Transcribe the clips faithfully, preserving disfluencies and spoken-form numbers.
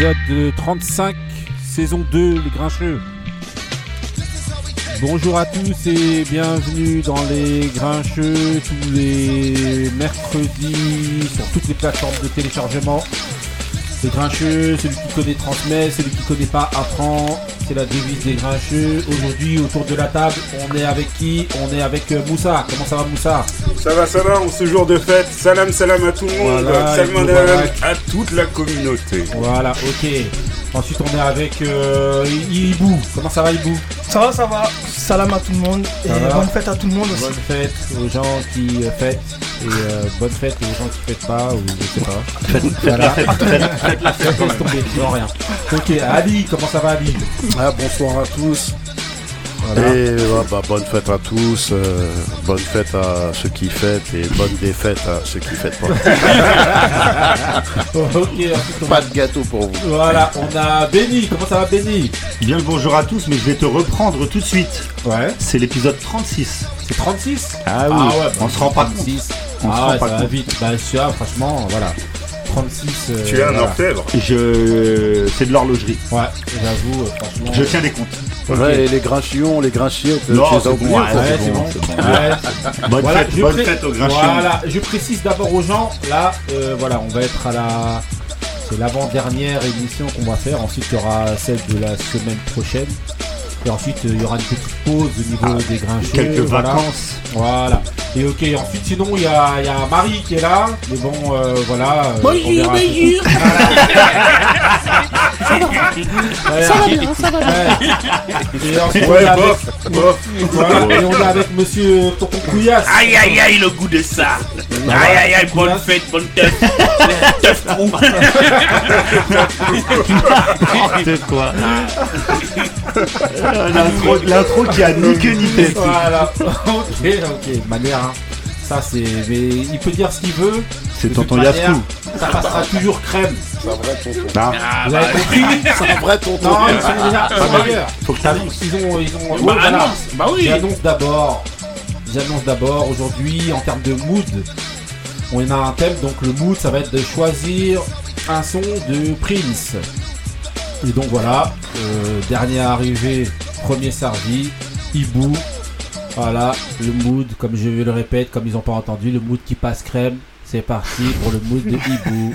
épisode trente-cinq, saison deux, les Grincheux. Bonjour à tous et bienvenue dans les Grincheux tous les mercredis sur toutes les plateformes de téléchargement. Les Grincheux, celui qui connaît transmet, celui qui connaît pas apprend. C'est la devise des Grincheux. Aujourd'hui, autour de la table, on est avec qui? On est avec Moussa. Comment ça va, Moussa? Ça va, ça va, on ce jour de fête. Salam, salam à tout le monde. Voilà, salam à toute la communauté. Voilà, ok. Ensuite, on est avec euh, Ibou. Comment ça va, Ibou? Ça va, ça va. Salam à tout le monde. Et bonne fête à tout le monde aussi. Bonne fête aux gens qui euh, fêtent. Et euh, bonne fête aux gens qui fêtent pas, ou je sais pas. Faites, faites Voilà. la fête, faites, faites la fête. Laisse tomber, non rien. Ok, Ali, comment ça va, Ali? Ah, bonsoir à tous. Voilà. Et ouais, bah, bonne fête à tous, euh, bonne fête à ceux qui fêtent et bonne défaite à ceux qui fêtent pas. Ok, ensuite, on Pas de gâteau pour vous. Voilà, on a Benny. Comment ça va, Benny? Bien le bonjour à tous, mais je vais te reprendre tout de suite. Ouais. C'est l'épisode trente-six. C'est trente-six? Ah oui, Ah ouais, on se rend pas compte. trente-six. On se Ah rend ouais, pas ça va compte. vite. Bah, ça, franchement, voilà. trente-six. euh, Tu es un voilà. orfèvre. Je... C'est de l'horlogerie. Ouais, j'avoue, euh, franchement. Je tiens des comptes. Ok. Ouais, et les grinchillons, les grinchillettes, Non, tu les as c'est oubliés, bon, quoi. Ouais, c'est c'est bon, bon. c'est bon. Ouais. Bonne Voilà, fête, je bonne pré- fête aux Grinchillons. Voilà, je précise d'abord aux gens, là, euh, voilà, on va être à la... C'est l'avant-dernière émission qu'on va faire, ensuite il y aura celle de la semaine prochaine, et ensuite euh, il y aura une petite pause au niveau des Grincheux. Quelques voilà. vacances. Voilà. Et ok, ensuite sinon il y a, il y a Marie qui est là, mais bon, euh, voilà. euh, on verra. bonjour. Ouais, Ça va bien, ça va bien. ouais. Et ensuite, on Ouais, est avec- bof, bof. voilà, et on est avec monsieur Tonton Couillasse. Aïe aïe aïe le goût de ça. Aïe aïe aïe, bonne fête, bonne teuf. Teuf trou. N'importe quoi. Euh, L'intro, l'intro qui a ni queue ni tête. Voilà, ok, ok, manière, hein. Ça c'est. Mais il peut dire ce qu'il veut. C'est De tonton toute manière, Yaskou. Ça passera toujours crème. C'est un vrai tonton. Ah, Vous avez compris? C'est un vrai tonton. Non, ils sont déjà ils sont ailleurs. faut que t'annonces. Ils ont. Ils ont. Bah, ouais, voilà. annonce. Bah oui. J'annonce d'abord. J'annonce d'abord aujourd'hui en termes de mood. On a un thème, donc le mood ça va être de choisir un son de Prince. Et donc voilà, euh, dernier arrivé, premier servi, Ibou. Voilà, le mood, comme je le répète, comme ils n'ont pas entendu, le mood qui passe crème. C'est parti pour le mood de Ibou.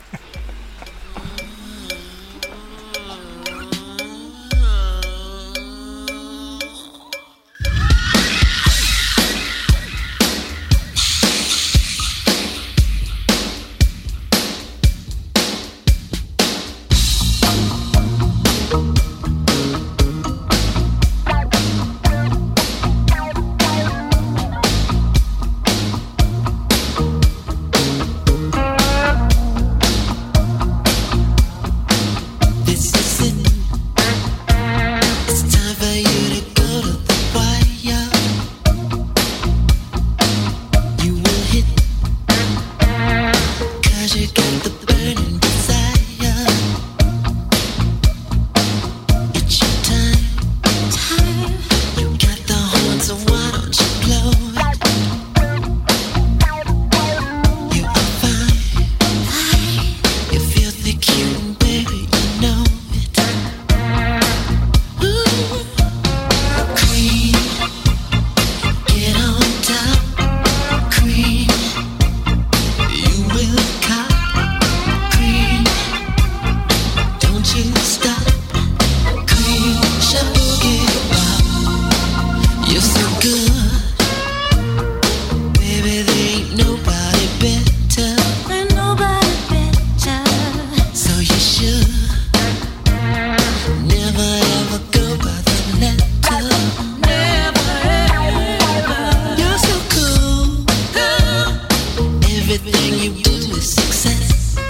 This is it. It's time for you to go to the wire. You will hit, 'cause you got the burning desire. It's your time. You got the horn, so why don't you blow it? You are fine. You feel the cute, baby, you know it. Ooh, queen, get on top. Queen, you will cop. Queen, don't you stop. Queen, show it up. You're so good, baby. There ain't nobody better. Ain't nobody better. So you should never ever go by the letter. Never ever. You're so cool. Everything you do is success.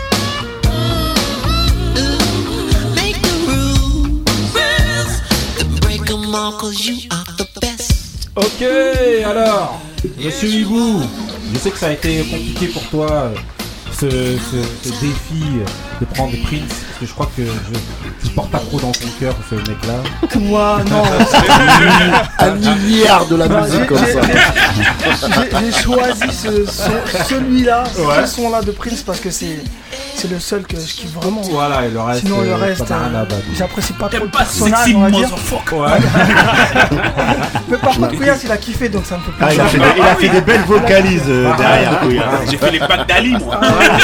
Ooh, make the rules. Then break 'em all 'cause you are the best. Ok, alors, monsieur Ibou, je sais que ça a été compliqué pour toi, euh, ce, ce, ce défi euh, de prendre Prince, parce que je crois que je, je porte pas trop dans ton cœur ce mec-là. Moi, non. Un milliard de la Bah, musique j'ai- comme ça. j'ai- J'ai choisi ce son- celui-là, Ouais. ce son-là de Prince parce que c'est c'est c'est le seul que je kiffe vraiment. Voilà, et le reste. Sinon, le euh, reste, pas rien à euh, battre. j'apprécie pas trop T'aimes le pas personnage, sexy on va dire. motherfucker. Ouais. Mais par contre, Kouyas, il a kiffé, donc ça me fait Ah, il plaisir. a fait des, il a fait des belles vocalises euh, derrière. Couille, hein. J'ai fait les bacs d'Ali, moi.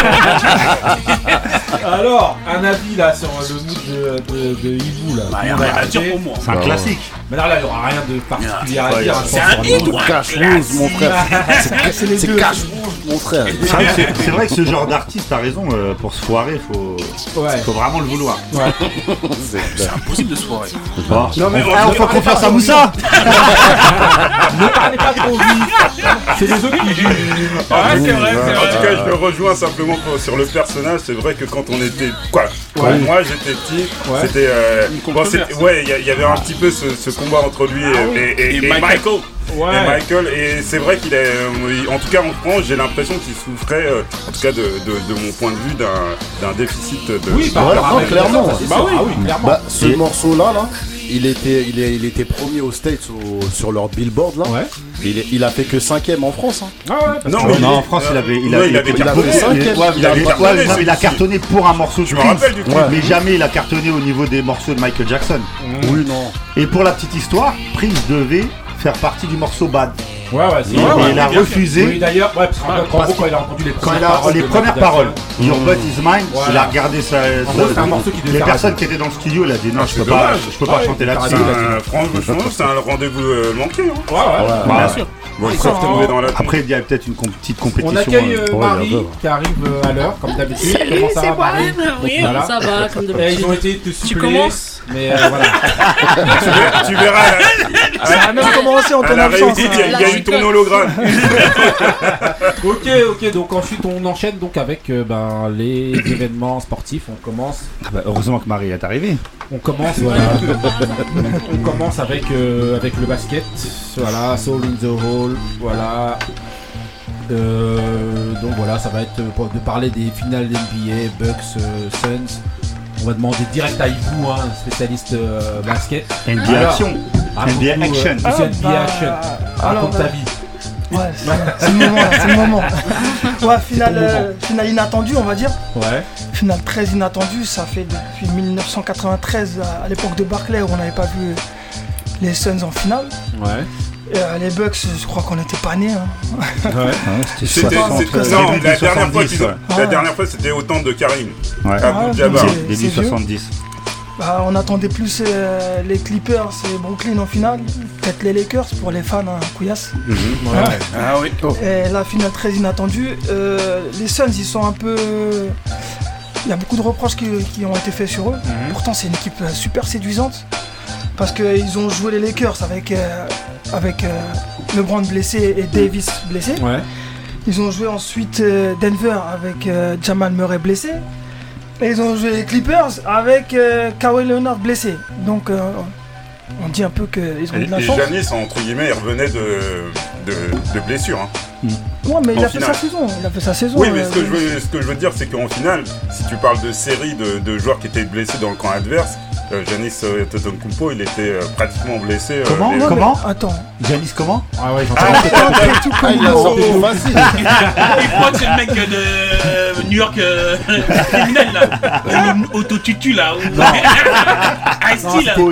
Alors, un avis là sur le mood de, de, de Hibou là. Bah, On y a va rien à dire arrêter. pour moi. C'est un classique. Mais là, là, il n'y aura rien de particulier à Ouais, dire. ouais. je C'est pense, un sur hit le ou mood. un Cache rouge, mon frère. C'est les C'est deux. cache rouge, mon frère. C'est vrai, que c'est- c'est vrai que ce genre d'artiste, t'as raison, euh, pour se foirer, faut, Ouais. faut vraiment le vouloir. Ouais. C'est impossible de se foirer. Bon. Non, mais Ah, on fait confiance à Moussa. Ne parlez pas trop vite. C'est les autres qui jugent. Ah, c'est vrai, c'est En vrai. tout cas, je le rejoins simplement pour- sur le personnage. C'est vrai que quand on était. Quoi Quand Ouais. moi j'étais petit, Ouais. c'était. euh, Une bon, controverse. c'était- ouais, il y, a- il y avait un petit peu ce, ce combat entre lui et, et- et- Et et Michael. Michael. Ouais. Et Michael, et c'est vrai qu'il est. euh, En tout cas, en France, j'ai l'impression qu'il souffrait, euh, en tout cas de, de, de mon point de vue, d'un d'un déficit de. Oui, par Ouais, rapport non, à clairement. ça, c'est Bah sûr. oui. Ah oui, clairement. Bah, ce Et- morceau-là, là, il était, il, est, il était premier aux States au- sur leur Billboard, là. Ouais. Il, est- il a fait que cinquième en France. Hein. Ah ouais, parce Non, que- mais Non, il- en France, il avait, il ouais, avait, il avait il cartonné. avait- cinquième. ouais, Il il avait avait- cartonné, ouais, non, c'est- il a cartonné pour un morceau de Je me Prince, rappelle du clip. Ouais. mais jamais il a cartonné au niveau des morceaux de Michael Jackson. Oui, non. Et pour la petite histoire, Prince devait faire partie du morceau Bad. Ouais, ouais, c'est Et, vrai. et il a bien refusé. Oui, d'ailleurs, ouais, parce qu'en Parce gros, quand il a entendu les Quand premières il a paroles les de premières Michael paroles, Jackson, Your Butt is Mine, Voilà. il a regardé sa, En gros, c'est un sa- morceau qui devait les faire personnes rêver. qui étaient dans le studio, il a dit non, je c'est peux pas, dommage. je peux pas Ouais, chanter il a là-dessus. raison. Euh, franchement, c'est un rendez-vous euh, manqué. Hein. Ouais, ouais. Bah, Bien sûr. Bon, il ça, s'est retrouvé dans la. Après, il y a peut-être une com- petite On compétition. accueille euh, euh, ouais, Marie un peu. qui arrive euh, à l'heure, comme d'habitude. Comment ça va, Marie? Oui, Voilà. ça va, comme Et d'habitude. ils ont été te suppléer, commences mais euh, voilà. tu, verras, tu verras, là, Ça a même commencé en à ton la absence. réussite, il y a- hein. il y a eu ton hologramme. Ok, ok, donc ensuite on enchaîne donc avec euh, ben, les événements sportifs. On commence, Ah bah, heureusement que Marie est arrivée. on commence, voilà. on commence avec, euh, avec le basket. Voilà, Soul in the Hall, voilà. Euh, donc voilà, ça va être pour- de parler des finales N B A, Bucks, euh, Suns. On va demander direct à Yvou, hein, spécialiste euh, basket. N B A Alors, Action. Raconte-nous, N B A Action. euh, c'est N B A Ah, Action. bah, alors, Raconte ta bah, vie. Ouais, c'est c'est le moment, là, c'est le moment. Ouais, finale, ton moment. euh, finale inattendue, on va dire. Ouais. Finale très inattendue, ça fait depuis mille neuf cent quatre-vingt-treize, à, à l'époque de Barclay, où on n'avait pas vu les Suns en finale. Ouais. Et, euh, les Bucks, je crois qu'on n'était pas nés. hein. C'était, soixante, c'était- euh, non, début la des dernière fois, qu'ils ont- soixante-dix, la ouais. dernière fois, c'était au temps de Karim. ouais. Abdul Ouais, Jabbar. c'est- Début c'est vieux. soixante-dix. Bah, on attendait plus euh, les Clippers et Brooklyn en finale, peut-être les Lakers pour les fans, hein, couillasse. Ouais. Ah oui. Et la finale très inattendue. Euh, les Suns, ils sont un peu. Il y a beaucoup de reproches qui, qui ont été faits sur eux. Mhm. Pourtant, c'est une équipe euh, super séduisante. Parce qu'ils ont joué les Lakers avec, euh, avec euh, LeBron blessé et Davis blessé. Ouais. Ils ont joué ensuite euh, Denver avec euh, Jamal Murray blessé. Et ils ont joué les Clippers avec euh, Kawhi Leonard blessé. Donc, euh, on dit un peu qu'ils ont eu Et, de la et chance. Giannis, entre guillemets, il revenait de, de, de blessure. Hein. Ouais, mais il en a fait finale. sa saison. Il a fait sa saison. Oui, mais euh, ce que, je veux, ce que je veux dire, c'est qu'en finale, si tu parles de série de, de joueurs qui étaient blessés dans le camp adverse, euh, Giannis euh, Antetokounmpo, il était euh, pratiquement blessé. euh, Comment les- ouais, mais Comment Attends. Janis, comment Ah ouais, j'entends. Attends, tout Ah, comme il a nous. sorti tout facile. Il croit que c'est le mec de euh, New York euh, criminel là. Le Autotutu là. Ice-T là.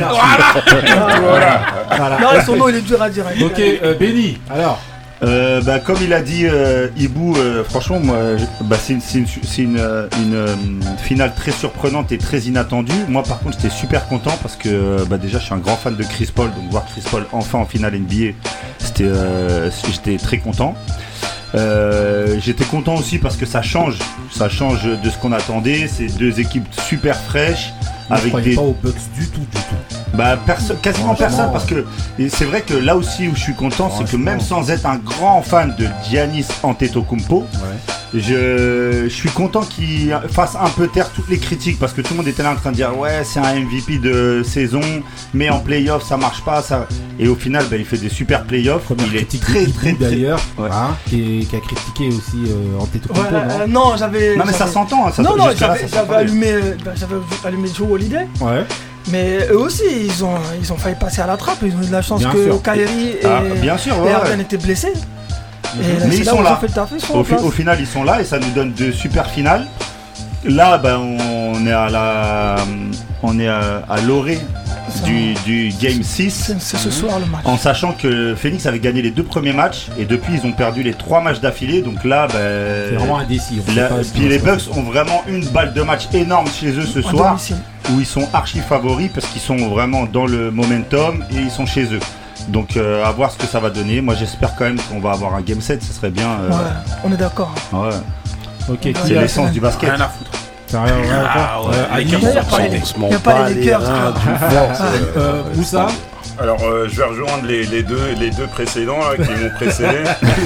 Voilà. Voilà. Non, son nom, il est dur à dire. Ok, euh, Benny, alors. Euh, bah, comme il a dit euh, Hibou, euh, franchement, moi, je- bah, c'est une, c'est une, c'est une, euh, une, euh, finale très surprenante et très inattendue. Moi, par contre, j'étais super content parce que euh, bah, déjà, je suis un grand fan de Chris Paul, donc voir Chris Paul enfin en finale N B A, c'était, euh, j'étais très content. Euh, j'étais content aussi parce que ça change, ça change de ce qu'on attendait. C'est deux équipes super fraîches. Je Avec croyais des, pas aux Bucks du tout, du tout. bah, perso- quasiment Franchement, personne parce que et c'est vrai que là aussi où je suis content, c'est que même sans être un grand fan de Giannis Antetokounmpo, Ouais. je, je suis content qu'il fasse un peu taire toutes les critiques parce que tout le monde était là en train de dire ouais c'est un M V P de saison, mais en playoff ça marche pas ça. Et au final bah, il fait des super playoffs. Première Il est critique très de très Hibou, très. d'ailleurs, Ouais. hein, qui, qui a critiqué aussi euh, Antetokounmpo, Ouais, euh, non non, j'avais. Non mais ça j'avais- s'entend. Hein, ça Non, non, jusque-là, j'avais ça j'avais s'entendait. allumé, euh, bah, j'avais allumé Joe Holiday, Ouais. mais eux aussi, ils ont, ils ont failli passer à la trappe. Ils ont eu de la chance Bien que sûr. Kyrie et, Ah, bien sûr. et Ouais, Harden ouais. étaient blessés. Et Mais c'est ils là sont où là. ont fait le taf, ils sont Au, en fi- place. au final, ils sont là et ça nous donne de super finales. là, ben, on est à la, on est à, à l'orée du, du Game six. C'est c'est ce soir le match. En sachant que Phoenix avait gagné les deux premiers matchs et depuis ils ont perdu les trois matchs d'affilée. Donc là, ben, C'est vraiment indécis. on sait la- pas ce qui puis va les se Bucks passer. ont vraiment une balle de match énorme chez eux ce En soir, domicile. où ils sont archi favoris parce qu'ils sont vraiment dans le momentum et ils sont chez eux. Donc euh, à voir ce que ça va donner. Moi j'espère quand même qu'on va avoir un game sept, ce serait bien. euh, Ouais, on est d'accord. ouais. Ok, qui C'est a- l'essence du basket. Rien à foutre. T'as rien, rien à Ah voir ouais, Euh, les Ali, Lakers Il y a sont pas les- sortis. On se ment y a pas pas les les Lakers, reins quoi. du force. euh, Moussa, Alors, euh, je vais rejoindre les, les deux, les deux précédents là, qui m'ont précédé.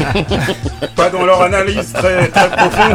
Pas dans leur analyse très, très profonde.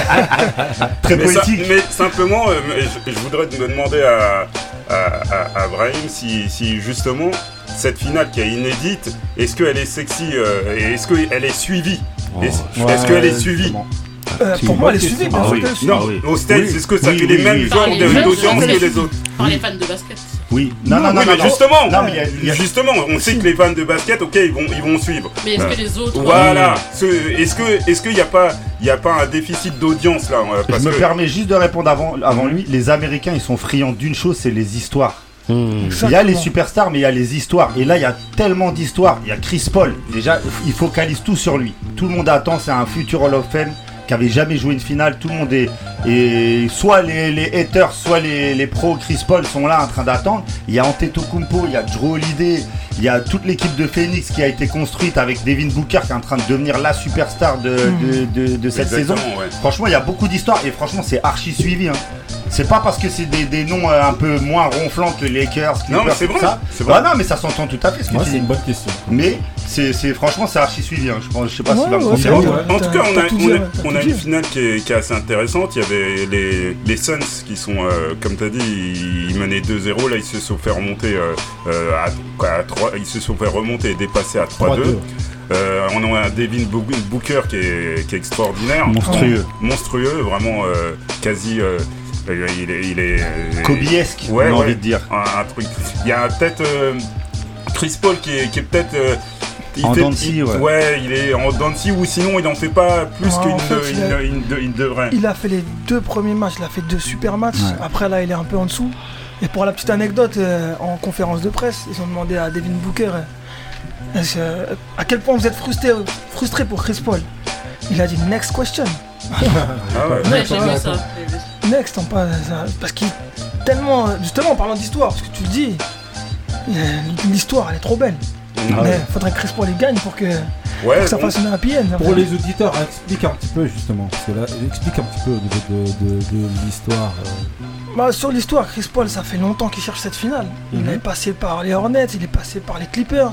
Très mais, poétique. ça- mais simplement, euh, mais je, je voudrais me demander à, à, à, à Brahim si, si justement cette finale qui est inédite, est-ce qu'elle est sexy euh, et est-ce qu'elle est suivie Est-ce Ouais, est-ce qu'elle est ouais, suivie justement. Euh, C'est pour une moi, elle est bonne suivie, question. bien Ah sûr oui. qu'elle est suivie. Non, Ah oui. aux States, Oui. est-ce que ça Oui, fait oui, les mêmes oui. genres Par les de- fans, d'audience par que les- les autres Par les fans de basket. Oui. Non, non, non, Oui, non, mais non. justement, Non, mais il y a- il y a- justement, on sait que les fans de basket, ok, ils vont, ils vont suivre. Mais est-ce Euh, que les autres. Voilà. Ce- Est-ce que, est-ce qu'il n'y a pas, il y a pas un déficit d'audience là euh, parce Je me que- permets juste de répondre avant, avant lui. Les Américains, ils sont friands d'une chose, c'est les histoires. Hmm. Il y a Exactement. les superstars, mais il y a les histoires. Et là, il y a tellement d'histoires. Il y a Chris Paul. Déjà, il focalise tout sur lui. Tout le monde attend, c'est un futur Hall of Fame qui avait jamais joué une finale. Tout le monde est. Et soit les, les haters, soit les, les pros Chris Paul sont là en train d'attendre. Il y a Antetokounmpo, il y a Drew Holiday, il y a toute l'équipe de Phoenix qui a été construite avec Devin Booker qui est en train de devenir la superstar de, de, de, de cette Exactement, saison. ouais. Franchement, il y a beaucoup d'histoires et franchement, c'est archi suivi. Hein. C'est pas parce que c'est des, des noms euh, un peu moins ronflants que les Lakers, Non, mais Clippers, c'est tout vrai, ça. c'est vrai. Bah non, mais ça s'entend tout à fait ce que Moi, tu c'est dis. une bonne question. Mais c'est, c'est franchement, c'est archi suivi. Hein. Je pense, je sais pas Ouais, s'il va me ouais, confirmer. c'est ouais. vrai, En tout t'as- cas, on t'as a, tout on dit, a- ouais, t'as on tout a dit. une finale qui est, qui est assez intéressante. Il y avait les, les Suns qui sont, euh, comme tu as dit, ils, ils menaient deux zéro. Là, ils se sont fait remonter euh, euh, à, quoi, à trois, ils se sont fait remonter et dépasser à trois deux. Euh, on a un Devin Bo- Booker qui est, qui est extraordinaire. Monstrueux. Monstrueux, vraiment euh, quasi. euh, il est. Il est euh, Kobe-esque, Ouais, on a ouais. envie de dire. un, un truc. Il y a peut-être euh, Chris Paul qui est, qui est peut-être. euh, il En fait- dents de scie, il- ouais. il est en dents de scie ou sinon il en fait pas plus Ouais, qu'il en fait, il a- une, une, une devrait. Il a fait les deux premiers matchs, il a fait deux super matchs. Ouais. Après, là, il est un peu en dessous. Et pour la petite anecdote, euh, en conférence de presse, ils ont demandé à Devin Booker euh, est-ce que- euh, à quel point vous êtes frustré, frustré pour Chris Paul. Il a dit next question. Ah ouais. Ouais, j'ai vu ça. Next, on parle ça. Parce qu'il tellement. Justement, en parlant d'histoire, parce que tu le dis, euh, l'histoire, elle est trop belle. Ah Mais ouais. faudrait que Chris Paul il gagne pour que, pour Ouais, que ça bon, fasse une happy end. Pour les auditeurs, explique un petit peu justement. Parce que là, explique un petit peu au niveau de, de, de l'histoire. euh. Bah, sur l'histoire, Chris Paul, ça fait longtemps qu'il cherche cette finale. Il Mhm. est passé par les Hornets, il est passé par les Clippers.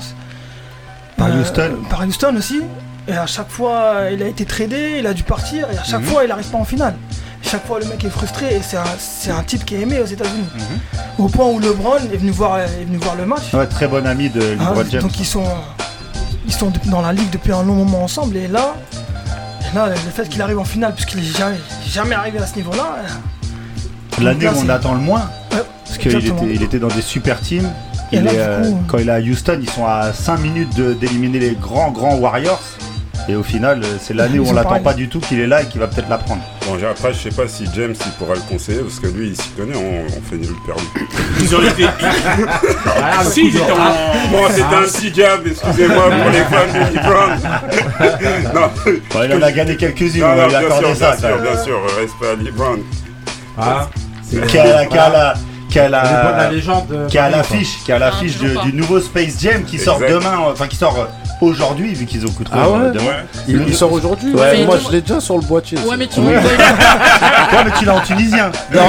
Par Houston. Par Houston aussi. Et à chaque fois, il a été tradé, il a dû partir, et à chaque Mhm. fois, il n'arrive pas en finale. Chaque fois, le mec est frustré, et c'est un, c'est un type qui est aimé aux États-Unis. Mhm. Au point où LeBron est venu voir, est venu voir le match. Ouais, très bon ami de Ah, LeBron James. donc ils sont, ils sont dans la ligue depuis un long moment ensemble, et là, et là le fait qu'il arrive en finale, puisqu'il n'est jamais, jamais arrivé à ce niveau-là, euh, L'année là, où on c'est- l'attend le moins. ouais, Parce qu'il exactement. était, il était dans des super teams. Et Il là, est, du euh, coup, quand il est à Houston, ils sont à cinq minutes de- d'éliminer les grands, grands Warriors. Et au final, euh, c'est l'année où Ils on sont l'attend pareils. pas du tout qu'il est là et qu'il va peut-être la prendre. bon, j'ai- après, je sais pas si James il pourra le conseiller parce que lui il s'y connaît, on, on fait nul perdu. Ils ont été. Ah, le Si, coup ils de- étaient en. Ah, Bon, c'était un petit jab, excusez-moi pour les fans de LeBron. non, Ouais, il en a gagné quelques-unes, non, on va non, lui bien sûr, accorder bien ça. sûr, quand même. bien sûr, respect à LeBron. Ah, c'est- Qui a, qui a la, qui a Elle est bonne, la la, légende. euh, qui a Marie, l'affiche, qui a l'affiche toujours de- pas. du nouveau Space Jam qui sort Exact. demain, enfin qui sort aujourd'hui vu qu'ils ont coûté Ah ouais demain. Ouais. Il, il sort aujourd'hui. Ouais, Ouais, moi mais- je l'ai déjà sur le boîtier. Ouais, ça. mais tout le monde boycotte, Ouais, mais tu l'as en tunisien.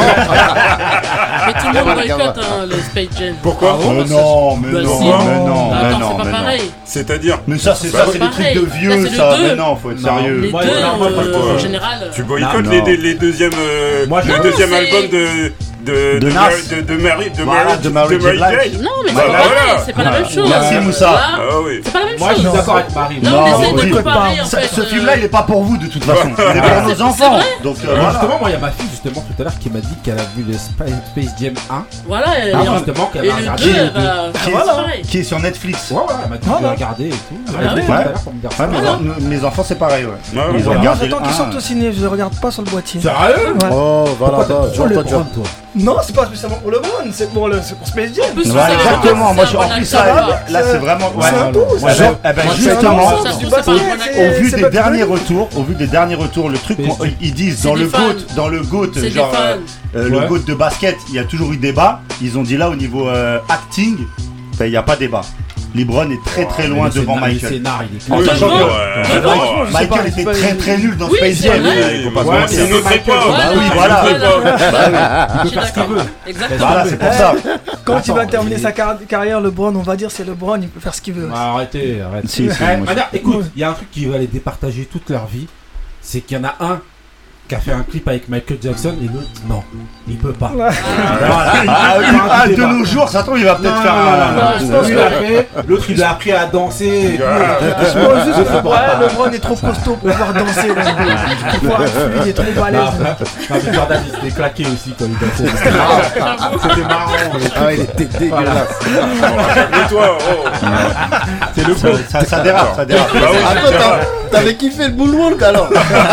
mais tout le monde boycotte hein, le Space Jam. Pourquoi Mais parce que- non, mais Bah non, si. mais non, Bah, mais attends, non, c'est pas mais non. pareil. C'est-à-dire, Mais ça, c'est Bah, ça, c'est c'est des pareil. trucs de Là, vieux, c'est le ça. deux. Mais non, faut être Non. sérieux. Les Moi, deux, non, moi, euh, je- en général. tu boycottes Non, les, non. les, les deuxièmes, euh, Moi, je- le Non, deuxième c'est- album de, de, De de, Nas. Mary- de, de Mary, de Voilà, Mary, de Mary de J. Mary Blige. J. Non, mais c'est Voilà, pas pareil, voilà. c'est pas la même chose. Merci, Euh, Moussa. là, Ah oui. C'est pas la même Moi, je chose. suis d'accord avec Marie. Non, Moi. mais Non, c'est oui. de comparer en Ça- fait. Ce euh, film-là, il est pas pour vous de toute façon. Il est pour nos c'est enfants. vrai. Donc euh, Alors, voilà. justement, moi, il y a ma fille, justement, tout à l'heure, qui m'a dit qu'elle a vu le Spa- Space Jam un. Voilà, et, Ah, et- justement, qu'elle et a le regardé. deux, le elle deux. va. Qui voilà. est, pareil. qui est sur Netflix. Ouais, ouais, elle m'a dit Voilà. de regarder et tout. Elle Ah m'a dit ouais. tout à l'heure pour me dire ça. Ouais, mes, Voilà. en- mes enfants, c'est pareil. Ouais. Ouais, Ils ouais. ont Moi, regardé j'attends le qu'ils un. sortent au ciné, je les regarde pas sur le boîtier. Sérieux Ouais. Oh, voilà, Pourquoi bah, t'as genre, trop toi, les tu vois. prendre, toi Non, c'est pas spécialement pour le Brown, c'est pour, le, c'est pour Space Jam. En plus, Ouais, vous savez, exactement. c'est Moi, un je, en bon plus, acteur, ça, quoi. là, c'est vraiment. C'est un tout, Moi, c'est j'aime- un- eh ben, Moi, justement, ça, c'est c'est pas pas vrai, un bon c'est- au vu c'est des pas derniers du tout. retours, au vu des derniers retours, le truc, P S G. qu'on- ils disent C'est dans des le fans. GOAT, dans le GOAT, C'est des genre fans. euh, euh, le Ouais. GOAT de basket, il y a toujours eu débat. Ils ont dit là au niveau euh, acting, ben, il n'y a pas débat. LeBron est très très loin Le devant scénar- Le Michael. scénar, il est En Oui, sachant ouais, que- ouais, Franchement, non. je sais pas, Michael c'est était pas- très très nul dans Oui, Space c'est Jam. vrai. Il faut pas se Ouais, mentir. C'est notre Michael. époque. Voilà, Bah oui, voilà. voilà. Bah Je suis faire ce qu'il d'accord. veut. oui. Exactement. Voilà, c'est pour ça. Quand il va Attends, terminer il- sa car- carrière, LeBron, on va dire c'est LeBron, il peut faire ce qu'il veut. Ah, arrêtez, arrêtez. Si, si, Ouais, moi, regarde, écoute, il y a un truc qui va les départager toute leur vie, c'est qu'il y en a un qui a fait un clip avec Michael Jackson et l'autre non, il peut pas. Ouais. Voilà. Ah, oui, Pas un ah, de débat. nos jours, ça tombe, il va peut-être Non, faire non, un. non, non, je pense lui, que- il a fait, l'autre il a appris à danser. et tout. Je pense juste que ouais, LeBron est trop costaud pour pouvoir danser. là. Pour pouvoir être fluide, il est trop Non, balèze. non, mais Jordan il s'était claqué aussi quand il dansait. C'était marrant. C'était marrant. le Ah, il truc. était Voilà. dégueulasse. Et toi, oh. C'est le Ça, coup. ça, ça dérape, ça dérape. Bah oui, Attends, c'est t'as- t'avais kiffé le moonwalk alors.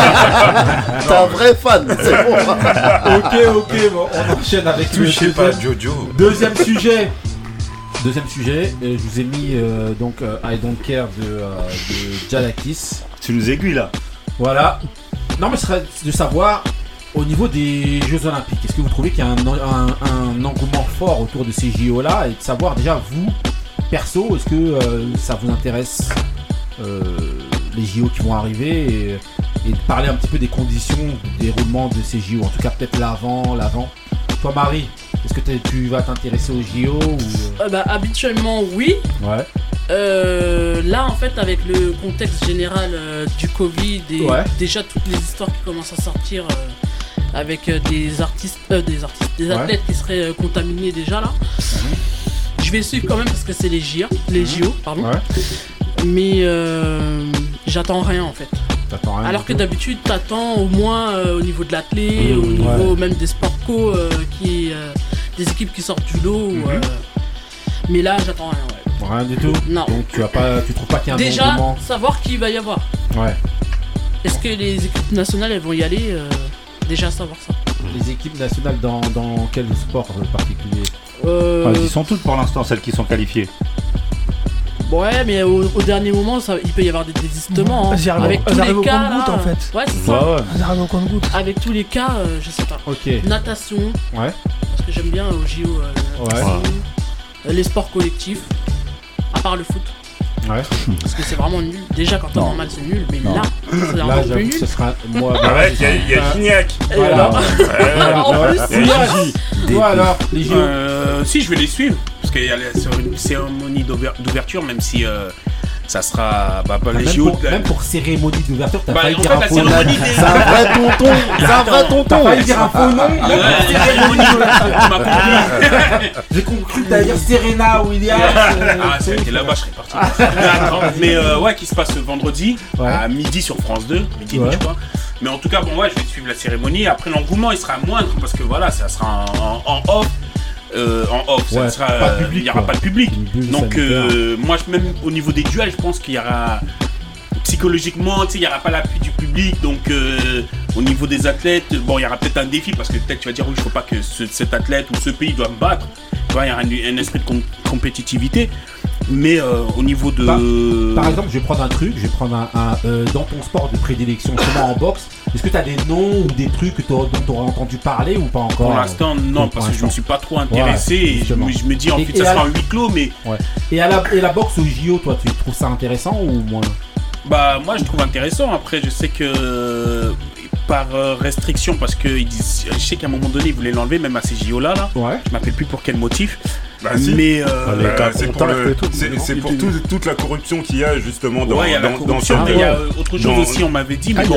T'es un vrai fan, c'est bon. Ok, ok, bon, on enchaîne avec le touchez deuxième- pas Jojo. Deuxième sujet. Deuxième sujet, euh, je vous ai mis euh, donc euh, I Don't Care de, euh, de Jadakis. Tu nous aiguilles là. Voilà. Non, mais ce serait de savoir au niveau des Jeux Olympiques, est-ce que vous trouvez qu'il y a un, un, un engouement fort autour de ces J O là et de savoir déjà vous, perso, est-ce que euh, ça vous intéresse euh, les J O qui vont arriver et, et de parler un petit peu des conditions de déroulement de ces J O, en tout cas peut-être l'avant, l'avant. Toi Marie, est-ce que t'es- tu vas t'intéresser aux J O ou... Euh, bah, habituellement, oui. Ouais. Euh, là, en fait, avec le contexte général euh, du Covid et Ouais. déjà toutes les histoires qui commencent à sortir euh, avec euh, des artistes, euh, des artistes, des Ouais. athlètes qui seraient euh, contaminés déjà là. Je vais suivre quand même parce que c'est les J O, les J O, pardon. Ouais. Mais euh, j'attends rien en fait. T'attends rien Alors du que tout. d'habitude, t'attends au moins euh, au niveau de l'athlète, Mmh, au niveau ouais. même des sports co, euh, qui, euh, des équipes qui sortent du lot. Mhm. euh, mais là, j'attends rien. Ouais. Rien du tout. Non. Donc tu as pas, tu trouves pas qu'il y a un Déjà, engouement. savoir qui va y avoir. Ouais. Est-ce que les équipes nationales elles vont y aller euh, Déjà savoir ça. Les équipes nationales dans, dans quel sport en particulier? Euh, Enfin, ils y sont toutes pour l'instant, celles qui sont qualifiées. Ouais, mais au, au dernier moment, ça, il peut y avoir des désistements. hein. Elles y arrivent- Avec elles tous arrivent les au cas. compte-gouttes, là. en fait. Ouais, c'est ça. Ouais, ouais. Ils arrivent au compte-gouttes. Avec tous les cas, euh, je sais pas. Ok. Natation, Ouais. parce que j'aime bien au J O. euh, Ouais. natation. Euh, les sports collectifs, à part le foot. Ouais. Parce que c'est vraiment nul. Déjà, quand t'es Non. normal, c'est nul. Mais Non. là, c'est Là, encore plus j'avoue nul. que ce sera moi. Arrête, il y a- il y a Gignac. Et Voilà. alors Voilà. En plus, Il y a Gigi. Toi alors, les J O. Euh, si, je vais les suivre. Parce qu'il y a la cér- cérémonie d'ouver- d'ouverture, même si euh, ça sera bah, pas les Même J O. pour, même pour cérémonie d'ouverture, t'as Bah, failli en dire fait, un la faux nom. cérémonie des. C'est un vrai tonton. C'est un vrai T'as tonton. failli dire un faux nom. même Ouais, pour la cérémonie cérémonie d'ouverture. tu m'as compris. J'ai cru que t'allais dire Serena Williams. euh, Ah, ça a été là-bas, je serais parti. Mais attends, mais euh, ouais, qui se passe vendredi Ouais. à midi sur France deux, midi et demi, Ouais. je crois. Mais en tout cas, bon, ouais, je vais suivre la cérémonie. Après, l'engouement, il sera moindre parce que voilà, ça sera en, en off. Euh, en off, ça Ouais, sera, pas de euh, public, il n'y aura quoi. pas de public. Une bulle Donc, sanitaire. euh, moi, je- même au niveau des duels, je pense qu'il y aura psychologiquement, tu sais, il n'y aura pas l'appui du public. Donc, euh, au niveau des athlètes, bon, il y aura peut-être un défi parce que peut-être tu vas dire, oui, il ne faut pas que ce- cet athlète ou ce pays doit me battre. Tu vois, il y aura un, un esprit de com- compétitivité. Mais euh, au niveau de. Par- Par exemple, je vais prendre un truc, je vais prendre un, un, euh, dans ton sport de prédilection, justement en boxe. Est-ce que tu as des noms ou des trucs que t'aurais- dont tu aurais entendu parler ou pas encore? Pour l'instant, non, pour parce que je l'instant. ne me suis pas trop intéressé. Ouais, et je, justement. me- je me dis, en Et- fait, et ça à sera la- en huis clos, mais Et, à la, et la boxe au J O, toi, tu trouves ça intéressant ou moins? bah, moi, je trouve intéressant. Après, je sais que euh, par euh, restriction, parce que ils disent, je sais qu'à un moment donné, ils voulaient l'enlever, même à ces J O là, là. Ouais. Je m'appelle plus pour quel motif. Bah si. Mais euh, Allez, Bah, cas c'est pour, contact le- et tout. c'est- c'est pour tout- toute la corruption qu'il y a justement dans, ouais, il y a la dans, dans corruption, ce- mais il y a euh, autre chose dans- aussi, on m'avait dit. Mais Ah, bon,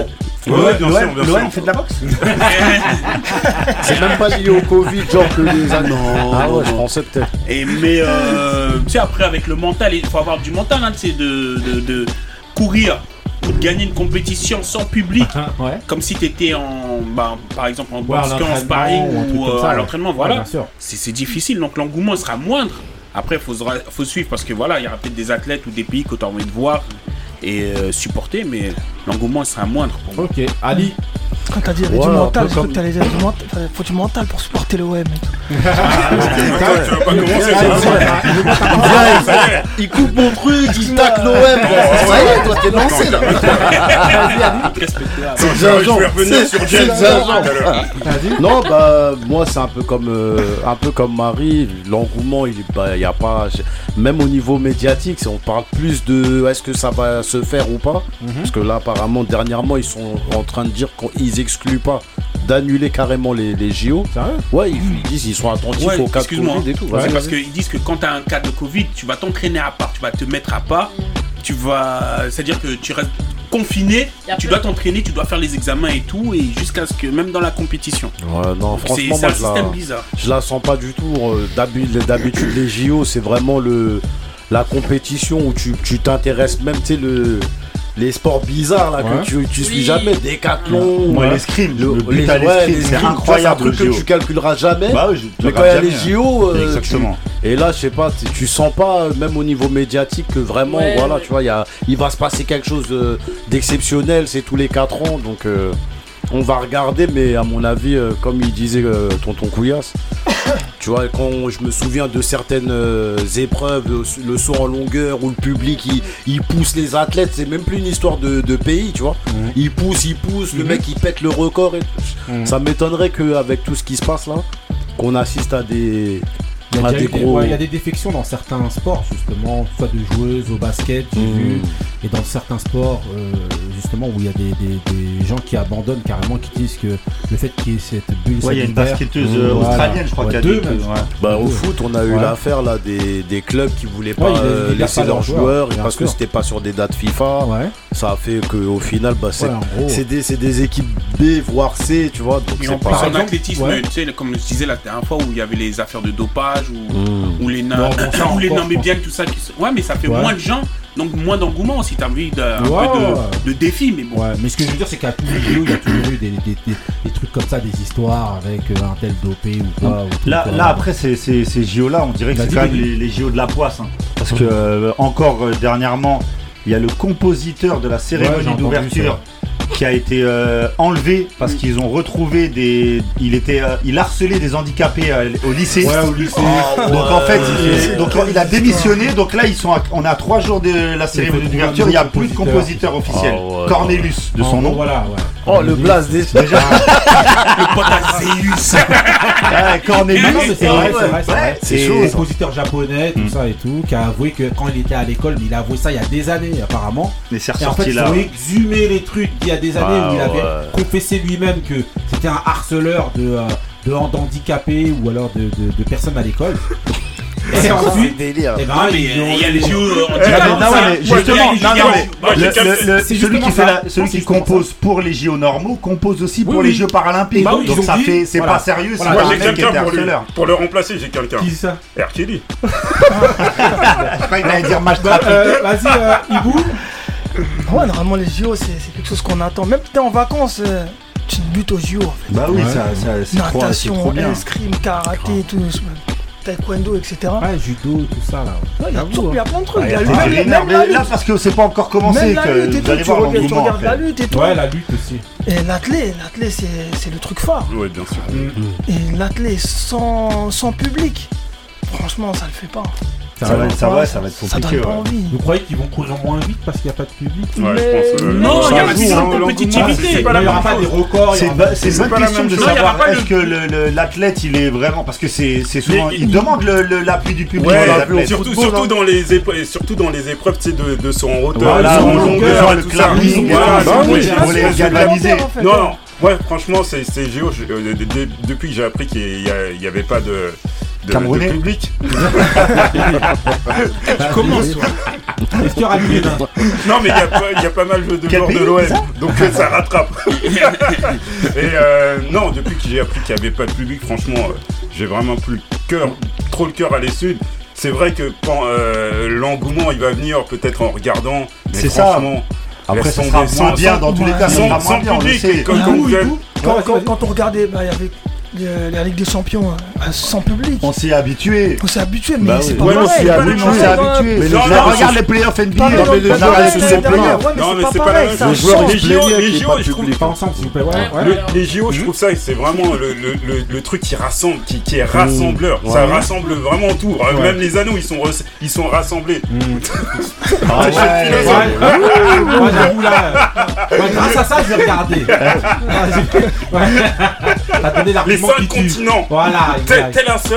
Ouais, bien sûr, bien L'O M sûr. fait de la boxe. C'est même pas lié au Covid, genre que les années. Ah ouais, je pensais peut-être. Et mais euh, tu sais, après avec le mental, il faut avoir du mental, hein, tu sais, de, de, de courir ou de gagner une compétition sans public, Ouais. comme si tu étais en, bah, par exemple en Ouais, à boxe, en l'entraînement sparring ou un truc ou comme euh, ça, à ouais. l'entraînement, Ouais, voilà. bien sûr. C'est c'est difficile, donc l'engouement sera moindre. Après, il faut, faut suivre parce que voilà, il y aura peut-être des athlètes ou des pays que tu as envie de voir et euh, supporter, mais l'engouement sera moindre pour moi. Ok, Ali. Quand t'as dit il y avait Ouais, du un mental, peu j'ai cru comme- que t'allais dire du mental. Enfin, faut du mental pour supporter le O M. et tout. Tu vas pas commencer ça. Il coupe mon truc, il tacle l'O M. Ça y est, toi t'es lancé là. Respectez-la. C'est Je vais déjà revenir c'est- sur c'est James déjà Bond, tout à l'heure. Non, bah moi c'est un peu comme euh, un peu comme Marie. L'engouement, il bah, y a pas. Même au niveau médiatique, c'est- on parle plus de est-ce que ça va se faire ou pas. Parce que là, apparemment, dernièrement, ils sont en train de dire qu'ils excluent pas d'annuler carrément les, les J O. Sérieux? Ouais, ils, ils disent ils sont attentifs Ouais, au cas de excuse-moi. Covid et tout. C'est Ouais, parce vas-y. qu'ils disent que quand tu as un cas de Covid, tu vas t'entraîner à part, tu vas te mettre à part, tu vas. C'est-à-dire que tu restes confiné, Y a tu plein- dois t'entraîner, tu dois faire les examens et tout, et jusqu'à ce que, même dans la compétition. Ouais, non, C'est franchement, c'est un moi je la, système bizarre. je la sens pas du tout. euh, d'habi- D'habitude, les J O, c'est vraiment le la compétition où tu tu t'intéresses même, tu sais, le. Les sports bizarres là Ouais. que tu, tu suis Oui. jamais, décathlon, Moi, ouais. l'escrime, le, le but les, à ouais, l'escrime, les c'est escrimes, incroyable c'est un le truc J que O. tu calculeras jamais. Bah oui, je- tu mais quand il y a regardes les jamais, J O, euh, Exactement. tu- et là, je sais pas, tu, tu sens pas, euh, même au niveau médiatique, que vraiment, Ouais, voilà, ouais. tu vois, il y a, il va se passer quelque chose euh, d'exceptionnel, c'est tous les quatre ans, donc euh, on va regarder, mais à mon avis, euh, comme il disait euh, tonton Couillasse, tu vois, quand je me souviens de certaines euh, épreuves, le, le saut en longueur où le public il, il pousse les athlètes, c'est même plus une histoire de, de pays, tu vois. Il pousse, il pousse, le mec il pète le record. Et... Ça m'étonnerait qu'avec tout ce qui se passe là, qu'on assiste à des, Il y a à déjà des eu des- gros. ouais, il y a des défections dans certains sports, justement, soit de joueuses au basket, j'ai Mm. vu, et dans certains sports, euh, justement, où il y a des, des- des gens qui abandonnent carrément, qui disent que le fait qu'il y ait cette bulle Ouais, il y a une sanitaire- basketteuse euh, Voilà. australienne, je crois, Ouais, qui a deux dit. même. que- ouais. Bah, au Ouais. foot, on a eu Ouais. l'affaire là des, des clubs qui voulaient pas Ouais, ils- ils euh, gardent laisser pas leurs leurs joueurs, joueurs, bien parce que sûr. c'était pas sur des dates FIFA. Ouais. Ça a fait qu'au final, bah, c'est Ouais, en gros. c'est des, c'est des équipes B voire C, tu vois. Donc Et c'est en plus, pas. en exemple, athlétisme, ouais. tu sais, comme je disais la dernière fois, où il y avait les affaires de dopage, ou, Mm. ou les nains, Non, bon, ça ou les encore, nains je pense. bien, tout ça. Qui... se- Ouais, mais ça fait Ouais. moins de gens, donc moins d'engouement si t'as envie d'un Ouais, peu de, ouais. de défi, mais bon. Ouais, mais ce que je veux dire, c'est qu'à tous les vidéos, il y a toujours eu des, des, des, des trucs comme ça, des histoires avec euh, un tel dopé ou quoi. ou tout, Là, quoi. là après ces, ces, ces J O là, on dirait que Vas-y, c'est quand même vas-y. les, les J O de la poisse. hein. Parce que euh, encore euh, dernièrement, il y a le compositeur de la Ouais, j'ai cérémonie entendu d'ouverture qui a été euh, enlevé parce qu'ils ont retrouvé des. Il était, euh, il harcelait des handicapés euh, au lycée. Ouais, au lycée. Donc en fait, il, donc il a démissionné. Donc là, ils sont, à- on est à trois jours de la cérémonie fait d'ouverture. Il n'y a trouver un plus de compositeur. compositeur officiel. Ah ouais, Cornelius, de En son gros, nom. Voilà, ouais. Oh, le blast des. Déjà, Le pote à Zeus. ouais, Cornelius. Non, non, mais c'est vrai, c'est vrai, c'est vrai. C'est Et- chaud, ça. Compositeur japonais, tout Mm. ça et tout, qui a avoué que quand il était à l'école, mais il a avoué ça il y a des années apparemment. Mais c'est Et en fait, ressorti ils là. ont exhumé les trucs d'il y a des années Ah, où il avait ouais. confessé lui-même que c'était un harceleur de, euh, de handicapés ou alors de, de, de personnes à l'école. Et ensuite, délire. eh ben, Ah, mais ils ont- il y a les jeux en Non, mais- non, ça. mais Moi, justement, il y a les non, jeux non, en- mais Moi, le- j'ai capté- le- le- c'est celui justement qui fait ça. la- celui Non, c'est qui justement compose pour les J O normaux compose aussi Oui, pour oui. les Jeux paralympiques. Bah oui, Donc ils ont ça dit, fait, c'est voilà. pas sérieux, c'est Voilà, pas Moi un j'ai mec qui quelqu'un était pour, lui- harceleur. pour le remplacer, j'ai quelqu'un. Qui dit ça? R. Kelly. Je crois qu'il allait dire match Bah, trafic. euh, Vas-y, euh, Ibou. Ouais, normalement, les J O, c'est c'est quelque chose qu'on attend. Même si t'es en vacances, euh, tu te butes aux J O en fait. Bah oui, Ouais. ça, ça, c'est trop, c'est Natation, trop bien. escrime, karaté, tout, taekwondo, et cetera. Ouais, judo, tout ça là. Ouais, il y a J'avoue, tout- il y hein. a plein de trucs. Ah, Il y a il y a même- des même vénères, la mais là lutte. parce que c'est pas encore commencé Même la que lutte et vous tout, allez tu voir regardes, tu l'engouement. regardes en la fait. lutte et tout. Ouais, la lutte aussi. Et l'athlète, l'athlète c'est c'est le truc fort. Oui, bien sûr. Et l'athlète sans, sans public, franchement, ça le fait pas. Ça va, ça va, ça va être Ça compliqué. donne pas ouais. envie. Vous croyez qu'ils vont courir moins vite parce qu'il n'y a pas de public? Ouais, Mais- je pense. euh, Non, ça il y a joue, pas de hein, compétitivité. l'engouement, c'est pas Il la n'y aura même pas des chose. records. il y C'est aura- une ba- c'est une C'est bonne pas la question même de chose. Non, il y aura savoir pas est-ce le- que le- le- l'athlète il est vraiment parce que c'est c'est souvent Mais il il- demande le- le- l'appui du public. Ouais, les athlètes. surtout, football, surtout, hein. dans les épreuves, et surtout dans les épreuves tu sais, de, de saut en hauteur, Voilà, de saut en en longueur, longueur, et le tout ça. climbing, Voilà, bah c'est- oui, oui, pour les c'est- galvaniser. En fait, Non, ouais. non, ouais, franchement, c'est c'est Géo. je- euh, de- de- depuis que j'ai appris qu'il y, a- il y avait pas de, de, Camerounais. de public. Comment toi? Est-ce qu'il y aura du Bénin? Non, mais il y a pas- il y, a pas mal de Quel joueurs de pays, l'O M, ça donc euh, ça rattrape. Et euh, non, depuis que j'ai appris qu'il n'y avait pas de public, franchement, euh, j'ai vraiment plus le cœur, trop le cœur à les Sud. C'est vrai que quand, euh, l'engouement il va venir peut-être en regardant, mais C'est ça. franchement, Après, laisse ça tomber, sera sans- moins bien sans- dans tous les ouais, cas. Ça sans, sera sans moins bien, on le public, sait. comme, Ah comme oui, vous êtes- Quand, Ouais, quand- vas-y. quand on regardait, bah, il y avait euh, la Ligue des Champions euh, sans public. On s'y est habitué. On s'est habitué, mais Bah c'est oui. pas Ouais, pareil. on s'y est Pas habitué, dans- on s'est dans- habitué. Mais Non, les non, gens, Regarde les playoffs N B A. Pas dans- mais les pas gens dans- restent dans- sur dans- player. ouais, mais Non, c'est mais pas c'est pas la pareil, même ça chose. Les joueurs, change. ils se plaignaient Les qu'il y ait J O, pas de je trouve- public. Pas ensemble, s'il vous plaît. Ouais, ouais. Le- les J O, je trouve ça, c'est vraiment le, le, le, le truc qui rassemble, qui, qui est rassembleur. Mmh. Ça Ouais. rassemble vraiment tout. Ouais. Même les anneaux, ils sont, res- ils sont rassemblés. Ah ouais. Ouais, moi j'avoue là, euh, ouais, grâce à ça j'ai regardé. Ouais, j'ai- ouais. T'as donné Les l'argument cinq qui tue. continents. Voilà, Tel, exact. tel un seul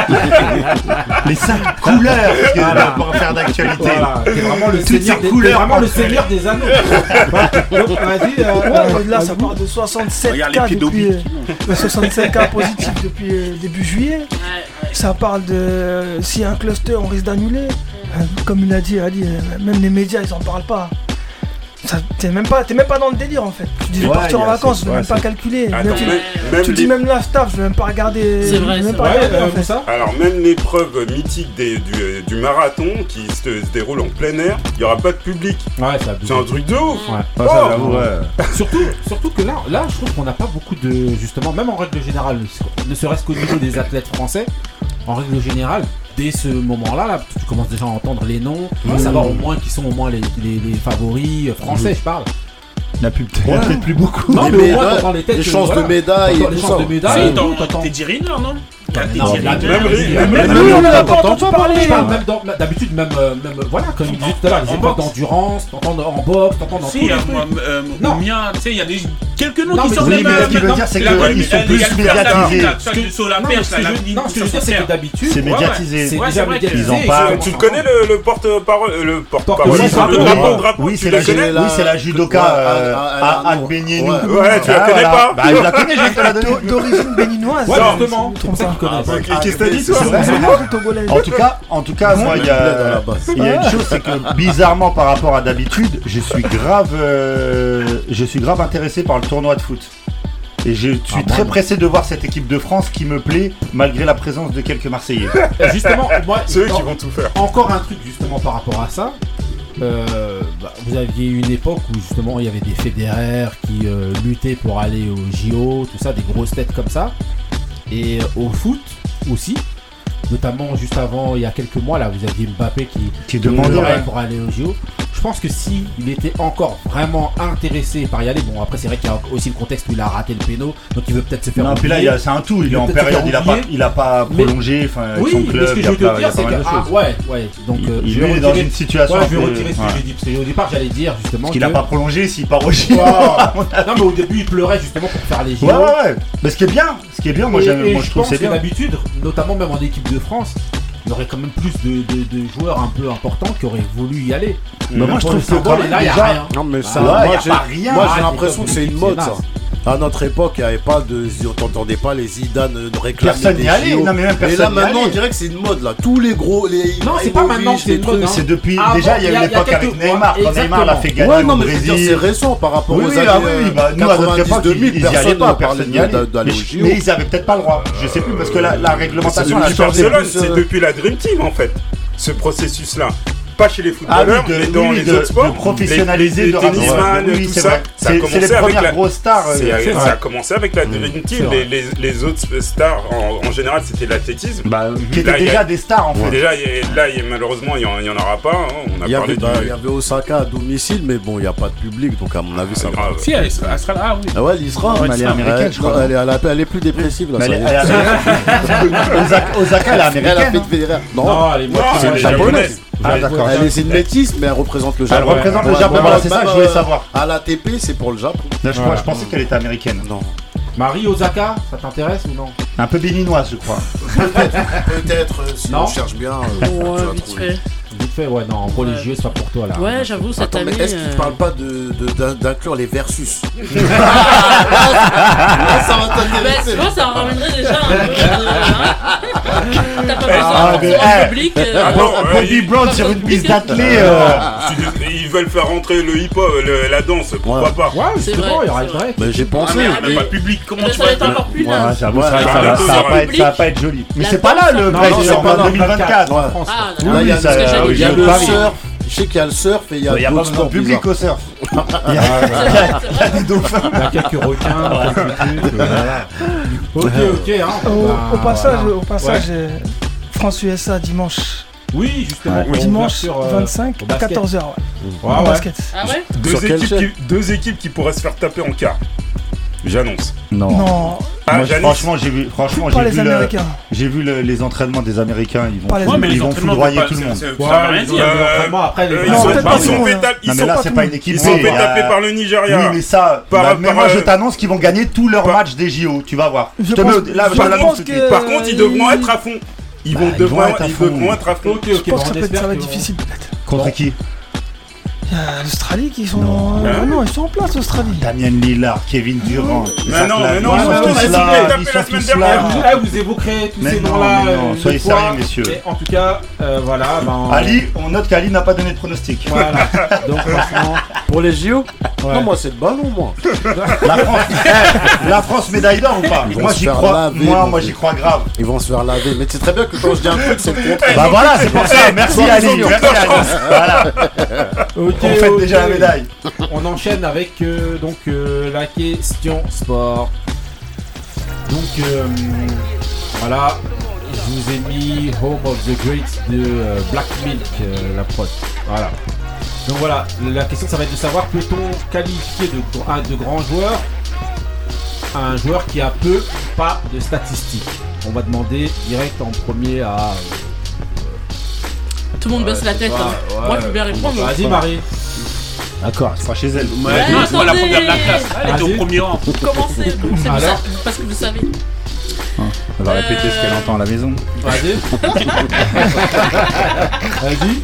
homme. Les cinq couleurs qui Voilà. pour faire d'actualité. Voilà, t'es vraiment le Toutes seigneur ces des, couleurs, t'es vraiment le parfait. seigneur des anneaux. Ouais, donc, vas-y. euh, Ouais, euh, mais là, ça vas-y. part de soixante-sept Regarde les cas pieds depuis d'Obi. euh, soixante-cinq cas positifs depuis euh, début juillet. Ça parle de euh, s'il y a un cluster, on risque d'annuler. Euh, comme il a dit, Ali, euh, même les médias, ils en parlent pas. Ça, T'es même pas, t'es même pas dans le délire en fait. Tu dis je vais Ouais, partir en y a- vacances, c'est- je vais ouais, même pas c'est- calculer. Attends, Même tu, même, même tu les- dis même la staff, je vais même pas regarder. C'est je vais vrai, même c'est pas vrai. Ouais, regarder, euh, en fait. ça. Alors même l'épreuve mythique des- du, euh, du marathon qui se, se déroule en plein air, il n'y aura pas de public. Ouais, ça abuse. C'est un truc de ouf. Ouais. Ah, ça, j'avoue, ouais. Surtout, surtout que là, là, je trouve qu'on n'a pas beaucoup de, justement, même en règle générale, ne serait-ce qu'au niveau des athlètes français, en règle générale, dès ce moment-là, là, tu commences déjà à entendre les noms, à savoir au moins qui sont au moins les, les, les favoris euh, français, je parle. Il n'y en a plus- il y en a peut-être plus beaucoup. Non, Les mais au moins, médailles, t'entends les têtes. les que, chances de voilà, médailles t'entends et les tout chances ça. de médailles. Ah, et tout, t'entends. T'es Jerry Riner, non? T'as des Non, Jerry là, Riner. même les- Même, même- même, même- nous, on même- n'a même- pas entendu même- parler. même- Je parle même dans- D'habitude, même, euh, même, euh, voilà, comme il disait tout à l'heure, les En épreuves boxe. d'endurance, t'entends en boxe, t'entends dans tous Si, les euh, trucs. moi, euh, Non. Oumia, tu sais, il y a des quelques noms Non, qui mais sortent oui, de mais la- ce qu'il veut dire, c'est la- qu'ils la- sont la- plus la- médiatisés. la- la- du saut à la Non, mais perche, ce là, que la je- ligne non, ce que je veux dire, c'est que d'habitude, C'est Ouais, ouais. médiatisé. c'est Ouais, déjà c'est vrai que- médiatisé. Ils en et parlent. que- Tu le connais le, le porte-parole, le porte-parole, Porte-parole, le porte-parole. drapeau, Oui, tu c'est le la, connais la- oui, c'est la judoka Ouais, euh, à- à- à à- Agbenienou. ouais. Ouais, tu la connais pas? Bah, je la connais, je vais te la donner. D'o- D'origine béninoise. Ouais, Non, justement, je c'est me pour ça trompe qu'ils pas. connaissent. Qu'est-ce que t'as dit, toi? C'est vrai, togolais. En tout cas, en tout cas, moi, il y Bled à a, la base. il y a une chose, c'est que bizarrement, par rapport à d'habitude, je suis grave, euh, je suis grave intéressé par le tournoi de foot. Et je suis moi, très non. pressé de voir cette équipe de France qui me plaît, malgré la présence de quelques Marseillais. Justement, moi, Ceux qui en- vont tout faire. encore un truc justement par rapport à ça. Euh, bah, vous aviez une époque où justement il y avait des fédéraires qui euh, luttaient pour aller au J O, tout ça, des grosses têtes comme ça. Et euh, au foot aussi, notamment juste avant, il y a quelques mois là, vous aviez Mbappé qui, Qui demandait, pleurait ouais. pour aller au J O. Je pense que si il était encore vraiment intéressé par y aller, bon après c'est vrai qu'il y a aussi le contexte où il a raté le péno, donc il veut peut-être se faire Non, puis là, il y oublier. a- c'est un tout. Il Il est va en peut-être se période, faire il a pas, oublier. il a pas Mais- prolongé, enfin, avec Oui, son mais club. ce que il y je a veux te pas- il y dire a c'est pas que mal de ah, choses. ouais, ouais, donc euh, Il je vais il est dans retirer- une situation. Ouais, un je vais peu- retirer ce que ouais. j'ai dit parce qu'au départ j'allais dire justement Parce qu'il que- a pas prolongé s'il part au J O. Wow. Non mais au début il pleurait justement pour faire les J O. Ouais, ouais, ouais. Mais ce qui est bien, ce qui est bien, moi, Et- j'aime- et moi je trouve pense c'est que bien. d'habitude, notamment même en équipe de France, il y aurait quand même plus de, de- de joueurs un peu importants qui auraient voulu y aller. Mais moi, je Pour le trouve que football, quand et là il y a déjà- rien. Non, mais ça, Ouais, moi, y a j'ai, pas rien. moi, Ah, j'ai c'est l'impression comme que c'est une une mode, naze. ça. À notre époque, il n'y avait pas de. On t'entendait pas les Zidane euh, réclamer Personne des n'y allait. J O. Non, mais même Et là, personne n'y maintenant, on allait. dirait que c'est une mode, là. Tous les gros. Les Non, c'est pas maintenant que c'est les une mode, trucs. hein. C'est depuis. Avant, Déjà, il y il y a a- eu il y a l'époque avec quelques- Neymar. Quand exactement. Neymar l'a fait gagner Ouais, non, au mais je veux dire, c'est Brésil. récent par rapport Oui, aux oui, années ah oui, oui, bah, nous à notre époque, quatre-vingt-dix, deux ils mille, ils y allaient personne pas, ne personne parlait n'y allait. de- d'aller Mais au je- J O. mais ils avaient peut-être pas le droit. Je sais plus parce que la, la C'est réglementation depuis a changé Barcelone, plus. c'est euh, depuis la Dream Team en fait, ce processus-là. Pas chez les Ah oui, footballeurs, de, mais dans oui, les de, autres sports. de professionnaliser, les, les de ramener- tennisman, oui, tout c'est ça. vrai. Ça a C'est c'est commencé les avec premières la. grosses stars. euh, c'est- c'est Ça vrai. a commencé avec la Dream c'est Team. vrai. Les, les, les autres stars, en, en général, c'était l'athlétisme. Bah, qui Là, étaient il y a- déjà des stars en fait. Déjà, il y a- là, il y a- malheureusement, il n'y en, aura pas. hein. On a Il y, avait, parlé bah, du. il y avait Osaka à domicile, mais bon, il n'y a pas de public, donc à mon avis, ça c'est va. grave. Si, elle sera, elle sera là, ah oui. Ah ouais, l'Isra, Ouais, elle est américaine, je crois. Elle, est- elle, est- elle est plus dépressive, là. Mais ça elle y est- est. elle est américaine. Osaka- Osaka, elle est Elle a fait américaine. de fédéraire. Non, Non, elle est Non, c'est elle une est japonaise. japonaise. Ah, d'accord. Elle est c'est une métisse, mais elle représente le Elle Japon. représente le Ouais, Japon, ouais, voilà, ouais, c'est ça même, que je voulais euh, savoir. À l'A T P, c'est pour le Japon. Là, je, Voilà. je pensais qu'elle était américaine. Non. Marie Osaka, ça t'intéresse ou non? Un peu béninoise, je crois. Peut-être, euh, si Non. on cherche bien. euh, tu Ouais, vas vite trouver. fait. vite fait, ouais, non, en gros, les Ouais. J O, c'est pas pour toi, là. Ouais, j'avoue, cette Attends, année. mais est-ce qu'il euh, ne parle pas de, de- d'in- d'inclure les versus? Là, ça va t'intéresser. Bah, ça en ramènerait déjà un peu. euh, hein. T'as pas besoin Ah, de mais, forcément eh, de public. Ah euh, non, Un ouais, Bobby il- Brown sur une piste d'athlée. Ah, euh, je suis désolé, ils veulent faire rentrer le hip-hop, le- la danse, pourquoi Ouais. pas? Ouais, C'est justement, vrai, il y aura c'est le vrai. break. Mais j'ai Ah, pensé. mais mais- pas public, comment mais tu ça vas va être encore plus Ouais, naze. j'avoue, Ouais, c'est vrai que bah, ça va- bientôt, ça il y va aura pas le être- ça va pas être joli. Mais La c'est pas là danse, le ça- break, Non, c'est en pas dans deux mille vingt-quatre. Ouais. en France. Ah, Oui, Là, il y a, ça, parce que j'allais oui, il y a je le parie. surf. Je sais qu'il y a le surf et il y a Il n'y a pas d'autres besoin de sports public bizarres. au surf. Il y a- c'est vrai, c'est vrai. des dauphins. Il y a quelques requins, quelques trucs. euh, Ok, ok, hein. Au, bah, au passage, voilà. au passage euh, France-U S A dimanche. Oui, justement. Ouais. pour Dimanche l'ouverture, euh, vingt-cinq, au basket. quatorze heures. Ouais. Ouais, En ouais. basket. Ah ouais Deux Sur quelle équipes, chaîne qui, deux équipes qui pourraient se faire taper en quart. J'annonce. Non. Non, Ah, Moi, Janis. franchement, j'ai vu, franchement, pas j'ai les vu, le- Américains. j'ai vu le- les entraînements des Américains. Ils vont, Pas les Ouais, mais les ils vont entraînements, foudroyer pas- tout le monde. ça- ça- Ouais, ça veut rien ils ont dire. des entraînements, après, les Euh, gens ils Non, sont peut-être pas- pas ils tout le sont monde, fait hein. taper- ils Non, mais sont là, pas- c'est pas une équipe. ils sont B, fait euh, taper par le Nigeria. Oui, mais ça, Par- bah, mais par- moi je euh, t'annonce qu'ils vont gagner tous leurs par- matchs des J O. Tu vas voir. Je te pense- mets- là, je je te pense l'annonce tout de que- suite. Par contre, ils devront être à fond. Ils Bah, vont ils vont devront être à ils fond. devront être à fond. Ok, ok, Je pense bon, que ça, on peut être, espère ça va être que- difficile peut-être. Contre qui? Il y a l'Australie qui sont. Non. Ah non, ils sont en place, l'Australie. Damien Lillard, Kevin Durant. Mais non, mais non, ils ils sont ont tous été là. tapés Ils la sont semaine tous dernière. là. Ah, vous, vous évoquerez tous Mais ces non, noms-là. mais non, euh, soyez deux fois. sérieux, messieurs. Et en tout cas, euh, voilà. Ben, Ali, on note qu'Ali n'a pas donné de pronostic. Voilà. Donc, franchement. Pour les J O Ouais. Non, moi c'est le ballon, moi. La France, eh, la France médaille d'or ou pas? Ils vont Moi se j'y faire crois. laver, Moi, mon moi Dieu. j'y crois grave. Ils vont se faire laver. Mais c'est très bien que quand je dis un truc, c'est le contraire. Bah voilà, c'est pour ça. Merci Sois Ali. raison, Merci Ali. Voilà. Ok, On fête ok. déjà la médaille. On enchaîne avec euh, donc euh, la question sport. Donc euh, voilà, je vous ai mis Home of the Great de euh, Black Milk, euh, la prod. Voilà. Donc voilà, la question ça va être de savoir peut-on qualifier de, un de grand joueur un joueur qui a peu ou pas de statistiques. On va demander direct en premier à. Tout le monde baisse la tête. hein. Moi, je veux bien répondre. Vas-y Marie. D'accord, c'est pas chez elle. Ouais, Ouais, c'est moi la attendez. première de la classe. Elle était Vas-y. au premier rang. Commencez, commencez, vous Alors savez- parce que vous savez. Elle va répéter Euh, ce qu'elle entend à la maison. Vas-y. Vas-y.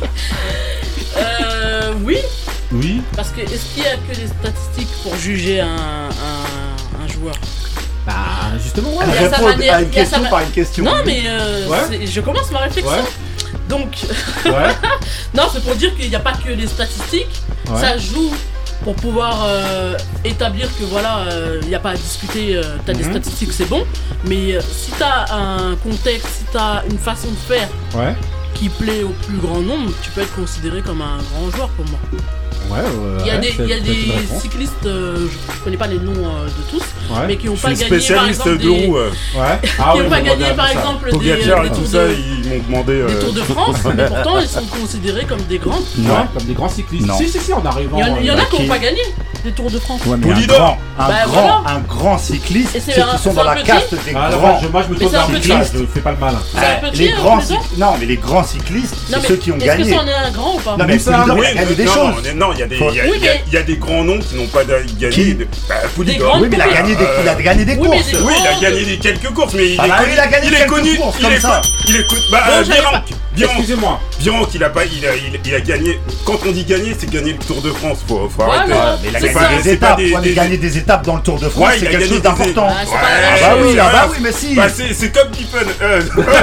Euh, oui, Oui. parce que est-ce qu'il y a que des statistiques pour juger un, un, un joueur? Bah justement ouais. Il y a sa Répondre manière- à une il y a sa question ma- par une question. Non, mais euh, Ouais. c'est- je commence ma réflexion. Ouais. Donc, Ouais. non, c'est pour dire qu'il n'y a pas que les statistiques. Ouais. Ça joue pour pouvoir euh, établir que voilà, euh, il n'y a pas à discuter. Euh, t'as des Mhm. statistiques, c'est bon. Mais euh, si t'as un contexte, si t'as une façon de faire Ouais. qui plaît au plus grand nombre, tu peux être considéré comme un grand joueur pour moi. Ouais, ouais, Il y a ouais, des, c'est il y a peut-être une des réponse. cyclistes, euh, je, je connais pas les noms euh, de tous, Ouais. mais qui n'ont Je pas suis gagné par spécialiste exemple de des, roues. euh, Ouais. qui Ah n'ont oui, pas on gagné regarde par ça. exemple des, Pogacar des et tout tours ça, de, ils m'ont demandé. des euh, Tours de France, mais pourtant ils sont considérés comme des grands. Ouais, comme des grands cyclistes. Non. Si, si, si, en arrivant. Il y en, il y en a euh, qui n'ont qui- pas gagné des Tours de France. Ouais, mais un Polydor. grand, un, Bah, grand, voilà. un grand cycliste, Et ceux c'est un- qui sont c'est dans un la petit caste des Ah, là, grands. moi, je, moi, je me Mais tourne c'est un vers petit. Nicolas, je fais pas le malin. C'est un Eh, petit, les un grands Polydor cyclistes, non, mais les grands cyclistes, Non, c'est mais ceux qui ont est-ce gagné. que c'en est un grand ou pas? Non, mais ça, Polydor, Oui, il a gagné des non, choses. non, non, il y a des, Faut- il y a- Oui, il y a- mais- il y a des grands noms qui n'ont pas da- Qui gagné. de- Bah, Polydor. grands- Oui, mais il a gagné des, il a gagné des Oui, mais courses. des- Oui, il a gagné des quelques courses, mais il Ah est bah, connu. il a gagné il est quelques connu. courses, il comme est ça. connu. Il est connu. Bah, Bon, euh, j'avais Biranc. Biranc. Excusez-moi. Biranc, il a pas, il a, il, il a gagné. Quand on dit gagner, c'est gagner le Tour de France. Faut, faut Ouais, arrêter. mais- Ouais, mais il a C'est gagné ça. des C'est pas étapes. des- Ouais, mais des- gagner des étapes dans le Tour de France, Ouais, il c'est a quelque gagné chose des- d'important. Ah, c'est pas Ouais, la même Ah bah chose. oui, ah bah Ouais. oui, mais si. Bah, c'est, c'est comme Pippen. Euh,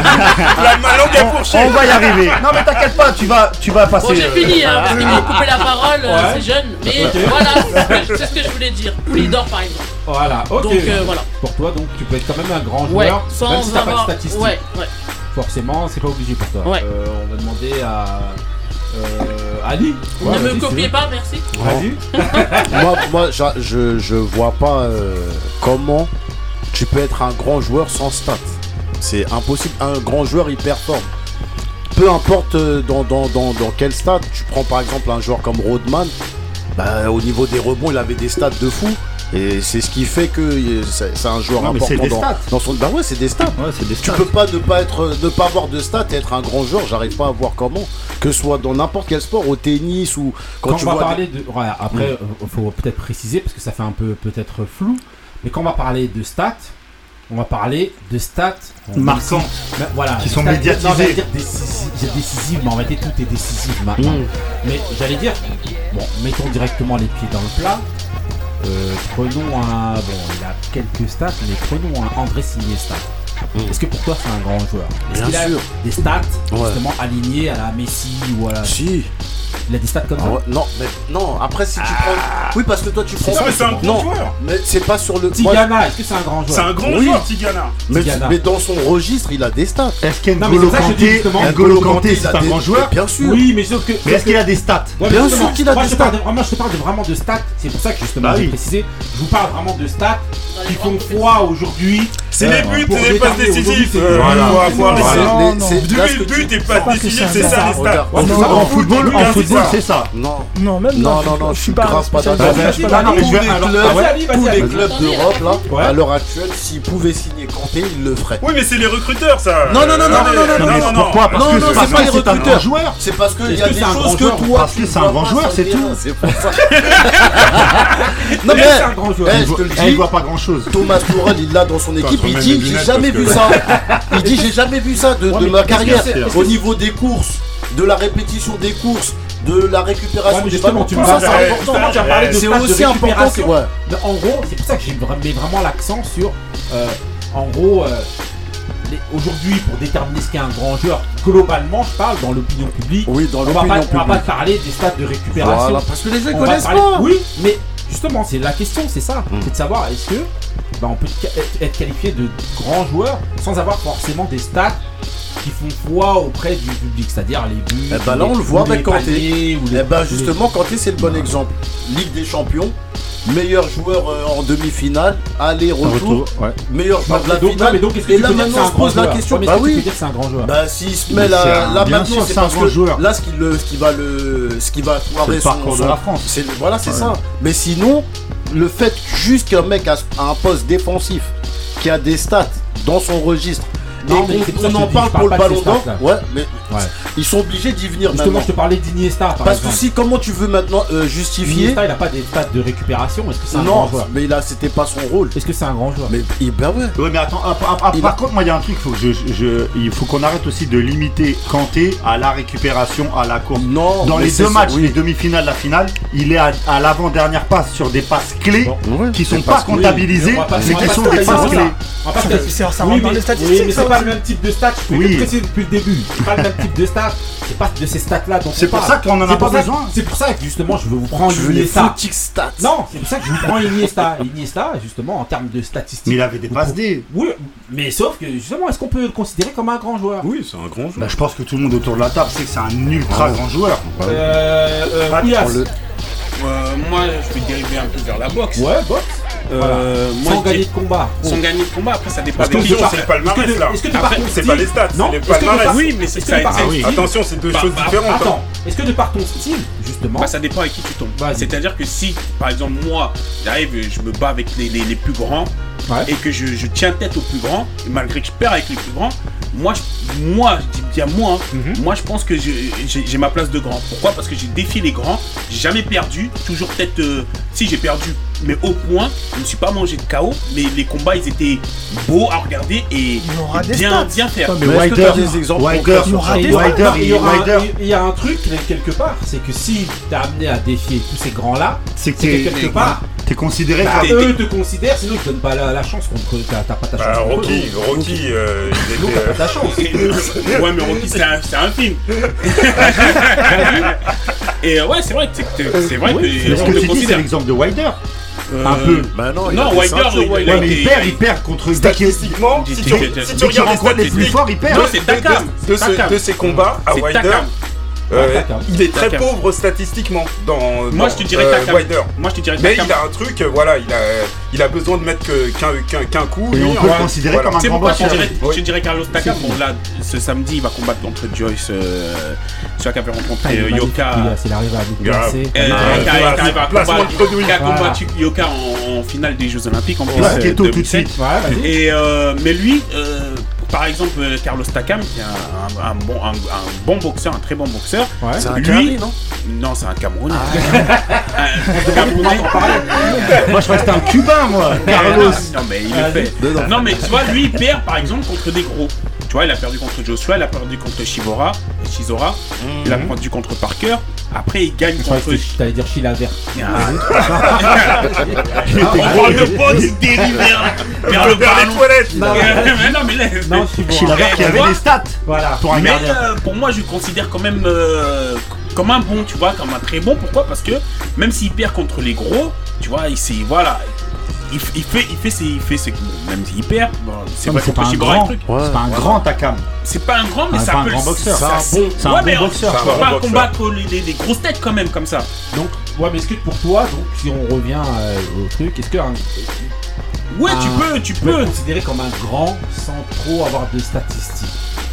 la ma langue a fourché. On va y arriver. Non mais t'inquiète pas, tu vas, tu vas passer. Bon, j'ai euh, fini, hein, parce qu'ils m'ont coupé la parole, euh, Ouais. c'est jeune. Mais Ok. voilà, c'est ce que- c'est ce que je voulais dire. Poulidor, par exemple. Voilà, ok. Donc euh, voilà. Pour toi, donc, tu peux être quand même un grand Ouais, joueur. sans même si t'as avoir. pas de statistiques. Ouais, ouais. Forcément, c'est pas obligé pour toi. Ouais. Euh, on va demander à. Euh, Ali. Ouais, Ne me vas-y, copiez c'est pas, merci. bon. Vas-y. moi, moi j'a- je, je vois pas euh, comment tu peux être un grand joueur sans stats. C'est impossible. Un grand joueur, il performe. Peu importe euh, dans, dans, dans, dans quel stade. Tu prends par exemple un joueur comme Rodman. Bah, au niveau des rebonds, il avait des stats de fou. Et c'est ce qui fait que euh, c'est c'est un joueur Non, mais c'est important des dans, stats. dans son. Bah ouais, c'est des stats. Ouais, c'est des Tu stats. peux pas ne pas être, ne pas avoir de stats et être un grand joueur. J'arrive pas à voir comment. Que ce soit dans n'importe quel sport, au tennis ou quand, Quand tu on va vois. parler de. Ouais, après, il faut peut-être préciser parce que ça fait un peu peut-être flou. Mais quand on va parler de stats, on va parler de stats marquantes, ben, voilà, qui sont stats, médiatisées. Non, j'allais dire décisives, décisives, mais en réalité tout est décisif maintenant. Mmh. Mais j'allais dire, bon, mettons directement les pieds dans le plat. Euh, prenons un, bon, il a quelques stats, mais prenons un Andrés Iniesta. Mmh. Est-ce que pour toi c'est un grand joueur? Est-ce Bien qu'il a sûr. des stats Ouais. justement alignées à la Messi ou à la... Si. Il a des stats comme Ah ça? ouais, non, mais non, après si tu prends. Oui, parce que toi tu prends. Non, mais c'est un grand Non, joueur. mais c'est pas sur le. Moi, Tigana, est-ce que c'est un grand joueur? C'est un grand Oui. joueur, Tigana. mais, Tigana. mais dans son registre, il a des stats. Est-ce Non, mais qu'N'Golo c'est ça que je dis, Kanté, justement. N'Golo Kanté, il c'est a un des- grand joueur? Bien sûr. Oui, mais sauf que... Mais est-ce qu'il a des stats? Ouais, Bien justement, sûr qu'il a moi, des je te parle stats. de- Vraiment, je te parle de, vraiment de stats. C'est pour ça que justement Bah j'ai oui. précisé. Je vous parle vraiment de stats qui font foi aujourd'hui. C'est Euh, les buts pour et les passes déterminer aujourd'hui, décisives. c'est- Euh, Voilà. faut avoir les- C'est- non, les- non. c'est- Du là, ce que but tu- et passes pas que décisives, c'est c'est un ça les star. stats. Regarde, En, Non, foot- en non, football, non, en c'est football, ça. c'est ça. Non. Non, même Non, dans- non, non, je je suis suis pas grave pas spécialiste, d'accord. je suis Non, pas non, mais d'accord. je vais- Tous les alors, clubs, ah ouais, vas-y, vas-y, tous les vas-y. clubs d'Europe là, Ouais. à l'heure actuelle, s'ils pouvaient signer Kanté, ils le feraient. Oui, mais c'est les recruteurs, ça. Non, non, non, non, Allez, non, non, Non, mais non, non. pourquoi? Parce Non, que non, c'est c'est parce pas que les c'est un grand recruteurs. joueur. C'est parce qu'il Est-ce y a que des c'est un choses grand que joueur toi. Parce tu que c'est vois un grand pas joueur, sur c'est le terrain, tout. C'est pour ça. Est-ce Non, que mais c'est un grand joueur? eh, Il je voit- te le eh, il dis, voit pas grand chose. Thomas Tuchel, il l'a dans son équipe. Quand on Il met dit des j'ai lunettes, jamais parce vu que- ça. Il dit j'ai jamais vu ça de, Ouais, de mais ma est-ce que carrière. c'est- est-ce Au que- niveau des courses, de la répétition des courses, de la récupération Ouais, mais des justement, ballons. tu Tout me ça, parles- c'est Ouais, important. justement, tu as parlé de C'est stats de aussi important que récupération. ouais. Mais en gros, c'est pour ça que j'ai vra- mets vraiment l'accent sur, euh, en gros, euh, les- aujourd'hui, pour déterminer ce qu'est un grand joueur, globalement, je parle dans l'opinion publique. Oui, dans On va pas, l'opinion on va pas publique. parler des stats de récupération. Voilà, parce que les gens ils On va connaissent parler- pas. Oui, mais justement, c'est la question, c'est ça. Mm. C'est de savoir est-ce que bah, on peut ca- être- être qualifié de grand joueur sans avoir forcément des stats qui font foi auprès du public, c'est-à-dire les buts. Eh ben là, ou on les- le voit ou les avec Kanté. paniers, ou les- Eh ben ou les- justement, Kanté c'est le bon exemple. Ligue des Champions, meilleur joueur euh, en demi-finale, aller-retour, Ouais. meilleur Bah, joueur de la donc, non, finale. mais donc, est-ce que Et tu là peux dire que c'est maintenant, un on se grand pose la joueur? question. Ouais, mais Bah est-ce que tu oui. peux dire que c'est un grand joueur. Bah s'il se Mais met là, c'est un- là bien maintenant sûr, c'est c'est un parce grand que joueur. là ce qui le ce qui va le ce qui va C'est foirer le son, parcours de son- la France. c'est voilà c'est Ouais. ça. Mais sinon le fait juste qu'un mec a a un poste défensif qui a des stats dans son registre Non, mais et c'est pour qu'on ça que on je en dis, parle je pour le parle pas de ballon ces d'or, stats-là. ouais mais Ouais. ils sont obligés d'y venir Justement, maintenant. je te parlais d'Iniesta par Parce que exemple. si comment tu veux maintenant euh, justifier Iniesta, il a pas des stats de récupération. Est-ce que c'est un non grand joueur? mais là c'était pas son rôle. Est-ce que c'est un grand joueur? Mais il- ben ouais. Ouais, mais attends, ah, ah, ah, Il par a- contre, moi, il y a un truc, faut que je, je- il faut qu'on arrête aussi de limiter Kanté à la récupération, à la course. Non, Dans mais les c'est deux ça, matchs, oui. les demi-finales, la finale, il est à, à l'avant-dernière passe sur des passes clés Bon. Ouais, qui c'est sont pas parce que- comptabilisées, On va pas- mais on qui va sont pas des se passes tailler clés. ça. On va pas se tailler- Ça- ça Oui, rentre dans mais- les statistiques, Oui, mais ça c'est pas aussi. le même type de stats. Je peux Oui. te préciser depuis le début. C'est pas le même type de stats. C'est pas de ces stats-là dont C'est on pour parle. ça qu'on en a C'est pas pour ça- besoin. C'est pour ça que justement, je veux vous prendre Tu veux les Iniesta. footing stats. Non, c'est pour ça que je vous prends Iniesta. Iniesta, justement, en termes de statistiques. Mais il avait des passes D. Oui, mais sauf que justement, est-ce qu'on peut le considérer comme un grand joueur? Oui, c'est un grand joueur. Bah, je pense que tout le monde autour de la table sait que c'est un ultra grand joueur. Euh, euh, Ah, Couillasse. On le- Euh, moi, je vais dériver un peu vers la boxe. Ouais, boxe. Euh, moi, Sans je gagner dis- de combat. sans gagner de combat. Après, ça dépend Parce des que questions. c'est le palmarès Est-ce que de- là. est-ce que de Après, par ton C'est style- pas les stats, Non, c'est les est-ce que de palmarès. par- Oui, mais c'est est-ce ça. que de par ça- ton oui. style- Attention, c'est deux Bah, choses bah, différentes. hein. Attends, est-ce que de par ton style, justement, Bah, ça dépend avec qui tu tombes. Vas-y. C'est-à-dire que si, par exemple, moi, j'arrive, je me bats avec les, les, les plus grands Ouais. et que je, je tiens tête aux plus grands, et malgré que je perds avec les plus grands, moi, je, moi, je dis bien moi, hein, Mhm. moi, je pense que je- j'ai j'ai ma place de grand. Pourquoi? Parce que j'ai défié les grands, j'ai jamais perdu, toujours peut-être, euh, si j'ai perdu, mais au point, je ne me suis pas mangé de K O, mais les combats, ils étaient beaux à regarder et, Il aura et des bien, stats. bien faire. Mais Mais est-ce que Wilder, t'as des exemples Wilder, concrets Il y aura Et des il y aura- Wilder, non, il y aura un- Wilder, il y a un truc quelque part, c'est que si t'es amené à défier tous ces grands-là, c'est que c'est que t'es quelque part, t'es considéré bah, comme. eux te considèrent, sinon ils te donnent pas la, la chance contre t'as t'as pas ta chance. Bah, contre Rocky, eux. Rocky, euh, il Sinon était. t'as pas ta chance. Ouais, mais Rocky, c'est un, c'est un film. Et euh, ouais, c'est vrai que c'est c'est vrai Oui, que Mais ce on que le tu dis, c'est considère. l'exemple de Wilder. Euh, un peu. Bah non, il Non, a des Wilder, ceintures, il- il Wilder. a Ouais, mais il été- perd, il perd contre dès qu'il Statistiquement, si tu, Dès si qu'il tu dès qu'il regardes les rencontre les plus statistiques forts, il perd. Non, de, c'est de- Takam. de, ce- Takam. de ces combats à C'est Wilder, Takam. euh, Takam. il est très Takam. pauvre statistiquement dans, Moi, dans, je te dirais euh, Takam. Wilder. Moi, je te dirais Mais Takam. il a un truc, euh, voilà, il a, il a besoin de mettre que- qu'un qu'un qu'un coup. Et lui, on peut hein. le considérer Voilà. comme un C'est grand pourquoi je boxeur. dirais, Oui. je dirais Carlos Takam. Bon, là, ce samedi, il va combattre contre Joyce, euh, celui qui avait rencontré euh, Yoka. Il arrive à vous Grave. placer. Euh, Ah, qui a- qui place- arrive à placement combattre- de produit. qui a Voilà. combattu Yoka en, en finale des Jeux Olympiques en plus. Ouais, euh, Keto tout de deux mille sept. suite. Ouais, vas-y. Et euh, mais lui, euh, par exemple, euh, Carlos Takam, qui est un, un- un bon, un, un bon boxeur, un très bon boxeur. Ouais. C'est un Lui- carré, non? Non, c'est un Camerounais. Un Camerounais. Moi, je crois que c'était un Cubain, moi. Carlos. Non, mais il le fait. Non, mais tu vois, lui, il perd par exemple contre des gros. Tu vois, il a perdu contre Joshua, il a perdu contre Shibora, Shizora, il a perdu contre Parker. Après, il gagne Je croyais contre. que t'allais dire Chilaver. Ah. On parle de potes, il dérive vers, vers le Vers les ballon. toilettes. Non, Mais non, mais laisse. Non, je suis bon. Chilaver qui tu avait vois les stats Voilà. pour un Mais gardien. euh, pour moi, je le considère quand même euh, comme un bon, tu vois, comme un très bon. Pourquoi? Parce que même s'il perd contre les gros, tu vois, il s'est, voilà, il, f- il fait, il fait ses, il fait ses, même s'il perd, bon, c'est Non, mais pas c'est pas contre un Shibora grand. et truc. C'est pas un grand Takam. C'est pas un grand, mais Ah, ça pas un peut. grand boxeur. ça- C'est un bon- c'est un ouais, bon mais boxeur, tu quoi. peux pas Un bon boxeur. combattre les, les- les grosses têtes quand même comme ça. Donc, ouais, mais est-ce que pour toi, donc, si on revient euh, au truc, est-ce que un- Ouais, un- tu peux, tu tu peux peux. être considéré comme un grand sans trop avoir de statistiques?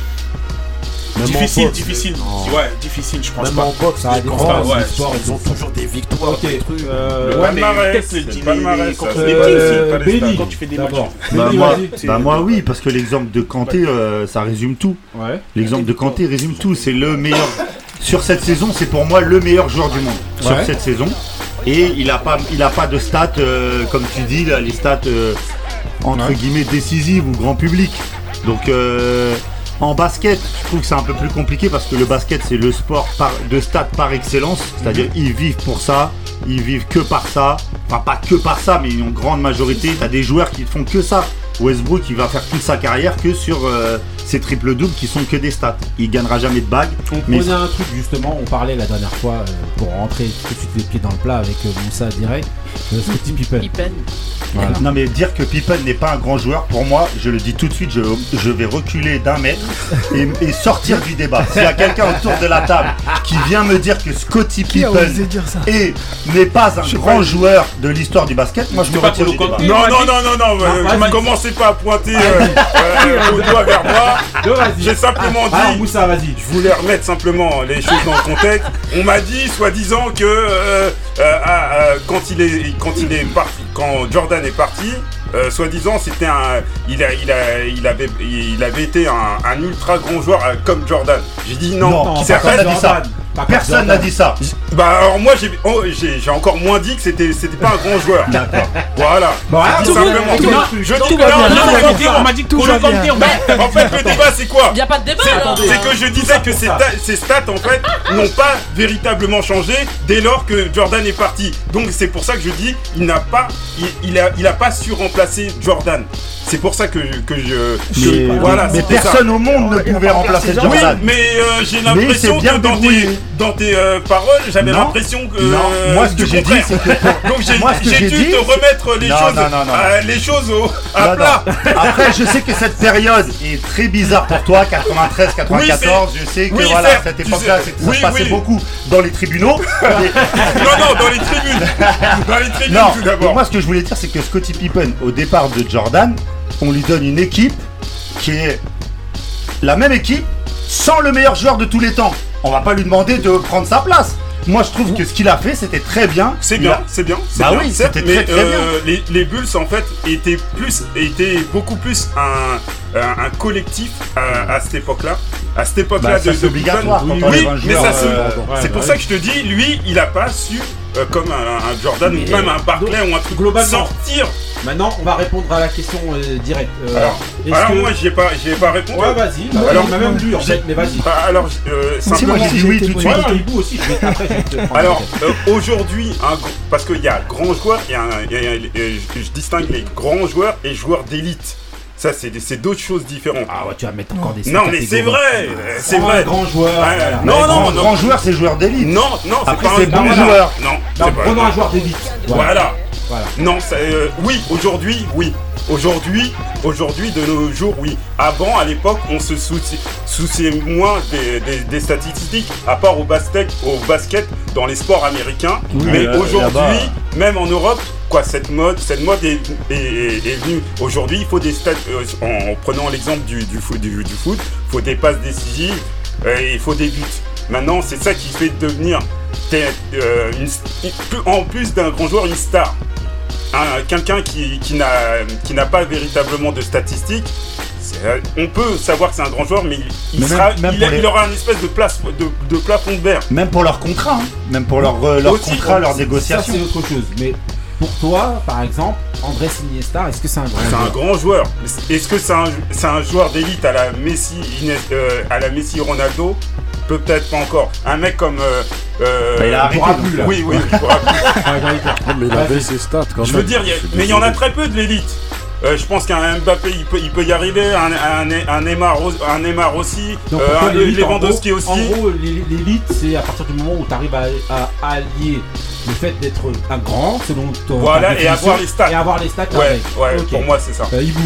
Même Difficile, en boxe, difficile. non. Ouais, difficile, je pense Même pas. en boxe, Ça a les des grands, grands, ouais, histoires, ils ont toujours des victoires, Ok. des trucs. Euh, Le Ouais, mais palmarès, peut-être c'est le- le les- palmarès, contre ça, les c'est petits pas- aussi, c'est pas les Benny, quand tu fais des d'abord. matchs. Bah Benny, moi, vas-y. bah moi oui, parce que l'exemple de Kanté, euh, ça résume tout. Ouais. L'exemple de Kanté résume tout. C'est le meilleur. Sur cette saison, c'est pour moi le meilleur joueur du monde. Sur Ouais. cette saison. Et il a pas, il a pas de stats, euh, comme tu dis, là, les stats euh, entre Ouais. guillemets décisives ou grand public. Donc euh, en basket, je trouve que c'est un peu plus compliqué parce que le basket, c'est le sport par, de stats par excellence. C'est-à-dire ils vivent pour ça. Ils vivent que par ça. Enfin, pas que par ça, mais en grande majorité, t'as des joueurs qui font que ça. Westbrook, il va faire toute sa carrière que sur euh, ses triple-doubles qui sont que des stats. Il gagnera jamais de bague. On Mais prenait un truc justement, on parlait la dernière fois euh, pour rentrer tout de suite les pieds dans le plat avec euh, Moussa direct, de Scottie Pippen. Pippen. Voilà. non mais dire que Pippen n'est pas un grand joueur, pour moi, je le dis tout de suite, je, je vais reculer d'un mètre et, et sortir du débat. S'il y a quelqu'un autour de la table qui vient me dire que Scottie Qui a Pippen osé dire ça? est- n'est pas un grand joueur de l'histoire du basket, moi je me C'est pas retire du Kolo débat. Kanté. Non, non, non, non, non, euh, vas-y. ne commencez pas à pointer euh, euh, au doigt vers moi. Donc, vas-y. J'ai simplement Alors dit, Moussa, vas-y. je voulais remettre simplement les choses dans le contexte. On m'a dit, soi-disant, que euh, euh, ah, euh, quand il est, quand il est parti, quand Jordan est parti, euh, soi-disant, c'était un, il a, il a, il avait, il avait été un, un ultra grand joueur euh, comme Jordan. J'ai dit non. Non, c'est personne après- n'a dit ça. Pas comme Personne n'a Jordan. dit ça. Bah alors moi j'ai, oh, j'ai, j'ai encore moins dit que c'était, c'était pas un grand joueur. Voilà. Bon, Je dis tout va bien, simplement. tout Non, va je bien. dis Tout que va non, bien, non, tout non, va non, bien. On m'a dit que Tout Kolo va bien. Kanté, on m'a- En fait, le débat, c'est quoi? Y a pas de débat C'est alors. c'est que je disais que ces, ça. ta- ces stats, en fait, n'ont pas véritablement changé dès lors que Jordan est parti. Donc, c'est pour ça que je dis, il n'a pas, il, il a, il a pas su remplacer Jordan. C'est pour ça que, que je. que- Mais, voilà, mais c'était ça. personne au monde ne Il a pouvait pas remplacer remplacé Oui, Jordan. mais euh, j'ai Mais l'impression c'est bien que dans tes, débrouillé. dans tes euh, paroles, j'avais Non. l'impression que. Non, euh, moi ce que du j'ai dit, contraire. c'est que pour- Donc j'ai Moi, ce que j'ai j'ai dû dit, te remettre les Non, choses, non, non, non. euh, les choses au, à Non, plat. non. Après, je sais que cette période est très bizarre pour toi, quatre-vingt-treize quatre-vingt-quatorze. je sais que oui, voilà, certes, cette tu époque-là, sais. c'est- ça Oui, se passait oui. beaucoup dans les tribunaux. Mais- Non, non, dans les tribunes. Dans les tribunes non, tout et d'abord. moi, ce que je voulais dire, c'est que Scottie Pippen, au départ de Jordan, on lui donne une équipe qui est la même équipe sans le meilleur joueur de tous les temps. On va pas lui demander de prendre sa place. Moi, je trouve que ce qu'il a fait, c'était très bien. C'est Il bien, a- c'est bien, c'est Bah bien, oui, certes, c'était mais très, très euh, les, les Bulls en fait étaient plus, étaient beaucoup plus un, un, un collectif à, à cette époque-là, à cette époque-là Bah, ça, de, c'est de obligatoire Pippen. quand on Oui, enlève un mais joueur, ça se, euh, c'est ouais, pour ouais. ça que je te dis, lui, il a pas su, euh, comme un, un Jordan Mais, ou même un Barclay ou un truc, globalement. sortir. Maintenant, on va répondre à la question euh, directe. Euh, Alors, est-ce alors que- moi, j'y ai pas, j'y ai pas répondu. Ouais, vas-y. Bah, Alors, alors, il m'a même lu en j'ai- fait, mais vas-y. Ah, Alors, euh, Si, moi, simplement. j'ai dit oui été tout de posé. Ouais, Hibou aussi, je vais après, je vais te prendre Alors, la tête. euh, aujourd'hui, un gr- parce qu'il y a grands joueurs et, un, et un- et je, je distingue les grands joueurs et joueurs d'élite. Ça, c'est des- c'est d'autres choses différentes. Ah ouais, tu vas mettre encore des non, mais c'est catégories. vrai, euh, c'est Prends vrai. un grand joueur. Ouais, voilà. non, Ouais, non, grand, non. grand joueur, c'est joueur d'élite. Non, non, c'est Après, pas c'est un bon grand joueur. Non, Non, c'est pas prenons un un joueur d'élite. Voilà. Voilà. Non, ça, euh, oui, aujourd'hui, oui. Aujourd'hui, aujourd'hui, de nos jours, oui. Avant, à l'époque, on se souci- souciait moins des, des- des statistiques, à part au basket, au basket dans les sports américains. Oui, mais là- là-bas. aujourd'hui, même en Europe, quoi, cette mode, cette mode est, est- est- est venue. Aujourd'hui, il faut des stats. euh, en, en prenant l'exemple du, du, foot, du, du foot, il faut des passes décisives, euh, et il faut des buts. Maintenant, c'est ça qui fait devenir t'es, euh, une- en plus d'un grand joueur, une star. Un- quelqu'un qui, qui n'a qui n'a pas véritablement de statistiques, c'est- on peut savoir que c'est un grand joueur, mais il, il Mais même- sera, même il, pour a- les- il aura un espèce de place de, de plafond de verre. Même pour leur contrat, hein. Même pour leur, euh, leur Aussi, contrat, leur Ça, négociation. c'est autre chose. Mais pour toi, par exemple, Andrés Iniesta, est-ce que c'est un grand C'est un joueur grand joueur. Est-ce que c'est un, c'est un joueur d'élite à la Messi, Ines- euh, à la Messi Ronaldo? Peut-être pas encore. Un mec comme. Euh, euh, Bah, il a arrêté, pourra donc. plus, là. Oui, oui, il pourra plus. Ouais, ouais, Non, mais il Ouais, avait c'est- ses stats quand Je même. veux dire, il y a- Je suis mais il y en a désolé. très peu de l'élite. Euh, je pense qu'un Mbappé, il peut, il peut y arriver. Un, un, un, Neymar, au- un Neymar aussi. Donc, euh, pour toi, un l'élite, en Lewandowski gros- aussi. En gros, l'é- l'élite, c'est à partir du moment où tu arrives à, à allier le fait d'être un grand, selon ton. Voilà, ta et définition, avoir les stats. Et avoir les stats Ouais, avec. ouais, Ok. pour moi, c'est ça. Euh, Ibou.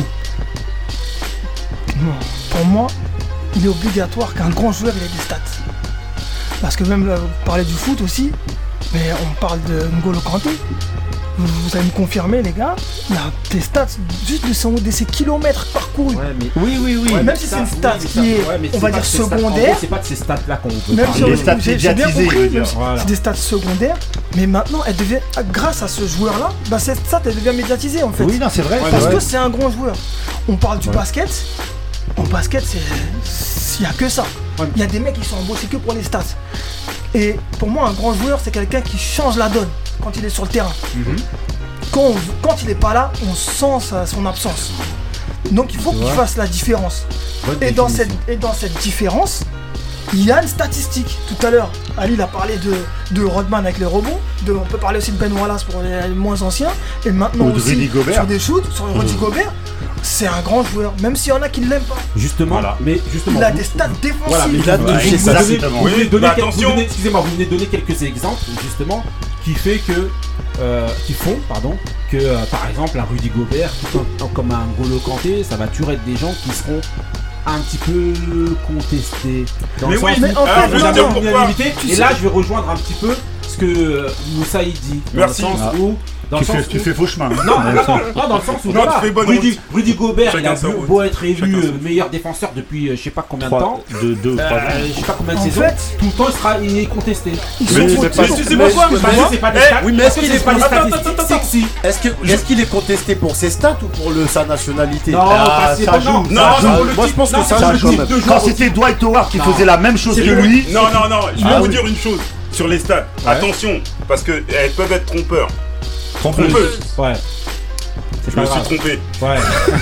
Non, pour moi, il est obligatoire qu'un grand joueur il ait des stats. Parce que même là, vous parlez du foot aussi, mais on parle de N'Golo Kanté. Vous, vous allez me confirmer, les gars, il a des stats juste de, son, de ses kilomètres parcourus. Ouais, mais. Oui, oui, oui. Ouais, même mais si ça, c'est une oui, stat mais qui ça- est, ouais, mais on c'est va pas dire, ces stats- en secondaire. gros, c'est pas de ces stats-là qu'on veut Même parler. si on- Les stats j'ai j'ai bien médiatisées, compris, je veux même dire. si Voilà. c'est des stats secondaires, mais maintenant, elle devient, grâce à ce joueur-là, bah, cette stat, elle devient médiatisée en fait. Oui, non, c'est vrai. Ouais, c'est Parce vrai. que c'est un grand joueur. On parle du Ouais. basket. En basket, c'est il n'y a que ça. Ouais. Il y a des mecs qui sont embauchés que pour les stats. Et pour moi, un grand joueur, c'est quelqu'un qui change la donne quand il est sur le terrain. Mhm. Quand, on- quand il n'est pas là, on sent sa- son absence. Donc il faut qu'il Ouais. fasse la différence. Bonne Et dans, cette, définition. et dans cette différence, il y a une statistique. Tout à l'heure, Ali il a parlé de, de Rodman avec les rebonds. De, on peut parler aussi de Ben Wallace pour les, les moins anciens. Et maintenant Ou de aussi Rudy Gobert. sur des shoots, sur Rudy Gobert. C'est un grand joueur, même s'il y en a qui ne l'aiment pas. Justement, Voilà. Bah, mais justement. Il a vous- des stats défensives. Voilà, mais là, Ouais, vous, vous exactement. donnez- vous venez Oui, donner bah, quel- vous attention. venez- excusez-moi, vous venez de donner quelques exemples, justement, qui fait que, euh, qui font, pardon, que euh, par exemple un Rudy Gobert, tout un- comme un N'Golo Kanté, ça va toujours être des gens qui seront un petit peu contestés. Dans Mais le oui, sens mais où en fait, on a je veux dire une pourquoi. unanimité, Tu et sais- là, je vais rejoindre un petit peu ce que euh, Moussa il dit. Dans Merci. le sens Ah. où, dans Tu le sens fais, tu où- fais faux chemin. hein. non, non, non, non, dans le sens où Non, voilà, tu fais bonne Rudy, route. Rudy Gobert, il Chacun a sa beau, route. beau être élu Chacun sa euh, route. meilleur défenseur depuis euh, je sais pas combien de Trois- temps. de deux ou trois ans. Euh, je sais pas combien de En saisons, fait, tout le temps il sera il est contesté. Ils Mais sont c'est contre- pas- ils sont tu sais contre- pourquoi mais Parce que c'est pas des Eh, stats. oui, mais parce est-ce que qu'il c'est est pas des pas- attends, statistiques attends, attends. sexy. Est-ce que- est-ce qu'il est contesté pour ses stats ou pour le, sa nationalité? Non, Ah, parce que ça c'est pas joue, non, ça non, joue. non, pour le Moi, je type- pense que non, ça pour le joue type quand de même. joueur Quand aussi. c'était Dwight Howard qui Non. faisait la même chose C'est que le- lui, Non, non, non, je vais Ah vous oui. dire une chose sur les stats. Attention, parce qu'elles peuvent être trompeurs. trompeuse. Trompeuses. Ouais. C'est Je pas me suis grave. trompé. Ouais.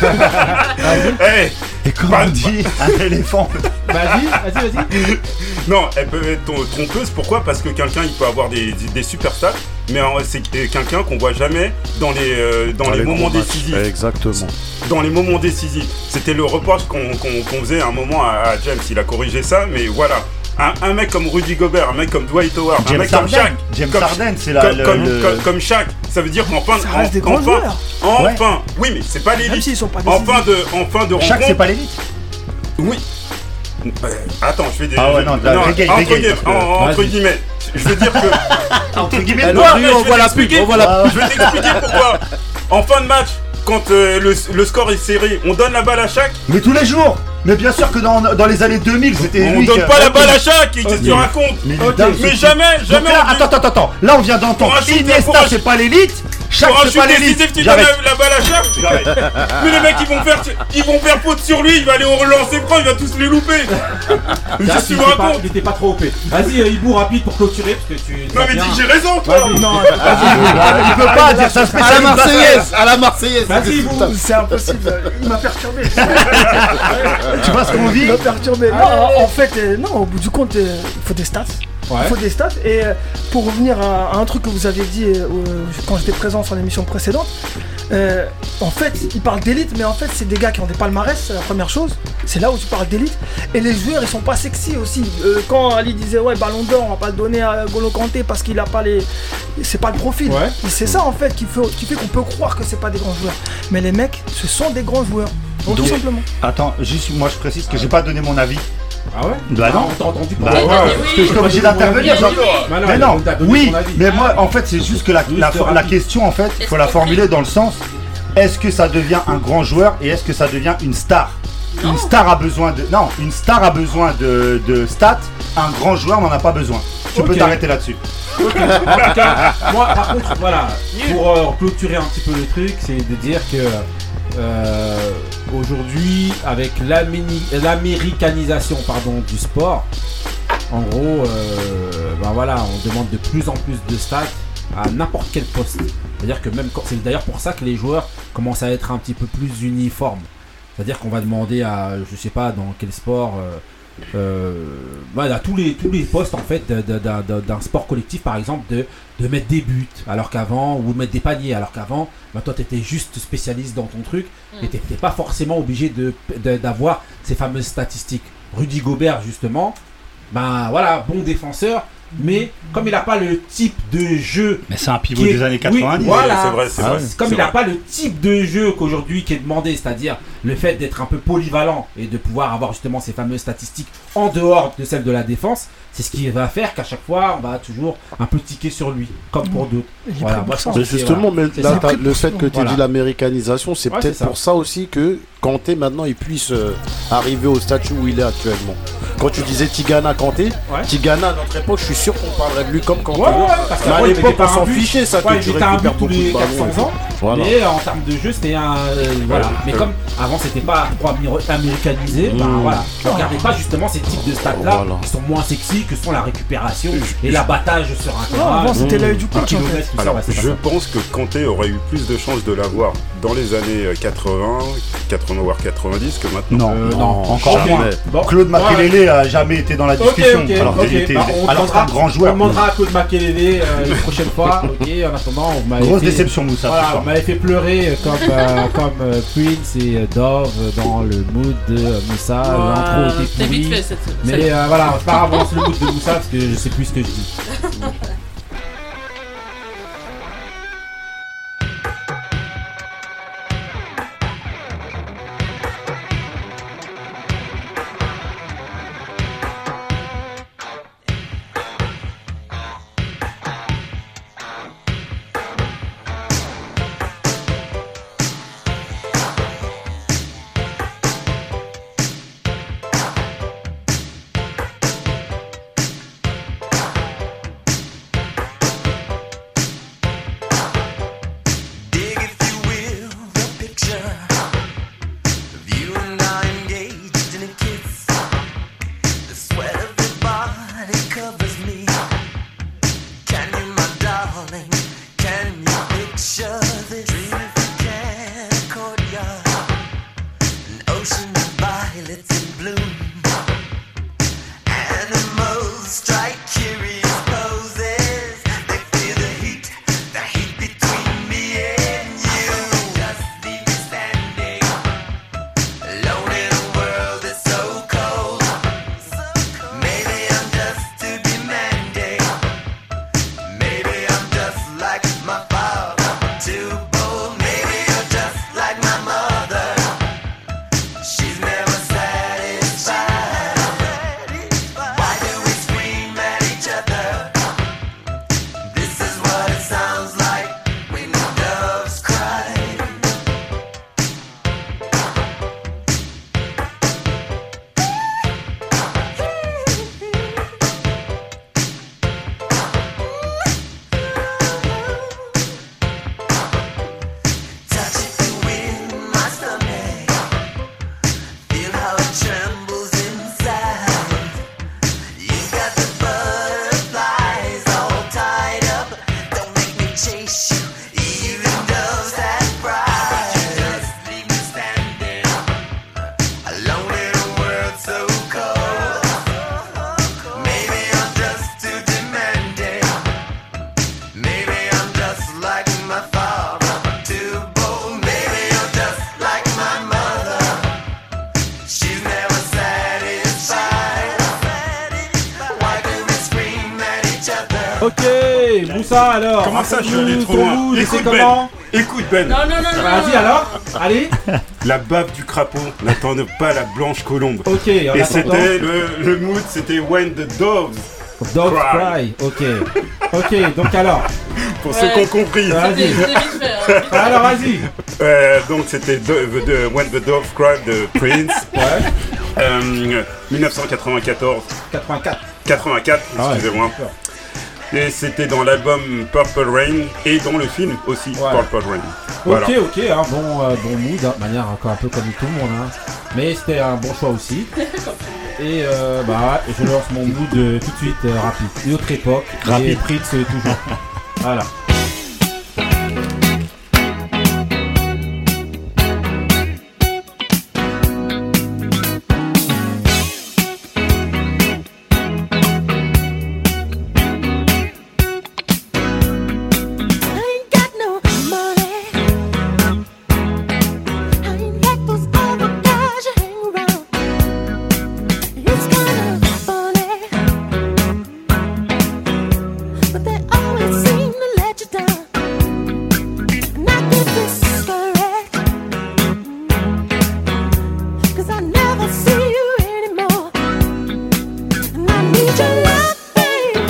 Eh, Et comme Pas- on dit, un éléphant. Vas-y, vas-y, vas-y. non, elles peuvent être trom- trompeuses. Pourquoi? Parce que quelqu'un, il peut avoir des, des, des super stats, mais en- c'est quelqu'un qu'on voit jamais dans les, euh, dans les, moments gros matchs. décisifs. Exactement. Dans les moments décisifs. C'était le reproche qu'on qu'on- qu'on faisait à un moment à, à James. Il a corrigé ça, mais voilà. Un, un mec comme Rudy Gobert, un mec comme Dwight Howard, un James mec comme Harden. Shaq, James comme, Harden, c'est la. comme, le- comme, le- comme- comme Shaq, ça veut dire qu'en fin, Ça en- reste des grands enfin, joueurs. enfin, oui, mais c'est pas Même l'élite. s'ils sont pas En décisifs. fin de, en fin de Shaq, rencontre, c'est pas l'élite. oui. Euh, attends, je fais des. Ah ouais, je- non, là, régaye, entre, régaye, guillemets, parce que- en- entre Vas-y. guillemets, je veux dire que. Entre guillemets, Elle Non, a mais vu, je on vais voit la pub, t'expliquer. on voit la pub. Je vais t'expliquer pourquoi. En fin de match, quand euh, le, le score est serré, on donne la balle à Shaq. Mais tous les jours. Mais bien sûr que dans, dans les années deux mille, c'était On lui donne qui- pas la balle à Shaq. Qu'est-ce que Ok. tu racontes? Mais, Ok. dingue, Mais ce jamais, truc. jamais. Donc là, on dit- attends, attends, attends. Là, on vient Pour d'entendre. un shoot, pour Iniesta, un c'est pas l'élite. Shaq, Pour un c'est shoot pas l'élite. décisif, tu donnes J'arrête. la, la balle à Shaq. J'arrête. Mais les mecs, ils vont faire, ils vont faire faute sur lui. Il va aller au relancer franc. Il va tous les louper. Là, Qu'est-ce que tu il me était pas- racontes? il était pas trop O P. Vas-y, euh, Ibou, rapide pour clôturer parce que tu. Non mais dis que j'ai raison, toi. Vas-y. Non, Il peut pas dire sa À la spécialité. Marseillaise, à la Marseillaise. Vas-y, Ibou. c'est impossible. Il m'a perturbé. Tu vois ce qu'on Il dit m'a perturbé. Non, en fait, euh, non, au bout du compte, euh, il faut des stats. Ouais. Il faut des stats. Et euh, pour revenir à, à un truc que vous avez dit euh, euh, quand j'étais présent sur l'émission précédente, euh, en fait, il parle d'élite, mais en fait, c'est des gars qui ont des palmarès, c'est la première chose. C'est là où tu parles d'élite. Et les joueurs, ils sont pas sexy aussi. Euh, quand Ali disait, ouais, Ballon d'Or, on va pas le donner à N'Golo Kanté parce qu'il a pas les. C'est pas le profil. Ouais. Et c'est ça, en fait, qui fait, qui fait qu'on peut croire que c'est pas des grands joueurs. Mais les mecs, ce sont des grands joueurs. Donc, tout Donc- simplement. Attends, juste moi je précise que j'ai pas donné mon avis. Ah ouais. Bah non. On t'a entendu Bah parler. ouais, parce que je suis obligé d'intervenir. genre. Bah Mais non, on t'a donné oui, ton avis. mais moi en fait c'est juste que la, la, Juste la rapide. question en fait, il faut la formuler dans le sens est-ce que ça devient un grand joueur et est-ce que ça devient une star? Une star a besoin de non, une star a besoin de, de stats, un grand joueur n'en a pas besoin. Tu peux Ok. t'arrêter là-dessus. Ok. En tout cas, moi par contre, voilà, pour euh, clôturer un petit peu le truc, c'est de dire que euh, aujourd'hui, avec l'amini- l'américanisation pardon, du sport, en gros, euh, ben voilà, on demande de plus en plus de stats à n'importe quel poste. C'est-à-dire que même quand, c'est d'ailleurs pour ça que les joueurs commencent à être un petit peu plus uniformes. C'est-à-dire qu'on va demander à, je sais pas, dans quel sport, euh, euh, voilà, tous les tous les postes en fait de- de- d'un d'un sport collectif par exemple de de mettre des buts alors qu'avant ou de mettre des paniers alors qu'avant, bah, toi tu étais juste spécialiste dans ton truc et tu n'étais pas forcément obligé de de- d'avoir ces fameuses statistiques. Rudy Gobert justement, ben voilà, bon défenseur, mais comme il n'a pas le type de jeu. Mais c'est un pivot qui est- des années oui, quatre-vingt-dix. voilà. C'est vrai, c'est Ah vrai. ouais. Comme c'est il n'a vrai. pas le type de jeu qu'aujourd'hui qui est demandé, c'est-à-dire le fait d'être un peu polyvalent et de pouvoir avoir justement ces fameuses statistiques en dehors de celles de la défense, c'est ce qui va faire qu'à chaque fois on va toujours un peu tiquer sur lui, comme pour d'autres. Il est Voilà, pris moi, pour je ça. pense Mais que c'est- justement, voilà. mais C'est là, ça. t'as- le fait que tu Voilà. dis l'américanisation, c'est Ouais, peut-être c'est ça. pour ça aussi que Kanté maintenant il puisse euh, arriver au statut où il est actuellement. Quand tu disais Tigana Kanté, Ouais. Tigana à notre époque, je suis sûr qu'on parlerait de lui comme Kanté. Ouais, ouais, parce Mais à qu'avant, il l'époque, mettait pas on s'en un but. fichait ça Ouais, que il tu mettait un but récupères tous beaucoup les de quatre ballons. cents ans. Voilà. Mais euh, en termes de jeu, c'était un. euh, voilà. Mais comme avant, c'était pas trop amé- américanisé, ben Mmh. voilà. On regardait pas justement ces types de stats-là Voilà. qui sont moins sexy que sont la récupération et l'abattage sur un Non, terrain. avant c'était Mmh. l'œil du un coach en kilomètre, fait. tout ça, Alors, ouais, c'est pas je ça. pense que Kanté aurait eu plus de chances de l'avoir dans les années euh, quatre-vingts, quatre-vingts voire quatre-vingt-dix que maintenant. Non, Euh, non, non, encore jamais. moins. Bon, Claude ouais. Makelele a jamais été dans la Ok, discussion. ok, alors ok. qu'il était, Bah, on alors que c'est un demandera- grand On joueur. demandera à Claude Makelele euh, une prochaine fois. Ok, en attendant, on m'avait Grosse fait- déception, Moussa. Voilà, ce on soir. m'avait fait pleurer euh, comme, euh, comme euh, Prince et euh, Dove euh, dans le mood de euh, Moussa. Voilà, L'intro était C'était vite pourrie. fait cette. cette- Mais euh, voilà, c'est pas grave, on lance le mood de Moussa parce que je sais plus ce que je dis. Dig, if you will, the picture of you and I engaged in a kiss. The sweat of your body covers me. Can you, my darling, can you picture this? Dream if you can, a courtyard, an ocean of violets in bloom. Animals strike curious poses. They feel the heat, the heat between me and you. Just leave me standing alone in a world that's so cold. Maybe I'm just too demanding. Maybe I'm just like my father, too bold. Maybe you're just like my mother. She's never satisfied. Why do we scream at each other? This is what it sounds like when the doves cry. Touch if you will, my stomach. Feel how it trembles inside. You've got the butterflies all tied up. Don't make me chase you, even doves have pride. Just leave me standing alone in a world so cold. Maybe I'm just too demanding. Maybe I'm just like my father, too bold. Maybe I'm just like my mother. She's never satisfied. Why do we scream at each other? Ok, Moussa alors. Comment ça, je suis allé raconte-nous trop ton loin mood, Écoute, c'est Ben. comment Écoute Ben, Non, non, non, non. Vas-y alors, allez. la bave du crapaud n'attend pas la blanche colombe. Ok, en Et attendant. c'était le, le mood, c'était When the Doves, Dog Cry. Cry, ok. Ok, donc alors, pour Ouais. ceux qui ont compris. C'était vas-y. c'était vite fait. hein. Alors vas-y. Euh, donc c'était de, de- When the Doves Cry de Prince, Ouais, euh, mille neuf cent quatre-vingt-quatorze, quatre-vingt-quatre. quatre-vingt-quatre, Ah ouais, excusez-moi. d'accord. Et c'était dans l'album Purple Rain et dans le film aussi Ouais. Purple Rain. Voilà. Ok, ok, hein, bon, euh, bon mood, hein, de manière encore un peu comme tout le monde. Hein. Mais c'était un bon choix aussi. Et euh, bah, je lance mon mood euh, tout de suite euh, rapide. Une autre époque, Rapide. et Prince euh, toujours. Voilà. I ain't got no money. I ain't got those other guys you hang around. It's kinda funny, but they always seem to let you down. And I get discouraged, 'cause I never see you anymore. And I need your love, babe.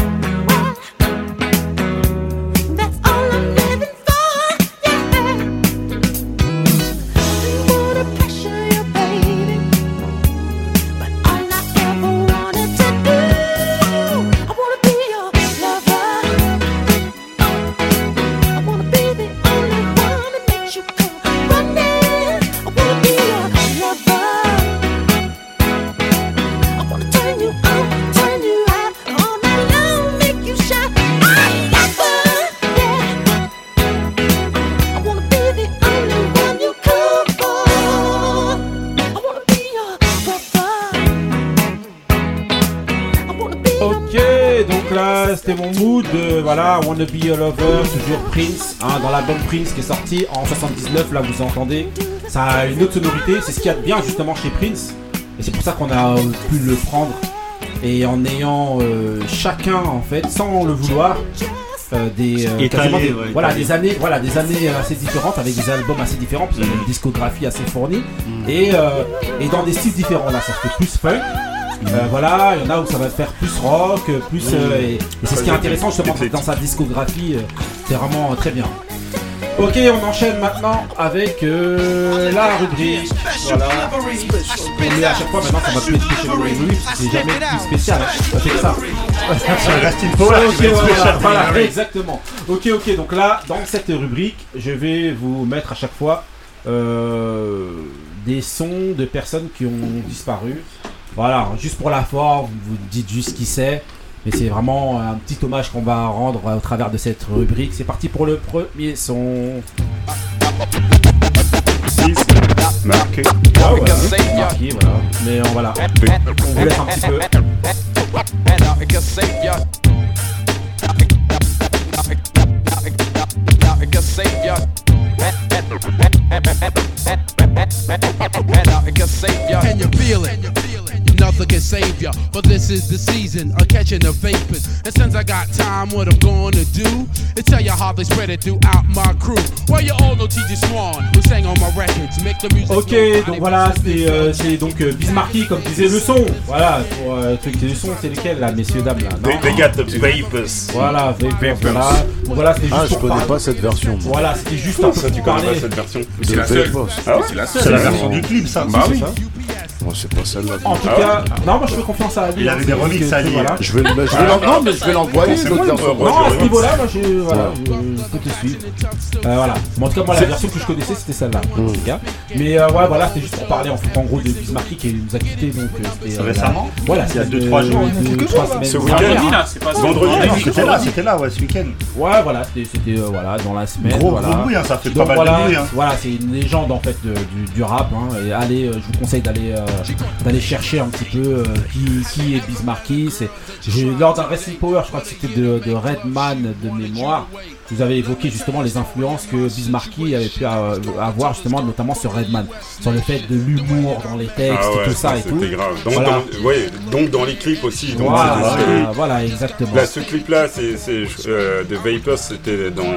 That's all I'm living for, yeah. I wanna pressure you, baby, but all I ever wanted to do, I wanna be your lover. I wanna be the only one that makes you come running. I wanna be your lover. I wanna turn you on, turn you out, all night long, make you shine. I'm lover, yeah. I wanna be the only one you come for. I wanna be your lover. I wanna be your Ok, donc là c'était mon mood, euh, voilà, Wanna Be a Lover, toujours Prince, hein, dans l'album Prince qui est sorti en soixante-dix-neuf, là vous entendez, ça a une autre sonorité, c'est ce qu'il y a de bien justement chez Prince, et c'est pour ça qu'on a euh, pu le prendre, et en ayant euh, chacun en fait, sans le vouloir, euh, des, euh, Étalé, quasiment des, ouais, voilà, étalé. des années, voilà, des années euh, assez différentes, avec des albums assez différents, parce qu'on a une discographie assez fournie, et, euh, et dans des styles différents, là ça se fait plus funk. Euh, voilà, il y en a où ça va faire plus rock, euh, plus euh, et, et c'est ce qui est intéressant justement dans sa discographie, euh, c'est vraiment euh, très bien. Ok, on enchaîne maintenant avec euh, la rubrique. Voilà. On est à chaque fois maintenant, ça va plus être Special Rubric, c'est jamais plus spécial. On fait que ça. Rest in power, Ok, tu mets voilà, Special voilà, Rubric. exactement. Ok, ok, donc là, dans cette rubrique, je vais vous mettre à chaque fois euh, des sons de personnes qui ont disparu. Voilà, juste pour la forme, vous dites juste qui c'est. Mais c'est vraiment un petit hommage qu'on va rendre au travers de cette rubrique. C'est parti pour le premier son. Marqué. Ah, voilà. Marqué, voilà. Mais on, voilà. On vous laisse un petit peu. Can you feel it? Nothing can save ya, but this is the season of catching the vapors. And since I got time, what I'm gonna do is tell you how they spread it throughout my crew. Well, you all know T J Swan, who sang on my records, make the music. Ok, donc voilà, c'est euh, c'est donc euh, Bismarcky, comme disait le son. Voilà, pour euh, truc le son, c'est lequel là, messieurs, dames là, non? They, they got the vapors. Voilà, Vapors, voilà. Donc voilà, c'était juste Ah, je pour connais parler- pas cette version. moi. Voilà, c'était juste un peu Ça, tu pour connais parler. pas cette version? C'est la seule. Ah ouais? C'est la seule. C'est la version du clip, ça. Bah oui. Moi, c'est pas celle-là. En tout Ah ouais. cas, non, moi je fais confiance à Ali. Il avait hein, des c'est remixes juste que, à lui, voilà. Je vais, le- je vais l'en- non, mais je vais l'envoyer. C'est l'autre moi, version. moi, Non, à ce je- niveau-là, moi je, voilà, je, je peux te suivre. Euh, voilà. Mais en tout cas, moi la version que je connaissais c'était celle-là. En tout cas. Mais euh, ouais, voilà, c'était juste pour parler en, fait, en gros de Bismarcky qui nous a quitté donc. euh, c'était, euh, Récemment Voilà, Il y a c'était deux, trois jours, deux, quelques trois jours, là. semaines. Ce dernières. week-end, Vendredi là, c'est pas Vendredi. Non, c'était là, c'était là, ouais, ce week-end. Ouais, voilà, c'était c'était, euh, voilà, dans la semaine. Gros, voilà. gros bruit, hein, ça fait Donc pas mal voilà, de bruit. Hein. voilà, c'est une légende en fait de- du, du rap. Hein, et allez, euh, je vous conseille d'aller euh, d'aller chercher un petit peu euh, qui, qui est Bismarcky. C'est j'ai- lors d'un Wrestling Power, je crois que c'était de, de Redman de mémoire. Vous avez évoqué justement les influences que Bismarcky avait pu euh, avoir justement, notamment sur Redman, sur le fait de l'humour dans les textes Ah ouais, et tout ça et tout. c'était grave. Donc, Voilà. dans, ouais, donc dans les clips aussi. Donc Voilà, c'est- c'est- voilà, voilà, exactement. Là, ce clip-là, c'est, c'est euh, de Vapors, c'était dans,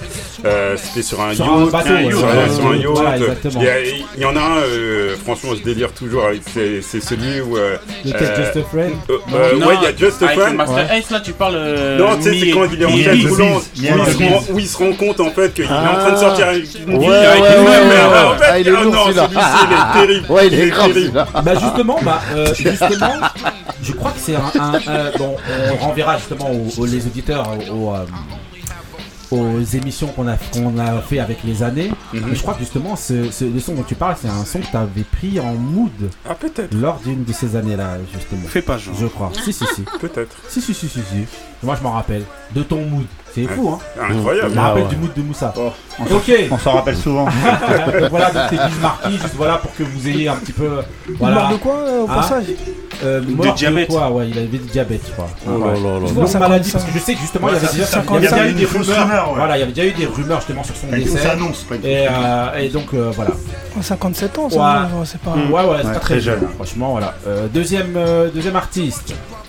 euh, c'était sur un Sur un yacht, bateau, sur, ouais, sur ouais, un ouais, yacht. voilà, exactement. il, y a- il y en a un, euh, franchement, je délire toujours. avec- C'est, c'est celui où. Euh, Lequel, euh, Just a Friend. euh, euh, Non, ouais, il y a Just a avec le Friend. Master Ouais. Ace, là, tu parles. euh, Non, tu sais, c'est Mi- quand il est en Mi- chaise Mi- roulante, où Mi- il Mi- se rend- où il se rend compte en fait qu'il est en train de Ah. sortir avec une Ouais, fille, ouais, avec ouais, une ouais, meuf, mais ouais. en fait, Ah, il est ah lourd, non, celui-là. celui-ci, il est terrible. Ouais, il est grave, terrible. celui-là. Bah justement, bah, euh, justement, Je crois que c'est un, un, un- bon, on renverra justement aux, aux- les auditeurs aux, aux, euh, aux émissions qu'on a qu'on a fait avec les années. Mhm. Mais je crois que justement ce, ce- le son dont tu parles, c'est un son que tu avais pris en mood Ah, peut-être. lors d'une de ces années-là justement. Fais pas genre. Je crois. Si si si. Peut-être. Si si si si si. Moi je m'en rappelle de ton mood. C'est fou hein. Incroyable. Je me Ah, rappelle ouais. du mood de Moussa. Oh, on s'en- Ok. On s'en rappelle souvent. Donc voilà, donc c'est Biz Marquis, juste voilà pour que vous ayez un petit peu. Voilà. Mort de quoi euh, au Ah. passage Euh, De mort diabète. quoi, ouais, il avait du diabète, je crois. Oh là Ouais. là là. Une vois, longue maladie, cinquante-cinq. parce que je sais que justement, il y Ouais, avait déjà, ça, il y avait déjà eu des une fausse rumeurs. rumeur, ouais. Voilà, il y avait déjà eu des rumeurs justement sur son Une fausse décès. annonce, pas une Et, euh, et donc euh, voilà. cinquantasept ans, ça, Ouais. va, c'est pas. Ouais, ouais, c'est Ouais, pas très très jeune. jeune. Franchement, voilà. Euh, deuxième, euh, deuxième artiste.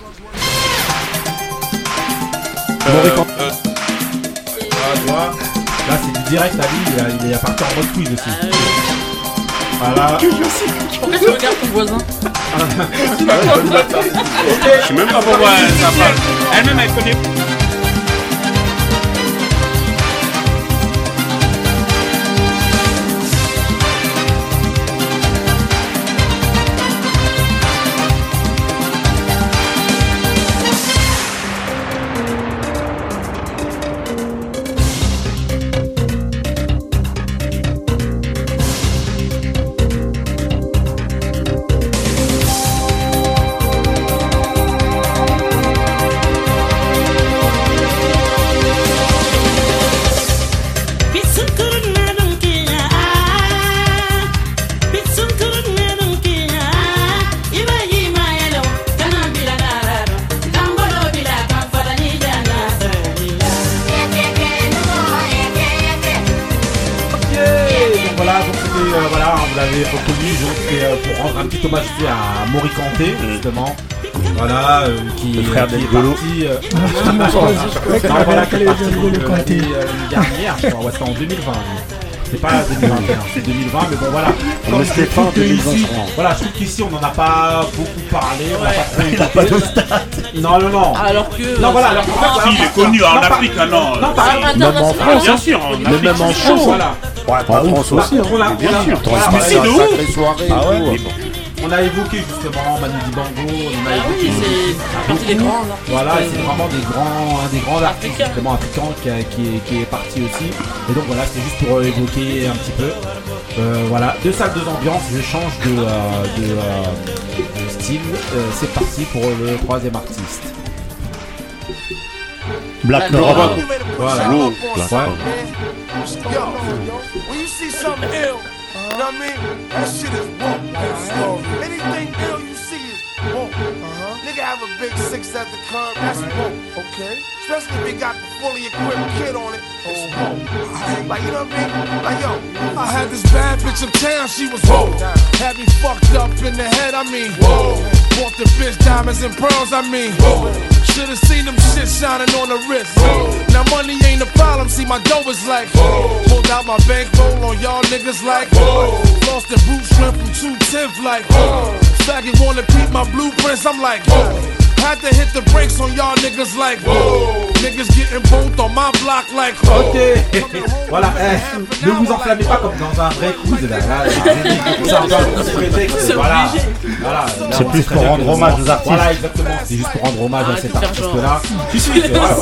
Moricante. Ah, tu vois. Là, c'est du direct à lui. Il est- Il est parti en mode quiz aussi. Voilà. Pourquoi tu regardes ton voisin? Je sais même pas pourquoi ça parle. Elle-même, elle connaît. Donc voilà, donc c'était, euh, voilà, vous l'avez reconnu, donc c'est euh, pour rendre un petit hommage aussi à Mori Kanté, justement. Voilà, euh, qui, Le frère qui est d'Elgolo. parti. euh, Ouais, non, voilà, qui est les parti Elgolo euh, Kanté. l'année, euh, dernière, je crois, ouais, c'était en deux mille vingt. C'est pas deux mille vingt et un, c'est deux mille vingt, mais bon voilà. Comme c'était je trouve fin que deux mille vingt, ici- je crois. Voilà, je trouve qu'ici on n'en a pas beaucoup parlé, on n'a pas trop Il a pas de stats. Non, non, non. Alors que. Non, voilà, alors qu'en fait, voilà, Si, il est pas- connu non, en pas- Afrique, ah non. Non, pas Ah, Même en international. France, Bien sûr, en Mais Afrique. même en en France, voilà. Ouais, en France aussi. On a- hein. on a- sûr. voilà, Mais on a- c'est de ouf. Sacrée soirée. Ah ouais, et tout, mais ouais. On a évoqué justement Manu Dibango, on a Ah oui, évoqué c'est partie des grands artistes. voilà, et c'est vraiment des grands, un des grands artistes Africains. justement africains qui, a- qui est, qui est parti aussi. Et donc voilà, c'était juste pour euh, évoquer un petit peu. Euh, voilà, deux salles, deux ambiances, je change de, euh, de, euh, de style. Euh, c'est parti pour le troisième artiste. Black Black Nora. Nora. Voilà. Lourd. Ouais. Yo, when you see something ill, you know what I mean? That shit is woke. Anything ill you see is woke. Nigga have a big six at the curb, that's woke. Okay. Especially if he got the fully equipped kid on it, it's woke. Like, you know what I mean? Like, yo, I had this bad bitch uptown, she was woke. Had me fucked up in the head, I mean, whoa. Bought the bitch diamonds and pearls, I mean, whoa. Should've seen them shit shining on the wrist. Now money ain't a problem, see my dough is like pulled out my bankroll on y'all niggas like lost the boot shrimp from two tenth like faggot wanna peep my blueprints, I'm like had to hit the brakes on y'all niggas like niggas getting both on my block like Ok, voilà, eh, ne vous enflammez pas comme dans un vrai quiz là, là c'est un peu un prétexte, C'est voilà, obligé. voilà. C'est plus pour rendre hommage aux artistes. Voilà, exactement, c'est juste pour rendre hommage à Arrête cet de faire artiste genre. là. Si, si, c'est vrai,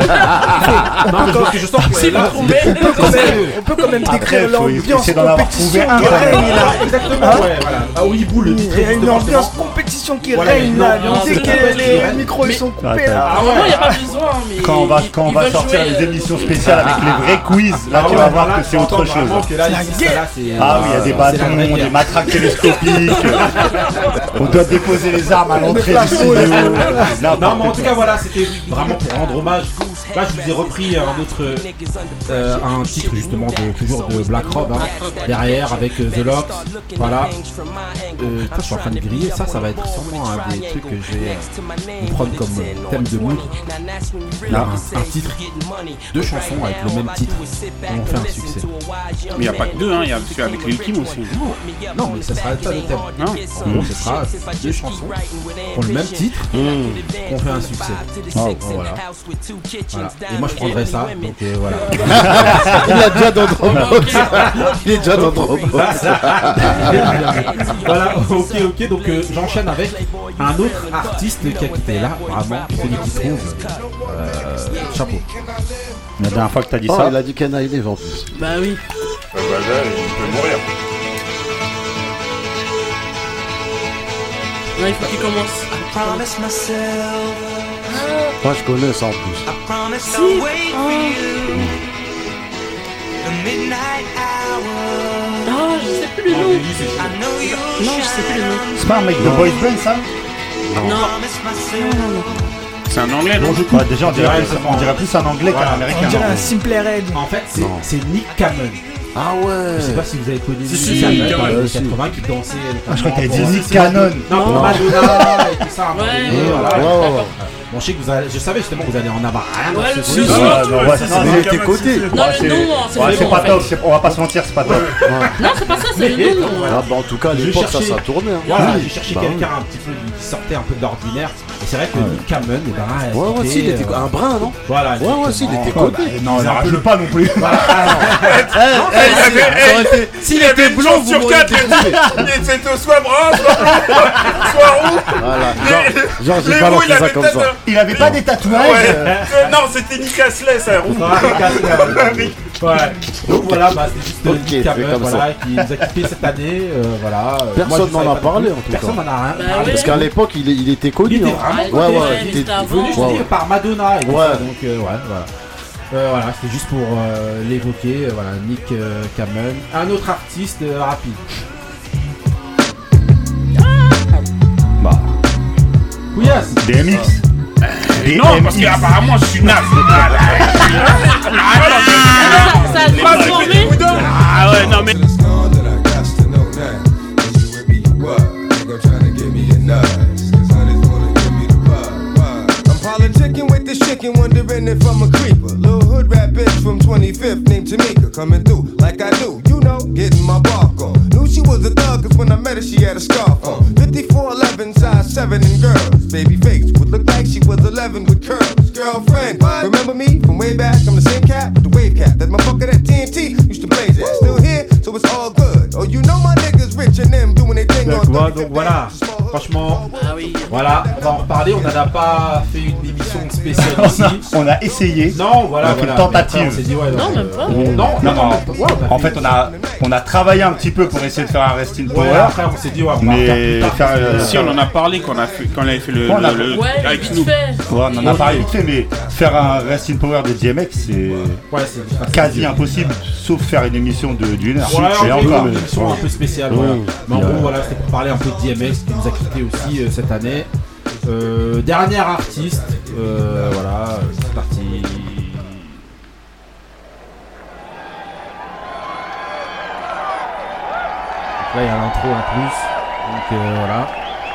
voilà. Non, mais parce que je sens que C'est là, pas trouvé. On peut quand même Après, décrire faut l'ambiance essayer d'en avoir trouvé compétition un qui quand même. règne là. exactement, ouais, voilà. Ah oui, boule, le Il titre y a une justement, ambiance justement. compétition qui Voilà, règne une là. ambiance Dès de que compétition qui les règne. micros ils sont coupés Attends. là. À un moment, il n'y a pas besoin, mais. Quand on va, ils- quand on ils va veulent sortir jouer, les euh, émissions spéciales avec les vrais quiz, là Ah tu ouais, vas voir voilà, que c'est tu autre entends chose. vraiment que là, La ici, guerre. là, c'est- Ah oui, il y a des c'est la vraie bâtons, guerre. des matraques télescopiques. On doit déposer les armes à l'entrée du studio. Non, mais en tout cas, voilà, c'était vraiment pour rendre hommage. Là, je vous ai repris un autre, euh, un titre justement de toujours de Black Rob hein, derrière avec euh, The Locks. Voilà. Euh, putain, je suis en train de griller. Ça, ça va être sûrement un des trucs que je vais euh, vous prendre comme euh, thème de mood. Là, un, un titre, deux chansons avec le même titre ont fait un succès. Mais il n'y a pas que deux, hein, il y a celui avec Lil Kim aussi. Non, mais ça sera pas le thème. Non. En gros, ce sera deux chansons qui ont le même titre, qui ont fait un succès. Wow. Voilà. Voilà. voilà. Et moi je prendrais ça, donc euh, voilà. Il est déjà dans Dropbox. Il est déjà dans Dropbox. Voilà, ok, ok, donc euh, j'enchaîne avec un autre artiste qui a quitté là, vraiment, celui qui trouve. Euh, chapeau. La dernière fois que t'as dit Oh, ça. il a dit Ken Hailey en plus. Bah oui. Ah bah là, il peut mourir. Là, il faut qu'il commence. Promise myself, Moi, je connais ça en plus. I promise Si. I'll wait for Oh. you. The midnight hour. Ah, je sais plus le nom. I know you'll Non, je sais plus le nom. C'est pas un mec de boys band ça? Non. promise myself. C'est un anglais, non? Ouais, déjà on dirait, plus, on dirait plus un anglais Voilà. qu'un On américain. dirait un simple Red. En fait, c'est, Non. c'est Nick Cannon. Ah ouais. Je sais pas si vous avez connu Si, Nick si, Cannon Nick dans Cannon, les années si. quatre-vingts qui dansait. Ah, je crois que t'avais pour- dit Nick c'est- Cannon. Non, pour Non. Madonna et tout ça. à un moment Ouais, donné, ouais, voilà. Ouais, ouais, ouais. Bon, je sais que vous allez, je savais justement que vous allez en avoir rien. Ouais, à le ce sujet. truc. Ah, non, ouais, Si, non, si, mais si, t'es si, côté. si, si. Non, Ouais, le c'est- nom, c'est ouais, le c'est nom, pas en fait. top, c'est- on va pas se mentir, c'est pas top. Non, c'est pas ça, c'est le nom. Ah bah en tout cas à Je l'époque ça cherchais- ça tournait. Hein. Voilà, Oui. j'ai cherché Bah quelqu'un un petit peu qui sortait un peu de l'ordinaire. Et c'est vrai que Nick Cannon, et ben, oui. Ouais ouais si il était euh, un brin non. Voilà. Ouais ouais si il était exactement. coté. Non, on rajoute pas non plus. Voilà. S'il était blond, vous sur quatre, il était soit brun, soit soit roux. Voilà. Genre genre j'ai Les pas roux, il lancé ça avait comme peut-être ça. un- Il avait pas des tatouages. Ouais. Euh, Non, c'était Nick Astley, ça, roux. Ouais. Donc voilà, bah, c'est juste Ok, Nick c'est Cannon, comme voilà, qui nous a quitté cette année. euh, voilà. Euh, Personne moi, je n'en savais a pas parlé, du tout. en tout Personne cas. n'en a rien. Bah parlé. ouais. Parce qu'à l'époque il, est- il était connu. Il était hein. vraiment Ouais, connu. Ouais ouais, ouais. mais il était- c'était avant. Venu, je Ouais, dis, ouais. par Madonna. Et tout Ouais. ça, donc euh, ouais, voilà. Euh, voilà, c'était juste pour euh, l'évoquer. euh, voilà, Nick euh, Cannon. Un autre artiste euh, rapide. Bah, Couillasse. D M X. D Non, M parce X. qu'apparemment je suis naze. Ça a transformé. Ah ouais, non mais. I'm politicking with this chicken, wondering if I'm a creeper. Little hood rat bitch from twenty-fifth named Tamika, coming through like I do, you know, getting my bark on. Knew she was a thug, cause when I met her, she had a scarf on. fifty-four eleven, size seven in girls. Baby face would look like she was eleven with curls. Girlfriend, remember me from way back? I'm the same cat with the wave cap. That motherfucker that T N T used to blaze at. Still here, so it's all good. Oh, you know my niggas rich and them doing their thing Donc, on voilà, donc voilà, franchement, Ah oui. voilà, on va en reparler. On n'en a pas fait une émission spéciale ici. On a essayé. Non, voilà, On a fait voilà. une tentative. Mais après, on s'est dit, ouais, Non, euh, même pas. on- Non, Non, non, non. même pas. Ouais, on a En fait, on a, on a travaillé un petit peu pour essayer de faire un Rest in Ouais, Power. après, on s'est dit, ouais, on va Mais faire plus tard. faire, euh, Si on en a parlé quand on a fait, quand on avait fait le, On a- le- le- Ouais, avec vite Snoop. fait. Ouais, on en a parlé vite fait, mais faire un Rest in Power de D M X, c'est Ouais, c'est c'est quasi facile. impossible, sauf faire une émission de d'une heure. Ouais, Et on fait encore. une émission un peu spéciale. Ouais. Voilà. Mais en Ouais. gros, voilà, c'était pour parler un peu de D M X qui nous a quitté aussi euh, cette année. Euh, dernier artiste, euh, voilà, euh, c'est parti. Donc là, il y a l'intro en plus. Donc euh, voilà.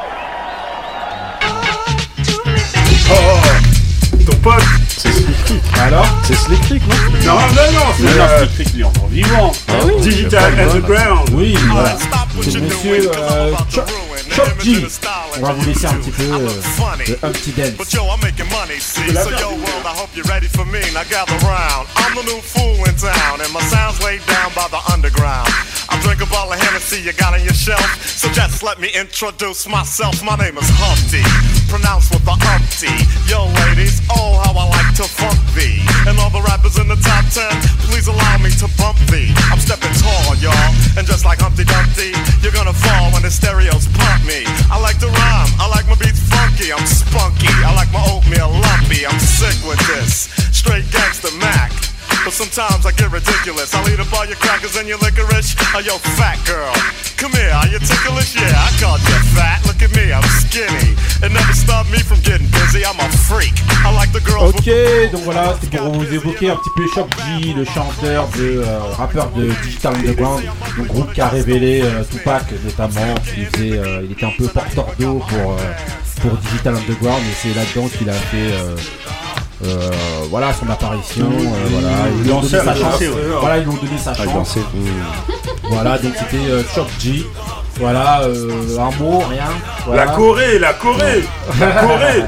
Ton pote. Alors, C'est Slick Rick non. Non, non, non, c'est Mais non, euh, c'est écrit, il est encore vivant. Digital Underground. oui, voilà. C'est monsieur euh, Chop Chop G. On va vous laisser un petit peu euh, de Humpty Dance. But yo, I'm making money, see. So yo, world, I hope you're ready for me. Now gather round. I'm the new fool in town, and my sound's laid down by the underground. I drink a bottle of Hennessy you got on your shelf. So just let me introduce myself. My name is Humpty, pronounced with the umpty. Yo, ladies, oh how I like to funk thee. And all the rappers in the top ten, please allow me to bump thee. I'm stepping tall, y'all, and just like Humpty Dumpty, you're gonna fall when the stereos pump me. I like to rhyme, I like my beats funky, I'm spunky. I like my oatmeal lumpy, I'm sick with this. Straight gangster Mac. But sometimes I get ridiculous. I'll eat up all your crackers and your licorice. Oh, yo, fat girl, come here. Are you ticklish? Yeah, I called you fat. Look at me, I'm skinny. It never stopped me from getting busy. I'm a freak. I like the girls. Ok, donc voilà, c'était pour vous évoquer un petit peu Shock G, le chanteur, de euh, rappeur de Digital Underground, le groupe qui a révélé euh, Tupac notamment, qui faisait, euh, il était un peu porteur d'eau pour, euh, pour Digital Underground, et c'est là-dedans qu'il a fait euh, euh, voilà, son apparition, euh, voilà, ils lui ont donné dansait, sa il chance, dansait, ouais. voilà, ils lui ont donné sa Ah, il chance, dansait. voilà, donc c'était euh, Shock G, voilà, euh, un mot, rien, voilà. La Corée, la Corée, la Corée.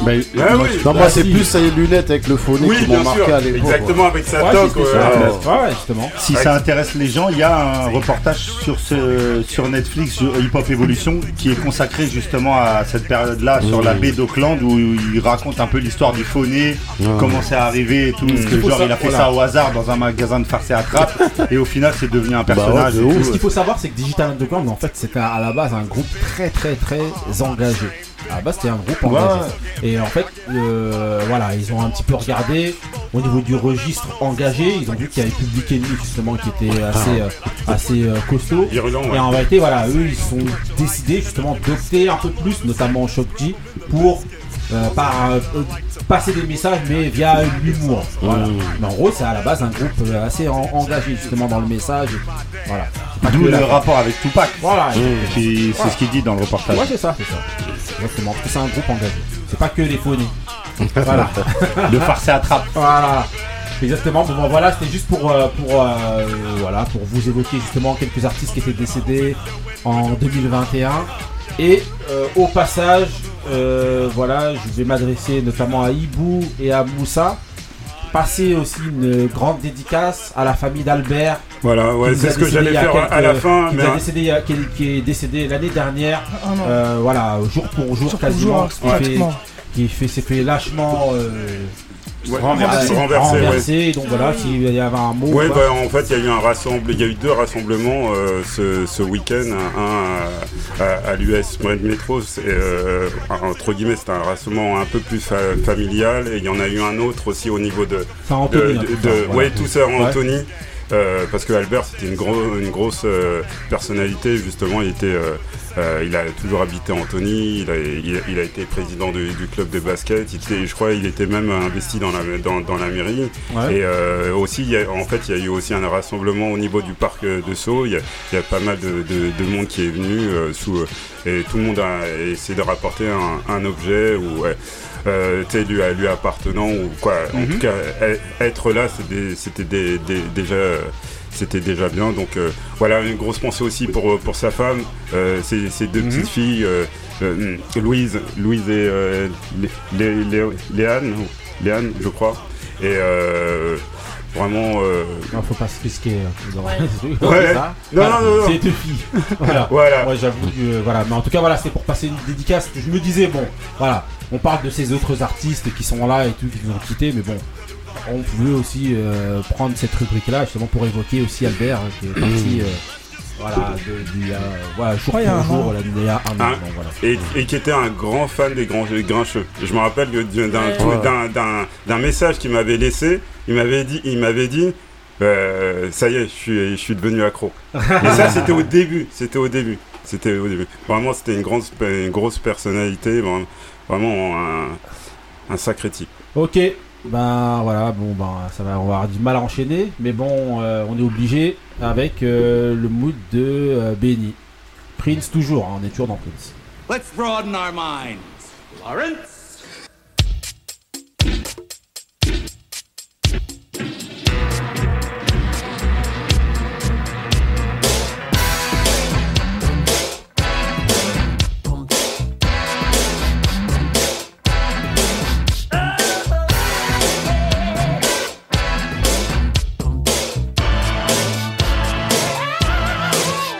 Mais, Ah moi, oui, non, bah moi, c'est si. plus les lunettes avec le phoné Oui, qui bien m'ont marqué sûr. à l'époque. Exactement, avec sa Ouais, toque. c'était ouais. ça. Ouais, ouais, justement. Si ça intéresse les gens, il y a un reportage sur, ce, sur Netflix, sur Hip Hop Evolution, qui est consacré justement à cette période-là, sur Mmh. la baie d'Auckland, où il raconte un peu l'histoire du phoné, Ouais. comment c'est arrivé et tout. Parce que faut genre, ça- il a fait voilà. ça au hasard dans un magasin de farce et attrape, et au final, c'est devenu un Bah ouais, personnage. de et ouf. tout. Mais ce qu'il faut savoir, c'est que Digital Underground, en fait, c'était à la base un groupe très, très, très engagé. À la base, c'était un groupe engagé. Ouais. Et en fait, euh, voilà, ils ont un petit peu regardé au niveau du registre engagé. Ils ont vu qu'il y avait Public Enemy, justement, qui était assez, euh, assez euh, costaud. Virulent, ouais. Et en vérité, voilà, eux, ils sont décidés justement d'opter un peu plus, notamment Shock G, pour euh, par, euh, passer des messages, mais via l'humour. Voilà. Mmh. Mais en gros, c'est à la base un groupe euh, assez en- engagé justement dans le message. Voilà. C'est pas D'où que le la- rapport avec Tupac. Voilà. Qui- C'est Voilà. ce qu'il dit dans le reportage. Ouais, c'est ça, c'est ça. Exactement. Parce que c'est un groupe engagé. C'est pas que les phonés. Voilà. De farce et attrape. Voilà. Exactement. Bon, bon, voilà, c'était juste pour, euh, pour, euh, voilà, pour vous évoquer justement quelques artistes qui étaient décédés en deux mille vingt et un. Et euh, au passage, euh, voilà, je vais m'adresser notamment à Ibou et à Moussa. Passer aussi une grande dédicace à la famille d'Albert. Voilà, ouais, qui nous c'est a ce que décédé j'allais il y a faire quelques- à la fin. Qui, Mais nous a décédé, il y a- qui, est- qui est décédé l'année dernière. Ah non. Euh, voilà, jour pour jour Jour pour quasiment. jour, qui fait, pratiquement. qui fait, s'est fait lâchement euh, ouais, renversé. renversé, ouais. renversé. Donc voilà, s'il y avait un mot. Ouais, quoi. bah, en fait, il y a eu un rassemble, il y a eu deux rassemblements euh, ce, ce week-end, un à, à, à l'U S Métro, c'est, euh, entre guillemets, c'était un rassemblement un peu plus fa- familial, et il y en a eu un autre aussi au niveau de, Enfin, de, Anthony, de- hein, de- tout ça, voilà. ouais, tout ça en Ouais. Anthony. Euh, parce que Albert c'était une, gros, une grosse euh, personnalité justement, il était, euh, euh, il a toujours habité à Antony, il a, il, a- il a été président du, du club de basket, il était, je crois il était même investi dans la, dans, dans la mairie. Ouais. Et euh, aussi, il y a- en fait, il y a eu aussi un rassemblement au niveau du parc euh, de Sceaux. Il y a, il y a pas mal de, de- de monde qui est venu euh, sous, euh, et tout le monde a essayé de rapporter un, un objet ou ouais, euh, tu sais, lui, lui appartenant ou quoi. En Mhm. tout cas, e- être là, c'était c'était des- des- déjà. euh, C'était déjà bien, donc euh, voilà, une grosse pensée aussi pour, pour sa femme, euh, ses, ses deux Mhm. petites filles, euh, euh, Louise, Louise et euh, Lé- Lé- Lé- Léane, Léane, je crois, et euh, vraiment. Euh, Non, faut pas se risquer. euh, dans- Ouais. c'est Ouais. ça. Non, Voilà, non, non, c'est non. deux filles. Voilà. Voilà. Ouais, j'avoue que euh, voilà. Mais en tout cas, voilà, c'est pour passer une dédicace. Je me disais, bon, voilà, on parle de ces autres artistes qui sont là et tout, qui nous ont quittés, mais bon. On pouvait aussi euh, prendre cette rubrique-là justement pour évoquer aussi Albert hein, qui est parti euh, voilà, de, du, euh, voilà, jour Ouais, il y a pour un jour, an. là, il y a un an. Hein, donc, voilà. et, et qui était un grand fan des grands grincheux. Je me rappelle que d'un Ouais. d'un- d'un- d'un message qu'il m'avait laissé, il m'avait dit, il m'avait dit euh, ça y est, je suis, je suis devenu accro. Et ça, c'était au début, c'était au début, c'était au début. Vraiment, c'était une grande, une grosse personnalité, vraiment, vraiment un, un sacré type. Ok, ben voilà, bon ben ça va, on va avoir du mal à enchaîner, mais bon, euh, on est obligé avec euh, le mood de euh, Benny. Prince toujours, hein, on est toujours dans Prince. Let's broaden our minds. Lawrence?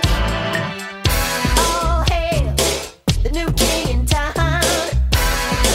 Oh, hey, the new king in town.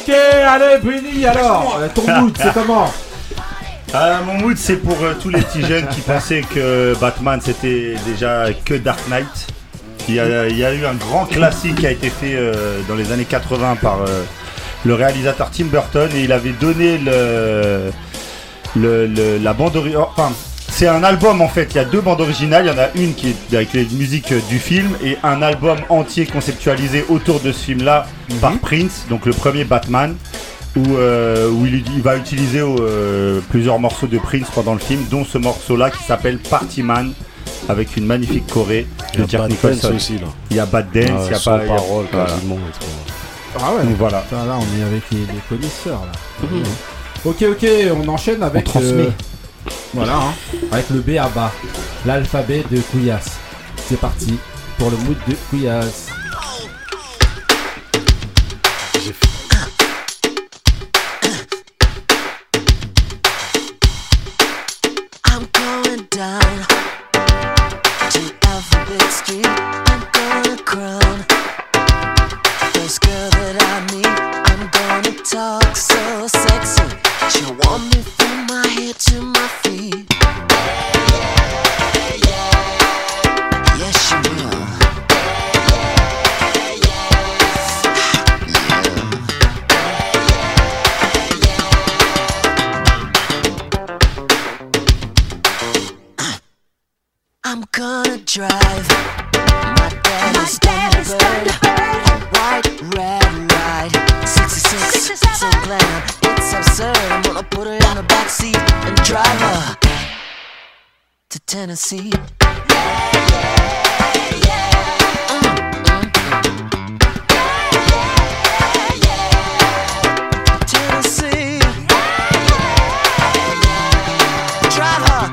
Ok, allez, Bruni, alors, euh, ton mood, c'est comment? Euh, mon mood, c'est pour euh, tous les petits jeunes qui pensaient que Batman c'était déjà que Dark Knight. Il y a, il y a eu un grand classique qui a été fait euh, dans les années quatre-vingts par euh, le réalisateur Tim Burton et il avait donné le, le, le- la bande originale. Enfin, c'est un album en fait. Il y a deux bandes originales. Il y en a une qui est avec les musiques euh, du film et un album entier conceptualisé autour de ce film-là par Prince. Donc le premier Batman. Où, euh, où il, il va utiliser euh, plusieurs morceaux de Prince pendant le film, dont ce morceau-là qui s'appelle Party Man, avec une magnifique choré Il y de a Jack Bad Nicholson. Dance aussi, là. Il y a Bad Dance, Ah, il y a sans pas. il y a- parole, voilà. quasiment, et tout. Ah ouais, Donc voilà. Putain, là, on est avec les, les connaisseurs, là. Ok, ok, on enchaîne avec... On transmet. voilà, hein, avec le B à bas, l'alphabet de Couillasse. C'est parti pour le mood de Couillasse. I'm going down to Alphabet Street. I'm gonna crown first girl that I meet. I'm gonna talk so sexy. She'll want me from my head to my feet. Yes, she will. I'm gonna drive my daddy's Thunderbird, a white red ride, sixty-six, so glam, it's absurd. I'm gonna put her in the backseat and drive her to Tennessee. Tennessee, drive her.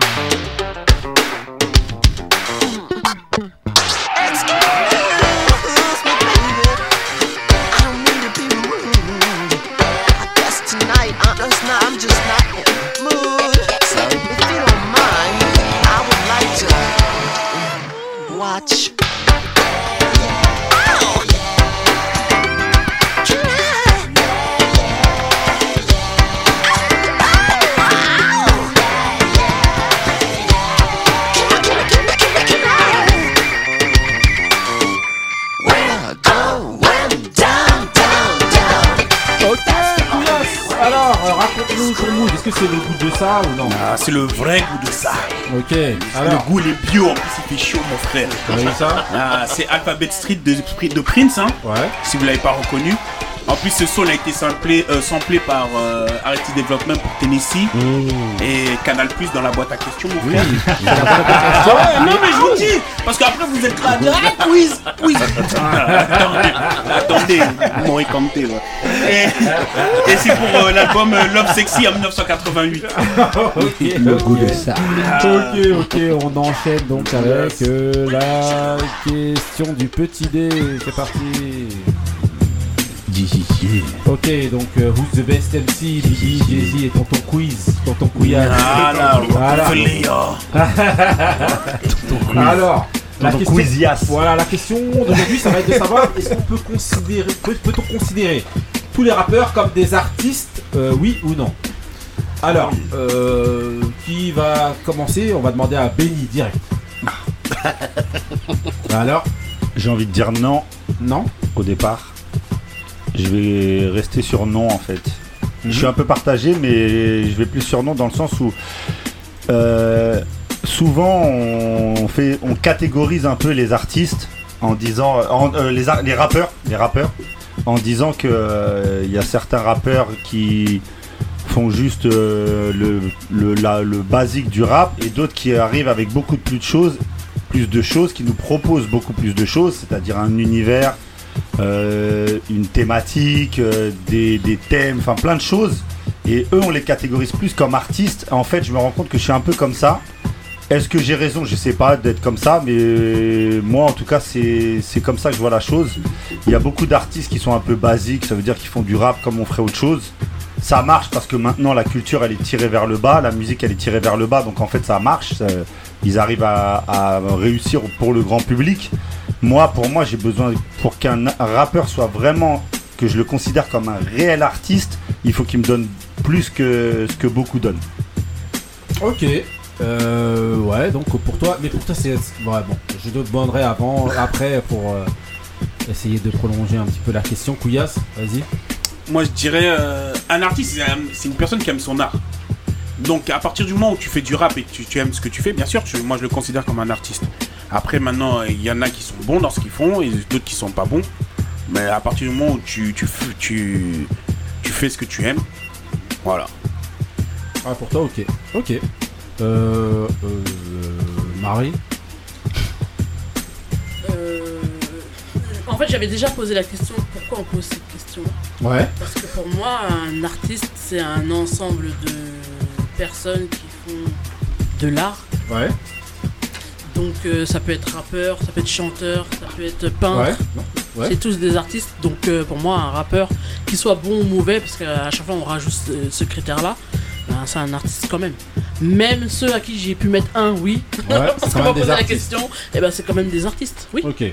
Excuse me, baby. I don't mean to be rude. I guess tonight I'm just not, I'm just not in the mood. So if you don't mind, I would like to watch. Ok, Couillasse. Alors, euh, raconte-nous ton mood. Est-ce que c'est le goût de ça ou non? Ah, c'est le vrai goût de ça. Ok, Le alors, goût, les bio, en plus, il fait chaud, mon frère. vous avez vu ça? Ah, c'est Alphabet Street de, de Prince, hein, Ouais. si vous l'avez pas reconnu. En plus, ce son a été samplé, euh, samplé par euh, Arrested Development pour Tennessee et Canal Plus dans la boîte à questions, mon frère. Ah ouais, non, mais je vous dis, parce qu'après vous êtes là, ah, quiz, quiz. Ah, attendez, attendez, vous m'aurez compté, là. Et, et c'est pour euh, l'album euh, Love Sexy en dix-neuf cent quatre-vingt-huit. Le goût de ça. Ok, ok, on enchaîne donc avec euh, la question du petit dé. C'est parti. Ok, donc euh, who's the best M C, Biggie, Jay-Z et Tonton Quiz, Tonton Couillasse. Ah là, Voilà. Alors, la Tonton question, Quizias. voilà, la question d'aujourd'hui, ça va être de savoir est-ce qu'on peut considérer, peut, peut-on considérer tous les rappeurs comme des artistes, euh, oui ou non? Alors, euh, qui va commencer? On va demander à Benny direct. Alors, J'ai envie de dire non non? au départ. Je vais rester sur non en fait. Je suis un peu partagé, mais je vais plus sur non dans le sens où euh, souvent on fait, on catégorise un peu les artistes en disant, en- euh, les, ar- les rappeurs, les rappeurs, en disant que euh, il y a certains rappeurs qui font juste euh, le, le, la- le basique du rap et d'autres qui arrivent avec beaucoup de plus de choses, plus de choses, qui nous proposent beaucoup plus de choses, c'est-à-dire un univers. Euh, une thématique, euh, des, des thèmes, enfin plein de choses. Et eux, on les catégorise plus comme artistes. En fait, je me rends compte que je suis un peu comme ça. Est-ce que j'ai raison? Je sais pas d'être comme ça, mais moi, en tout cas, c'est c'est comme ça que je vois la chose. Il y a beaucoup d'artistes qui sont un peu basiques, ça veut dire qu'ils font du rap comme on ferait autre chose. Ça marche parce que maintenant, la culture, elle est tirée vers le bas, la musique, elle est tirée vers le bas, donc en fait, ça marche. Ça- ils arrivent à, à réussir pour le grand public. Moi, pour moi, j'ai besoin, pour qu'un rappeur soit vraiment que je le considère comme un réel artiste, il faut qu'il me donne plus que ce que beaucoup donnent. Ok. Euh, ouais, donc pour toi, mais pour toi c'est... Ouais, bon, je te demanderai avant, après pour euh, essayer de prolonger un petit peu la question. Couillasse, vas-y. Moi je dirais, euh, un artiste c'est, un- c'est une personne qui aime son art. Donc à partir du moment où tu fais du rap et que tu, tu aimes ce que tu fais, bien sûr, je- moi je le considère comme un artiste. Après maintenant, il y en a qui sont bons dans ce qu'ils font et d'autres qui sont pas bons. Mais à partir du moment où tu, tu, f- tu, tu fais ce que tu aimes, voilà. Ah, pour toi, ok. Ok. Euh, euh, Marie. Euh, En fait, j'avais déjà posé la question pourquoi on pose cette question. Ouais. Parce que pour moi, un artiste, c'est un ensemble de personnes qui font de l'art. Ouais. Donc euh, ça peut être rappeur, ça peut être chanteur, ça peut être peintre. Ouais. Non. Ouais. C'est tous des artistes. Donc euh, pour moi, un rappeur, qu'il soit bon ou mauvais, parce qu'à chaque fois on rajoute ce, ce critère-là, ben, c'est un artiste quand même. Même ceux à qui j'ai pu mettre un, oui. Ouais, parce c'est quand qu'on m'a même des posé la artistes. question, et ben c'est quand même des artistes, oui. Ok.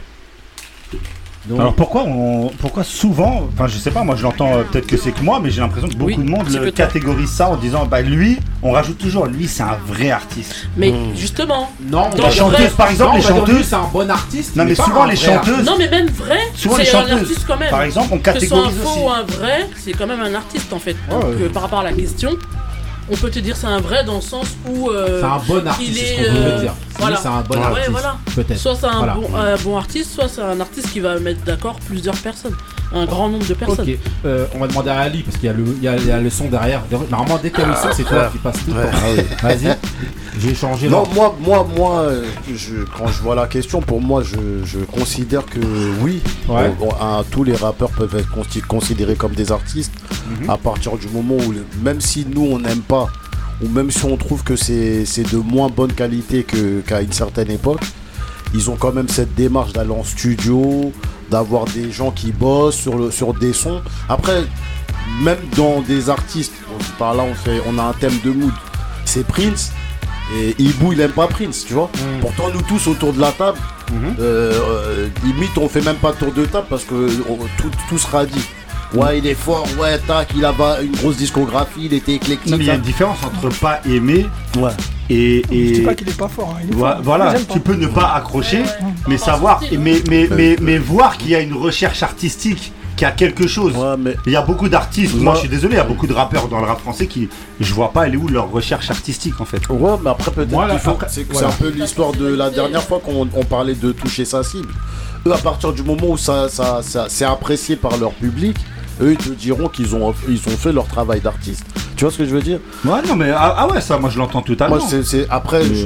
Donc, Alors pourquoi on, pourquoi souvent, enfin je sais pas, moi je l'entends, euh, peut-être que c'est que moi, mais j'ai l'impression que beaucoup Oui, de monde c'est le que toi. catégorise ça en disant bah lui, on rajoute toujours, lui c'est un vrai artiste. Mais justement, non, dans Les le chanteuses vrai- par exemple, non, les on va dire, lui, chanteuses. c'est un bon artiste. Non mais pas souvent un les vrai artiste. chanteuses. non mais même vrai, Souvent, c'est les un chanteuses, artiste quand même. par exemple, on Que ce soit un catégorise faux aussi. ou un vrai, c'est quand même un artiste en fait. Ouais, Donc ouais. euh, par rapport à la question, on peut te dire c'est un vrai dans le sens où euh, C'est un bon artiste, il c'est est, ce qu'on voulait euh, dire. voilà. Oui, c'est un bon Ouais, artiste. voilà. Peut-être. Soit c'est un Voilà. bon, un bon artiste, soit c'est un artiste qui va mettre d'accord plusieurs personnes, un grand nombre de personnes. Ok, euh, on va demander à Ali parce qu'il y a le, il y a, il y a le son derrière. Normalement, dès qu'il y a le son, c'est toi qui passe tout le Ouais. temps. Vas-y, j'ai changé Non, l'ordre. moi, moi, moi, euh, je, quand je vois la question, pour moi, je, je considère que oui, Ouais. bon, bon, un- tous les rappeurs peuvent être consti- considérés comme des artistes Mhm. à partir du moment où, le- même si nous on n'aime pas, ou même si on trouve que c'est c'est de moins bonne qualité que- qu'à une certaine époque, ils ont quand même cette démarche d'aller en studio, d'avoir des gens qui bossent sur, le, sur des sons. Après, même dans des artistes, par là on, fait, on a un thème de mood, c'est Prince. Et Ibu il aime pas Prince, tu vois. Mm. Pourtant nous tous autour de la table, Mhm. euh, euh, limite on fait même pas tour de table parce que on- tout, tout sera dit. Ouais il est fort, ouais tac, il a pas une grosse discographie, il était éclectique. Non mais il y a ça. une différence entre pas aimer Ouais. et, Je dis et pas qu'il est pas fort. hein, il est Voi- fort. voilà, Moi, j'aime tu pas. peux ne pas accrocher, Ouais, ouais. mais Par savoir, style, mais, mais, mais, Ouais. mais voir qu'il y a une recherche artistique, qu'il y a quelque chose. Ouais, mais Il y a beaucoup d'artistes, moi Moi- je suis désolé, il y a beaucoup de rappeurs dans le rap français qui, je vois pas elle est où leur recherche artistique en fait. ouais, mais après peut-être Moi, là, qu'il faut. après, C'est voilà. c'est un peu l'histoire de la dernière fois qu'on on parlait de toucher sa cible. Eux, à partir du moment où ça, ça, ça c'est apprécié par leur public, eux ils te diront qu'ils ont, ils ont fait leur travail d'artiste. Tu vois ce que je veux dire? Ouais, non mais ah, ah ouais, ça moi je l'entends totalement. Moi, c'est, c'est- après, Mais- je-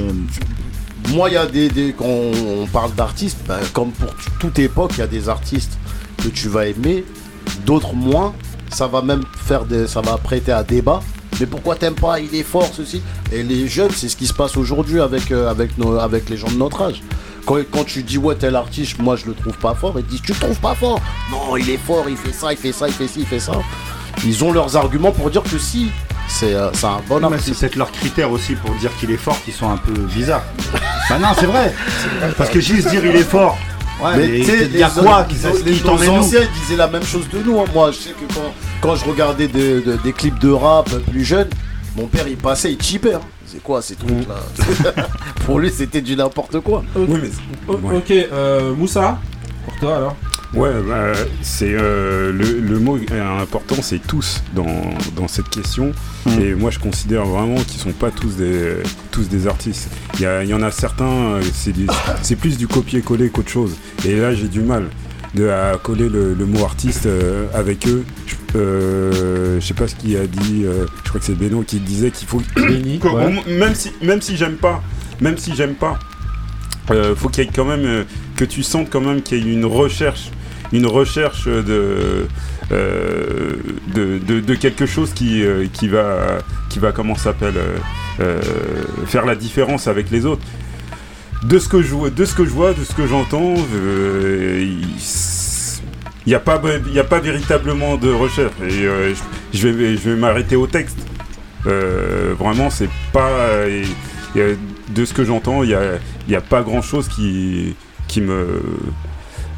je- moi, il y a des, des quand on parle d'artistes, ben, comme pour t- toute époque, il y a des artistes que tu vas aimer, d'autres moins. Ça va même faire des, ça va prêter à débat. Mais pourquoi t'aimes pas? Il est fort, ceci. Et les jeunes, c'est ce qui se passe aujourd'hui avec, euh, avec, nos, avec les gens de notre âge. Quand, quand tu dis ouais tel artiste, moi je le trouve pas fort, ils disent tu le trouves pas fort? Non, il est fort, il fait ça, il fait ça, il fait ci, il fait ça. Ils ont leurs arguments pour dire que si, c'est, euh, c'est un bon Non, mais artiste. c'est peut-être leurs critères aussi pour dire qu'il est fort qui sont un peu bizarres. Bah non, c'est vrai. Parce que juste dire il est fort. Ouais, mais tu sais, il y a les- quoi qui, les- qui t'en nos est nous anciens ils disaient la même chose de nous. hein. Moi, je sais que quand, quand je regardais de- de- des clips de rap plus jeunes, mon père il passait, il chipait. hein. C'est quoi ces trucs là? Pour lui, c'était du n'importe quoi. Oui, mais O- ouais. Ok, euh, Moussa, pour toi alors. Ouais, bah, c'est euh, le, le mot euh, important, c'est tous dans, dans cette question. Mm. Et moi, je considère vraiment qu'ils sont pas tous des tous des artistes. Il y, a- il y en a certains, euh, c'est du- c'est plus du copier-coller qu'autre chose. Et là, j'ai du mal de à coller le, le mot artiste euh, avec eux. Je, euh, je sais pas ce qu'il a dit. euh, je crois que c'est Beno qui disait qu'il faut Benny, que- ouais. même si même si j'aime pas, même si j'aime pas. Euh, faut qu'il y ait quand même euh, que tu sentes quand même qu'il y ait une recherche une recherche de euh, de, de, de quelque chose qui euh, qui va qui va comment ça s'appelle euh, euh, faire la différence avec les autres. De ce que je vois, de ce que je vois, de ce que j'entends, euh, il n'y a pas il y a pas véritablement de recherche et euh, je, je vais je vais m'arrêter au texte. Euh, vraiment, c'est pas euh, et, et, de ce que j'entends, il y a il y a pas grand chose qui qui me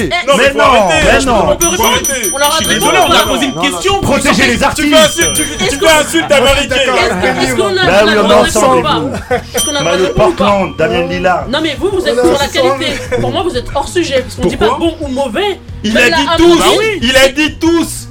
arrêter. Non, mais Mais faut non, arrêter. mais Je non. peux- On peut faut répondre. arrêter. On leur a Je suis répondu. désolé, on a Non, posé une non, question. Protéger les Tu artistes. fais insulte, tu, tu fais insulte américaine. Est-ce qu'on a Bah on a oui, le on droit est de répondre ou ensemble. pas Est-ce qu'on a le droit de Maillot de répondre ou pas Portland, Damien Lillard. Non mais vous, vous êtes On est sur la ensemble. qualité. Pour moi, vous êtes hors sujet. Parce qu'on dit pas Pourquoi bon ou mauvais. Il Même a la dit Amandine- tous. Il a dit tous.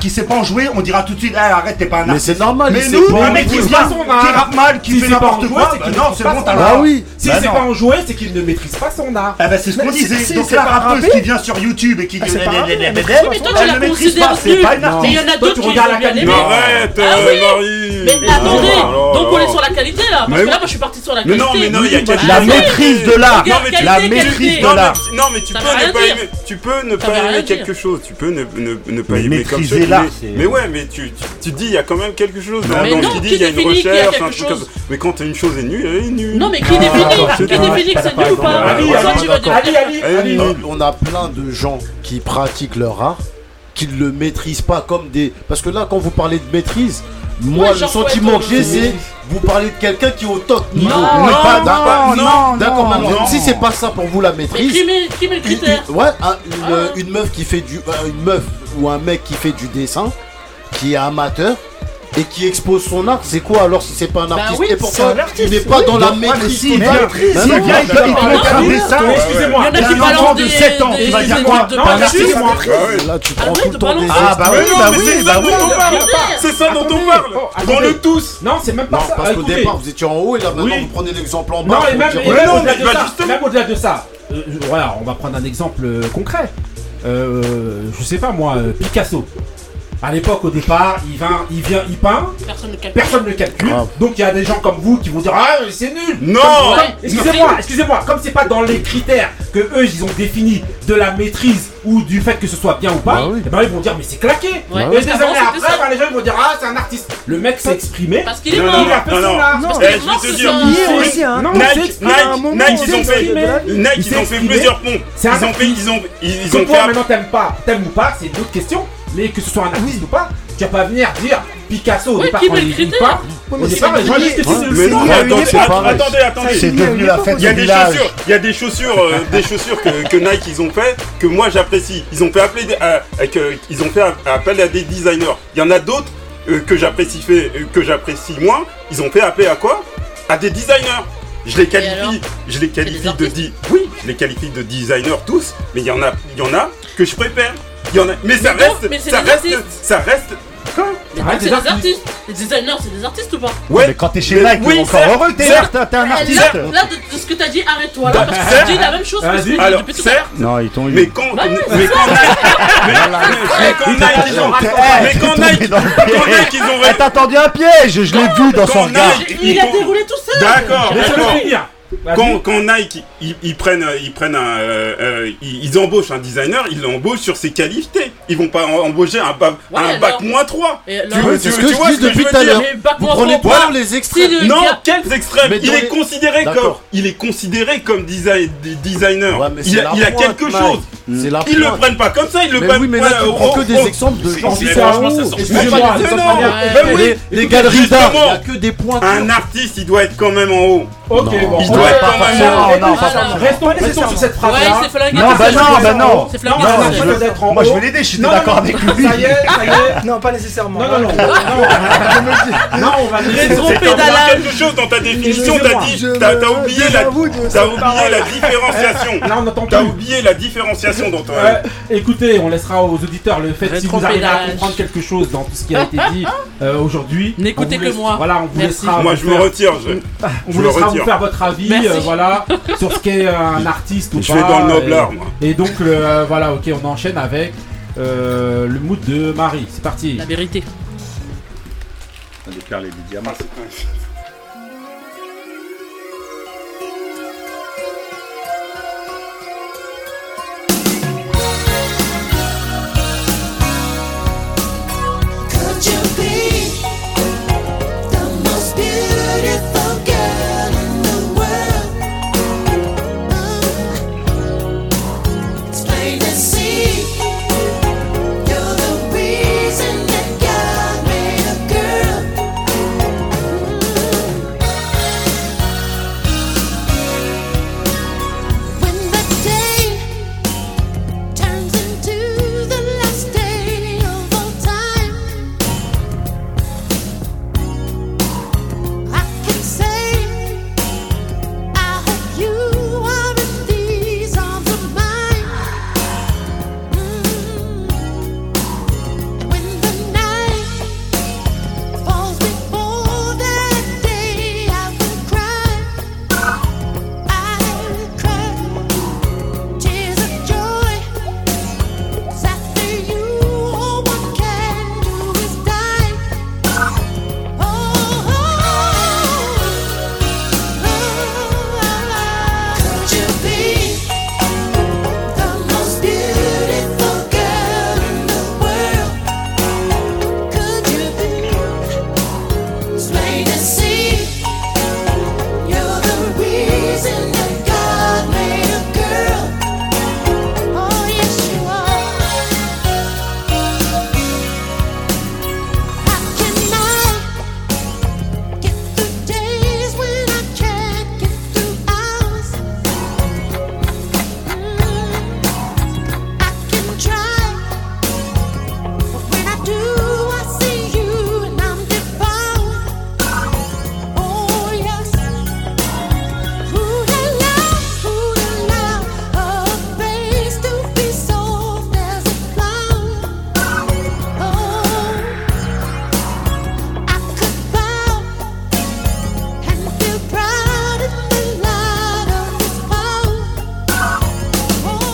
qui sait pas en jouer, on dira tout de suite, ah, arrête, t'es pas un Mais artiste. c'est normal, Mais il sait nous, pas un en mec qui jouer. vient, Son qui art. rappe mal, qui Si fait c'est pas n'importe en jouer, quoi, c'est bah qu'il non, maîtrise c'est pas bon, son t'as art. le Ah droit. oui. Si Bah c'est non. pas en jouer, c'est qu'il ne maîtrise pas son art. Ah bah c'est ce qu'on Mais si- disait. si Donc c'est la pas rappeuse rappé. qui vient sur YouTube et qui Ah, c'est pas rappé, mais- Oui, mais toi, tu elle la ne maîtrise pas, considères c'est pas une nulle. Mais il y artiste. en a Toi, d'autres tu qui regardes vont la bien qualité. aimer. Mais arrête, Ah euh, oui. Marie. Mais attendez, Oh là donc on là. est sur la qualité là. Parce Mais que là, oui. moi, je suis parti sur la Mais qualité. non, mais non, il y a quelque La chose. maîtrise de l'art. Regarde, Non, mais tu- qualité, la qualité. maîtrise de Non, l'art. mais, non, mais tu Ça peux veut rien ne pas dire. aimer, tu peux ne Ça pas veut rien aimer dire. quelque chose, tu peux ne, ne, ne pas Mais aimer comme maîtriser ça. l'art, mais, c'est- mais ouais, mais tu, tu, tu dis il y a quand même quelque chose dans, Mais dans non, ce qu'il dit, qui il y a une définit qu'il y a recherche, quelque un truc comme chose ça. Mais quand une chose est nulle, elle est nulle. Non, mais qui définit c'est Qui pas- définit que c'est c'est pas nul ou pas d'accord. Ali, Toi, Ali, tu vas d'accord. définir. Ali, Ali, Elle est Ali. nulle. On a plein de gens qui pratiquent leur art, qui ne le maîtrisent pas comme des. Parce que là, quand vous parlez de maîtrise, moi, Ouais, le genre, sentiment faut que être- j'ai, c'est vous parlez de quelqu'un qui est au top niveau. Non, Mais pas- non, d'accord, non, d'accord, non, mais alors, non. si c'est pas ça pour vous la Mais maîtrise, qui met qui met le une, critère une- ouais, un- une, Ah. euh, une meuf qui fait du, euh, une meuf ou un mec qui fait du dessin, qui est amateur, et et qui expose son art, c'est quoi alors si c'est pas un Bah artiste oui, et pourtant c'est un artiste, il n'est pas oui. dans la Ouais, mais maîtrise s'il totale. vient, Bah s'il non, vient, il bah te il non, te montre non, un non, dessin. non, excusez-moi. Il y en a Il y a qui un balancent enfant de des- sept ans, des- tu vas des dire trucs quoi? de Non, parler. excusez-moi. Là tu Ah prends ouais, tout de le temps des balancer. Ah bah oui, Mais non, bah mais oui, c'est bah ça oui. dont on parle. C'est ça dont on Attendez. parle. Oh, Dans attendez. le tous. Non, c'est même pas Non, ça. parce Ah, qu'au écoutez. départ vous étiez en haut et là maintenant Oui. vous prenez l'exemple en bas. Non, et pour même, dire, et ouais, même non, au-delà mais de bah, ça, justement. même au-delà de ça, euh, voilà, on va prendre un exemple euh, concret. Euh, je sais pas moi, euh, Picasso. À l'époque, au départ, il vient, il vient, il peint, Personne ne calcule. personne ne calcule. Grave. Donc il y a des gens comme vous qui vont dire ah c'est nul. Non. Comme- Ouais. Excusez-moi, excusez-moi. Comme c'est pas dans les critères que eux ils ont définis de la maîtrise ou du fait que ce soit bien ou pas, Bah oui. eh ben ils vont dire mais c'est claqué. Ouais. Et Ouais. des Avant, années c'était après, ça. ben, les gens ils vont dire ah c'est un artiste. Le mec s'est exprimé. Parce qu'il est Non, mort. Il a fait non, son non. art. Non, Parce Eh, qu'il est je mort, vais te c'est dire. ça. Lié aussi, hein. Non, Nike, il s'est exprimé à un Nike, moment, Nike, il ils s'est ont fait, exprimé. Nike, Il ils s'est ont fait exprimé. plusieurs ponts. C'est un Ils ont fait, artiste. ils ont, ils, ils Que ont toi fait. maintenant t'aimes pas, t'aimes ou pas, c'est une autre question. Mais que ce soit un artiste ou pas, tu vas pas venir dire Picasso au Ouais, départ qui quand met il le il critère. peint. Ouais, Au mais départ c'est les gens lié- disent que c'est Ouais, nul. Mais C'est non, lié à une attends, époque. attends, attendez, attendez. C'est devenu la fête Il y a du des village. chaussures, il y a des chaussures, euh, des chaussures que, que Nike ils ont fait que moi j'apprécie. Ils ont fait appeler, des- à- à- que- ils ont fait appel à des designers. Il y en a d'autres euh, que j'apprécie fait, euh, que j'apprécie moins. Ils ont fait appeler à quoi? À des designers. Je les alors qualifie, je les qualifie de artistes di- oui, je les qualifie de designers tous. Mais il y en a, il y en a que je préfère. Il y en a, mais ça Mais non, reste, mais c'est ça des reste, artistes. ça reste. Quoi? Mais Arrête c'est des des artistes. artistes. Les designers, c'est des artistes ou pas? Ouais. Mais quand t'es chez Mais- Nike, oui, t'es encore certes, heureux, t'es certes. t'es un Eh, artiste. Là, là, de, de ce que t'as dit, arrête-toi là, parce que tu dis la même chose que Vas-y. ce que je dis Alors, depuis tout à l'heure. certes, Non, ils t'ont eu. mais quand, Bah ouais, mais quand Nike, mais, mais quand Il t'a pas dit Nike, genre, Eh, attends, mais quand t'es Nike, dans le quand piège. Nike, ils ont Elle t'a tendu un piège, je l'ai vu dans son Quand regard. Nike, Il ils a font- déroulé tout seul. D'accord, laisse-le d'accord. finir. Vas-y. Quand, quand Nike, ils, ils prennent, ils prennent un, euh, euh, ils, ils embauchent un designer, ils l'embauchent sur ses qualités. Ils vont pas en- embaucher un, bac- Ouais, un bac alors- moins trois. Et Tu alors- veux, C'est tu, ce que tu je vois dis ce que depuis je veux tout à dire l'heure. Mais bac Vous moins prenez trois, pas les extraits. si le Non, gars- quels extrêmes? Mais Il dans est les- considéré comme, D'accord. il est considéré comme design, designer. Ouais, mais il c'est a, la il a pointe, quelque Mike. chose. C'est la Ils le pointe. prennent pas comme ça, ils le Mais prennent. oui, mais là ouais, tu au- prends que au- des au- exemples de gens. Si Mais c'est un franchement, ça ou, sort excusez-moi, pas. de Mais toute non. manière- Ouais. Ben oui. Les, les galeries d'art, il y a Justement. que des points. Un artiste, il doit être quand même en haut. Ok, Non. bon. Il on doit va- être pas quand même forcément, en haut. non, Ah, pas- non. Restons, restons sur cette Ouais, phrase-là. il s'est flingué. Non, bah non, bah non. C'est Non, flingué. non, ça, non, c'est- je veux être en Moi, je haut. veux l'aider, je suis Non, d'accord non, avec Ça lui. y est, ça y est. Non, pas nécessairement. Non, non, non. Non, non, on va Rétro- dire. C'est pédalage. quelque chose dans ta définition, t'as Excusez-moi. dit, Je t'as me- t'as oublié je la, m'avoue de t'as cette oublié parole. la différenciation. Là, on n'entend T'as plus. oublié la différenciation dans ton. Ouais, écoutez, on laissera aux auditeurs le fait si vous arrivez à Rétropédalage. comprendre quelque chose dans tout ce qui a été dit euh, aujourd'hui. N'écoutez on vous que laisse- moi. Voilà, on vous Merci. laissera. Moi, vous je me faire- retire. je- On je vous me laissera vous retire. faire votre avis, Merci. euh, voilà, sur ce qu'est euh, un artiste ou Je pas. vais dans le noble et- art, moi. Et donc, le, euh, voilà, ok, on enchaîne avec euh, le mood de Marie. C'est parti. La vérité. Des perles et des diamants. Could you be the most beautiful girl in the world? It's plain to see you're the reason that God made a girl.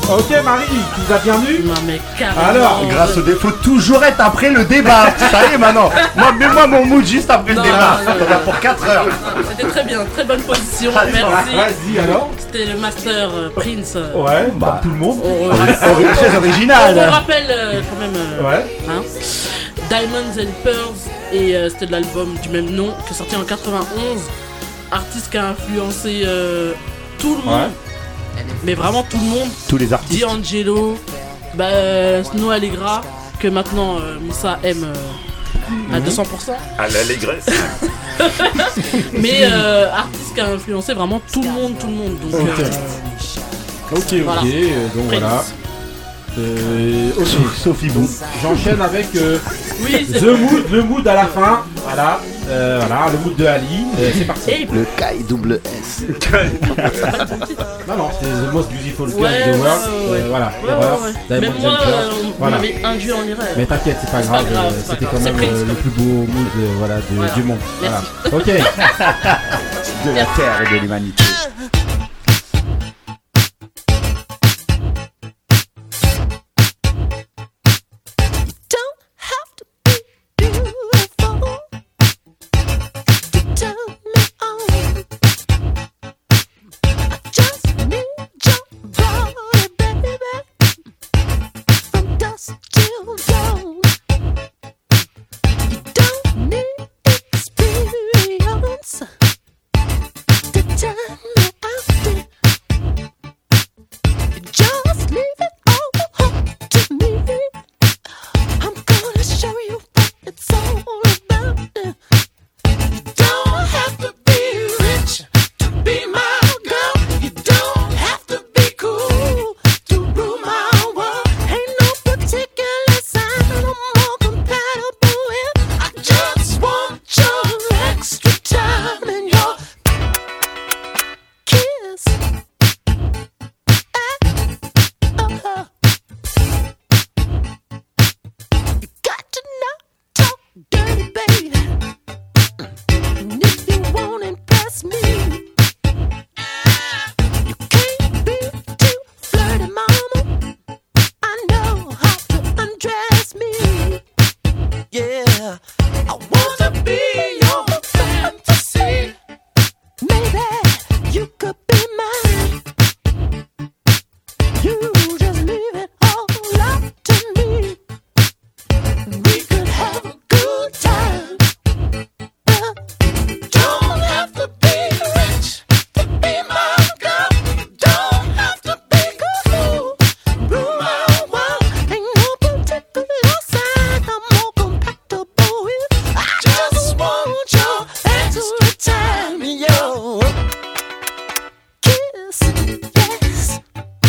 Ok Marie, tu nous as bien vu? Non mais carrément. Alors, Grâce au défaut, toujours être après le débat. Ça y est maintenant. Moi, mets-moi mon mood juste après Non, le débat. non, non, On a pour quatre heures. C'était très bien, très bonne position, Allez, merci. vas-y alors. C'était le Master euh, Prince. euh, Ouais, bah tout le monde. on, Très on original. rappelle euh, quand même euh, Ouais. hein, Diamonds and Pearls et euh, c'était de l'album du même nom qui est sorti en quatre-vingt-onze. Artiste qui a influencé euh, tout le monde, mais vraiment tout le monde. Tous les artistes. D'Angelo, bah, euh, Snow Allegra, que maintenant euh, Moussa aime euh, à deux cents pour cent. À l'allégresse. Mais euh, artiste qui a influencé vraiment tout le monde, tout le monde. Donc, Ok. euh, Ok, ok, Voilà. euh, donc Prince. voilà. Euh, ok. Sophie Bou. J'enchaîne avec euh, Oui, c'est The Mood, le mood à la fin. Voilà, euh, voilà, le mood de Ali. Euh, c'est parti. Et- Le K double S. Non, non, c'était The Most Beautiful Girl Ouais, in the World. ouais, ouais, ouais. Euh, voilà, Ouais, erreur. ouais, ouais. Diamonds Même moi, and Pearls. euh, on Voilà. m'avait induit en erreur. Mais t'inquiète, c'est pas C'est pas grave. grave, euh, c'est pas C'était grave. quand C'est même Prince, euh, le quoi. plus beau mood euh, voilà, de- Voilà. du monde. Merci. Voilà. Ok. De la terre et de l'humanité. Don't have to be beautiful to turn me on. I just need your body, baby, from dusk till dawn. You don't need experience to turn me out. Just leave it all up to me. I'm gonna show you what it's all about. You don't have to be rich to be my girl. You don't have to be cool to rule my world. Ain't no particular sign I'm more compatible with. I just want your extra time and your kiss. Uh-huh. You got to not talk dirty, baby. And if you won't impress me, you can't be too flirty, mama. I know how to undress me. Yeah, I wanna be your fantasy. Maybe you could be mine. You just leave it all up to me. We could have a good time. Uh, don't have to be rich to be my girl. Don't have to be cool. Rule my world. Ain't no particular sign I'm more compatible with. I just want your extra time, yo. Kiss, yes.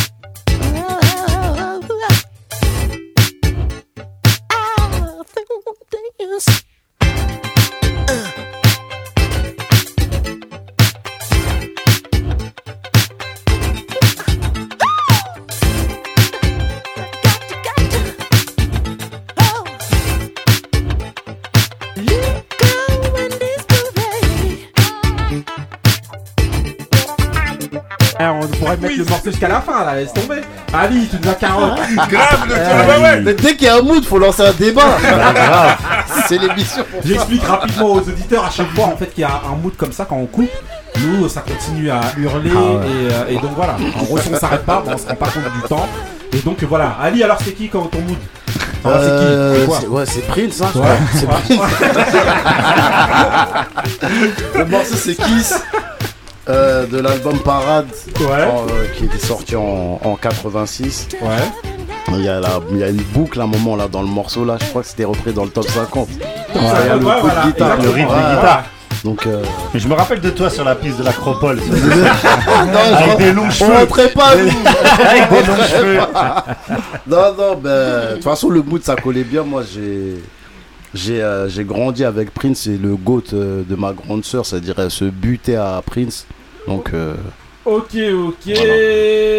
I feel dance. Eh, on pourrait mettre le morceau jusqu'à la fin là, laisse tomber. Ali, tu nous as carotte. Grave, le Eh, ouais, ouais. Mais dès qu'il y a un mood, faut lancer un débat. C'est l'émission pour ça. J'explique rapidement aux auditeurs à chaque fois en fait qu'il y a un mood comme ça quand on coupe. Nous, ça continue à hurler Ah ouais. et, euh, et donc voilà. En gros, si on s'arrête pas, bon, on se rend pas compte du temps. Et donc voilà. Ali, alors c'est qui quand ton mood? Alors, c'est qui Euh, C'est quoi c'est- ouais, c'est Prince, hein. Ouais. C'est Prince. Le morceau, c'est Kiss. Euh, de l'album Parade, Ouais. en, euh, qui était sorti en, en quatre-vingt-six. Ouais. Il y, a la- il y a une boucle à un moment là dans le morceau là, je crois que c'était repris dans le top cinquante. Ouais, Il y a le ouais, coup voilà, de guitare, exactement. Le rythme de Ouais. guitare. Donc euh... Mais je me rappelle de toi sur la piste de l'Acropole. non, Avec je- des longs on cheveux. rentrait pas nous. Avec des longs cheveux. Non, non, ben, de toute façon, le mood ça collait bien. Moi, j'ai j'ai euh, j'ai grandi avec Prince et le GOAT euh, de ma grande sœur, c'est-à-dire elle se butait à Prince. Donc, euh, Ok, ok.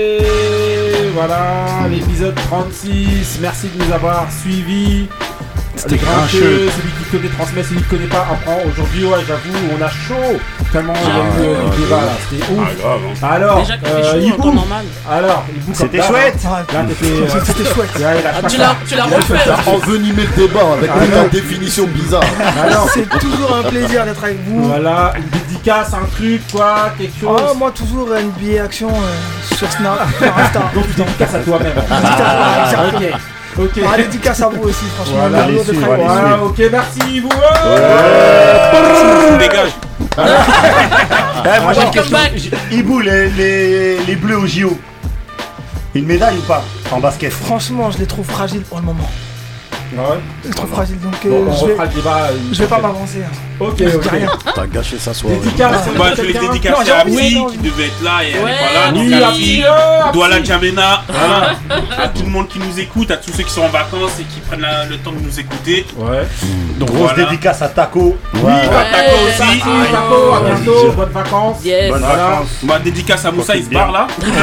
Voilà, l'épisode trente-six. Merci de nous avoir suivis. les grincheux, celui qui connaît transmet, celui qui connaît pas apprend. Aujourd'hui, ouais, j'avoue, on a chaud. Tellement il y a eu euh, le débat là, c'était ouf. Ah, grave, hein. Alors, Déjà qu'il fait euh, chaud, Ibou. encore normal. Alors, Ibou, C'était comme chouette. d'hab, hein. Là, t'étais, euh, C'était chouette. ouais, il a Ah, pas tu ça. l'as tu l'as Il a refait. fait ça. Envenimer le débat avec Ah, ta non. définition bizarre. Alors, C'est toujours un plaisir d'être avec vous. voilà, une dédicace, un truc, quoi, quelque chose. Ah, moi, toujours N B A Action euh, sur Snap, sur Insta. Donc, tu dédicaces à toi-même. Ah, Ah, ok. Ok. Ah, dédicace à vous aussi, franchement. Voilà, Merci d'être allez avec suivre, moi. Voilà, ok, merci, vous. Dégage. Eh, moi j'ai une Welcome question. back. J- Ibou, les, les, les bleus au J O. Une médaille ou pas en basket? Franchement, je les trouve fragiles pour le moment. Ouais. Je les trouve fragiles, donc euh, Bon, on je vais, refera le débat. une je vais pas prochaine. m'avancer. hein. Ok, Je dis ok. rien. T'as gâché sa soirée. Dédicace. Moi, je voulais quelqu'un dédicacer Non, j'ai à envie, Abdi j'ai envie. qui devait être là et elle Ouais. n'est pas là. Donc, Oui, à Abdi, Abdi, euh, Douala Abdi. Djamena, à tout le monde qui nous écoute, à tous ceux qui sont en vacances et qui prennent la- le temps de nous écouter. Ouais. Donc Grosse voilà. dédicace à Taco. Oui, Ouais. Taco aussi. Taco, Taco, à bientôt, bonnes vacances. Yes. Bonnes Voilà. vacances. Bah, dédicace à Moussa, il se Profite barre là.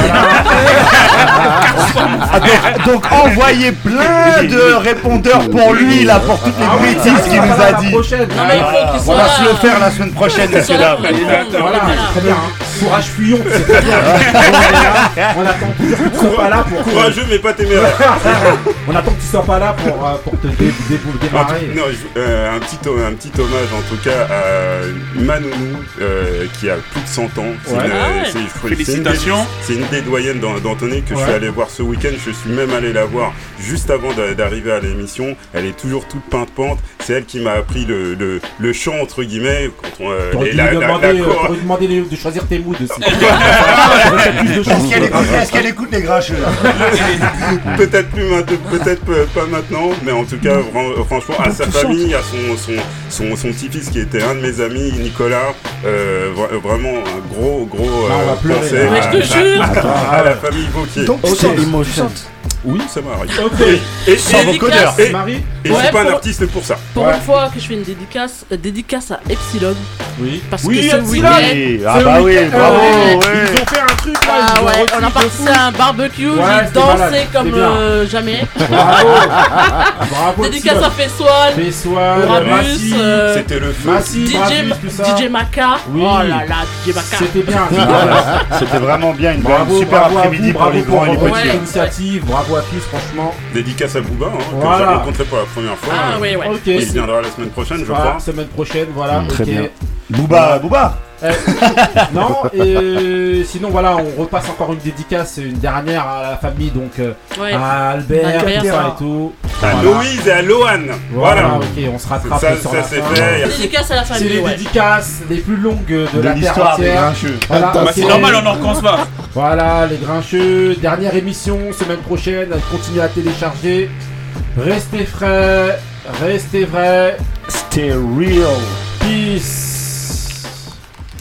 Ah, donc, donc envoyez plein de répondeurs pour lui là, pour toutes les Ah oui, bêtises qu'il nous a dit. Prochaine. Non, mais il faut qu'il On soit va là. se le faire la semaine prochaine, Qu'il soit monsieur là là. pour répondre. Voilà, Voilà. très bien. Hein. Courage fuyons, c'est très bien. On, est là, on attend toujours que tu sois pas là pour. Courageux mais pas téméraire. On attend que tu sois pas là pour, euh, pour te dé- dé- En tout- démarrer. non, je- euh, un, petit, un petit hommage en tout cas à Manounou euh, qui a plus de cent ans. C'est Ouais. une- Ah ouais. c'est- c'est une des- Félicitations. C'est une des doyennes d'An- d'Anthony que je Ouais. suis allé voir ce week-end. Je suis même allé la voir juste avant d'a- d'arriver à l'émission. Elle est toujours toute peinte-pente. C'est elle qui m'a appris le, le, le chant entre guillemets. Quand on, euh, T'aurais et dû la- lui la- demander, la euh, chor- t'aurais dû demander les- de choisir tes moods aussi. T'aurais plus de Est-ce chance. qu'elle écoute, est-ce qu'elle écoute les grincheux là? Peut-être plus maintenant, peut-être peu- pas maintenant, mais en tout cas, fran- franchement, à sa famille, à son, son, son, son petit-fils qui était un de mes amis, Nicolas, euh, vra- vraiment un gros, gros Ah, on va euh, pleurer, pensée là. Mais je te jure. à, à la famille Vauquier. Donc, tu Ok, chantes, tu emotion. chantes. Oui, ça m'arrive. Ok. Et, et, Sans et- vocodeur. et- Marie. et je Ouais, suis pas un pour- artiste pour ça. Pour Ouais. une fois que je fais une dédicace, euh, dédicace à Epsilon. Oui. Parce Oui, que ce Epsilon. week-end. Oui, ah C'est bah le oui, week-end, bravo, euh, ouais. Ils ont fait un truc là. Ah ils ont ouais, repris on a de parti fou. à un barbecue, Ouais, j'ai c'était dansé malade, comme c'était bien. euh, jamais. Bravo. Bravo. Dédicace Epsilon. à Fessoal, Fessoal, Ramus, Massy, euh, C'était le feu. Massy, D J, Bravis, tout ça. D J Maka. Oui. Oh là là, D J Maka. C'était bien. C'était vraiment bien, une bonne Bravo, super bravo à après-midi vous, pour bravo les grands et les pour petits. votre Ouais. initiative, bravo à tous, franchement. Dédicace à Bouba, hein, que Voilà. j'ai rencontré pour la première fois. Ah ouais, ouais. Ok. Il viendra la semaine prochaine, je Voilà, crois. semaine prochaine, voilà. Très ok. bien. Booba, Booba. Euh, non, et sinon voilà, on repasse encore une dédicace, une dernière à la famille, donc euh, Ouais. à Albert, Albert. tout ça et tout. À Voilà. Louise et à Loane. Voilà, Voilà. ok, on se rattrape Ça, sur ça la c'est fin. fait. Dédicace à la C'est famille, les ouais. dédicaces les plus longues de, De la terre l'histoire des entière. grincheux. Voilà, Bah, ok. c'est normal, on en recommence pas. Voilà, les grincheux, dernière émission, semaine prochaine, continuez à télécharger. Restez frais, restez vrais, Stay real. peace.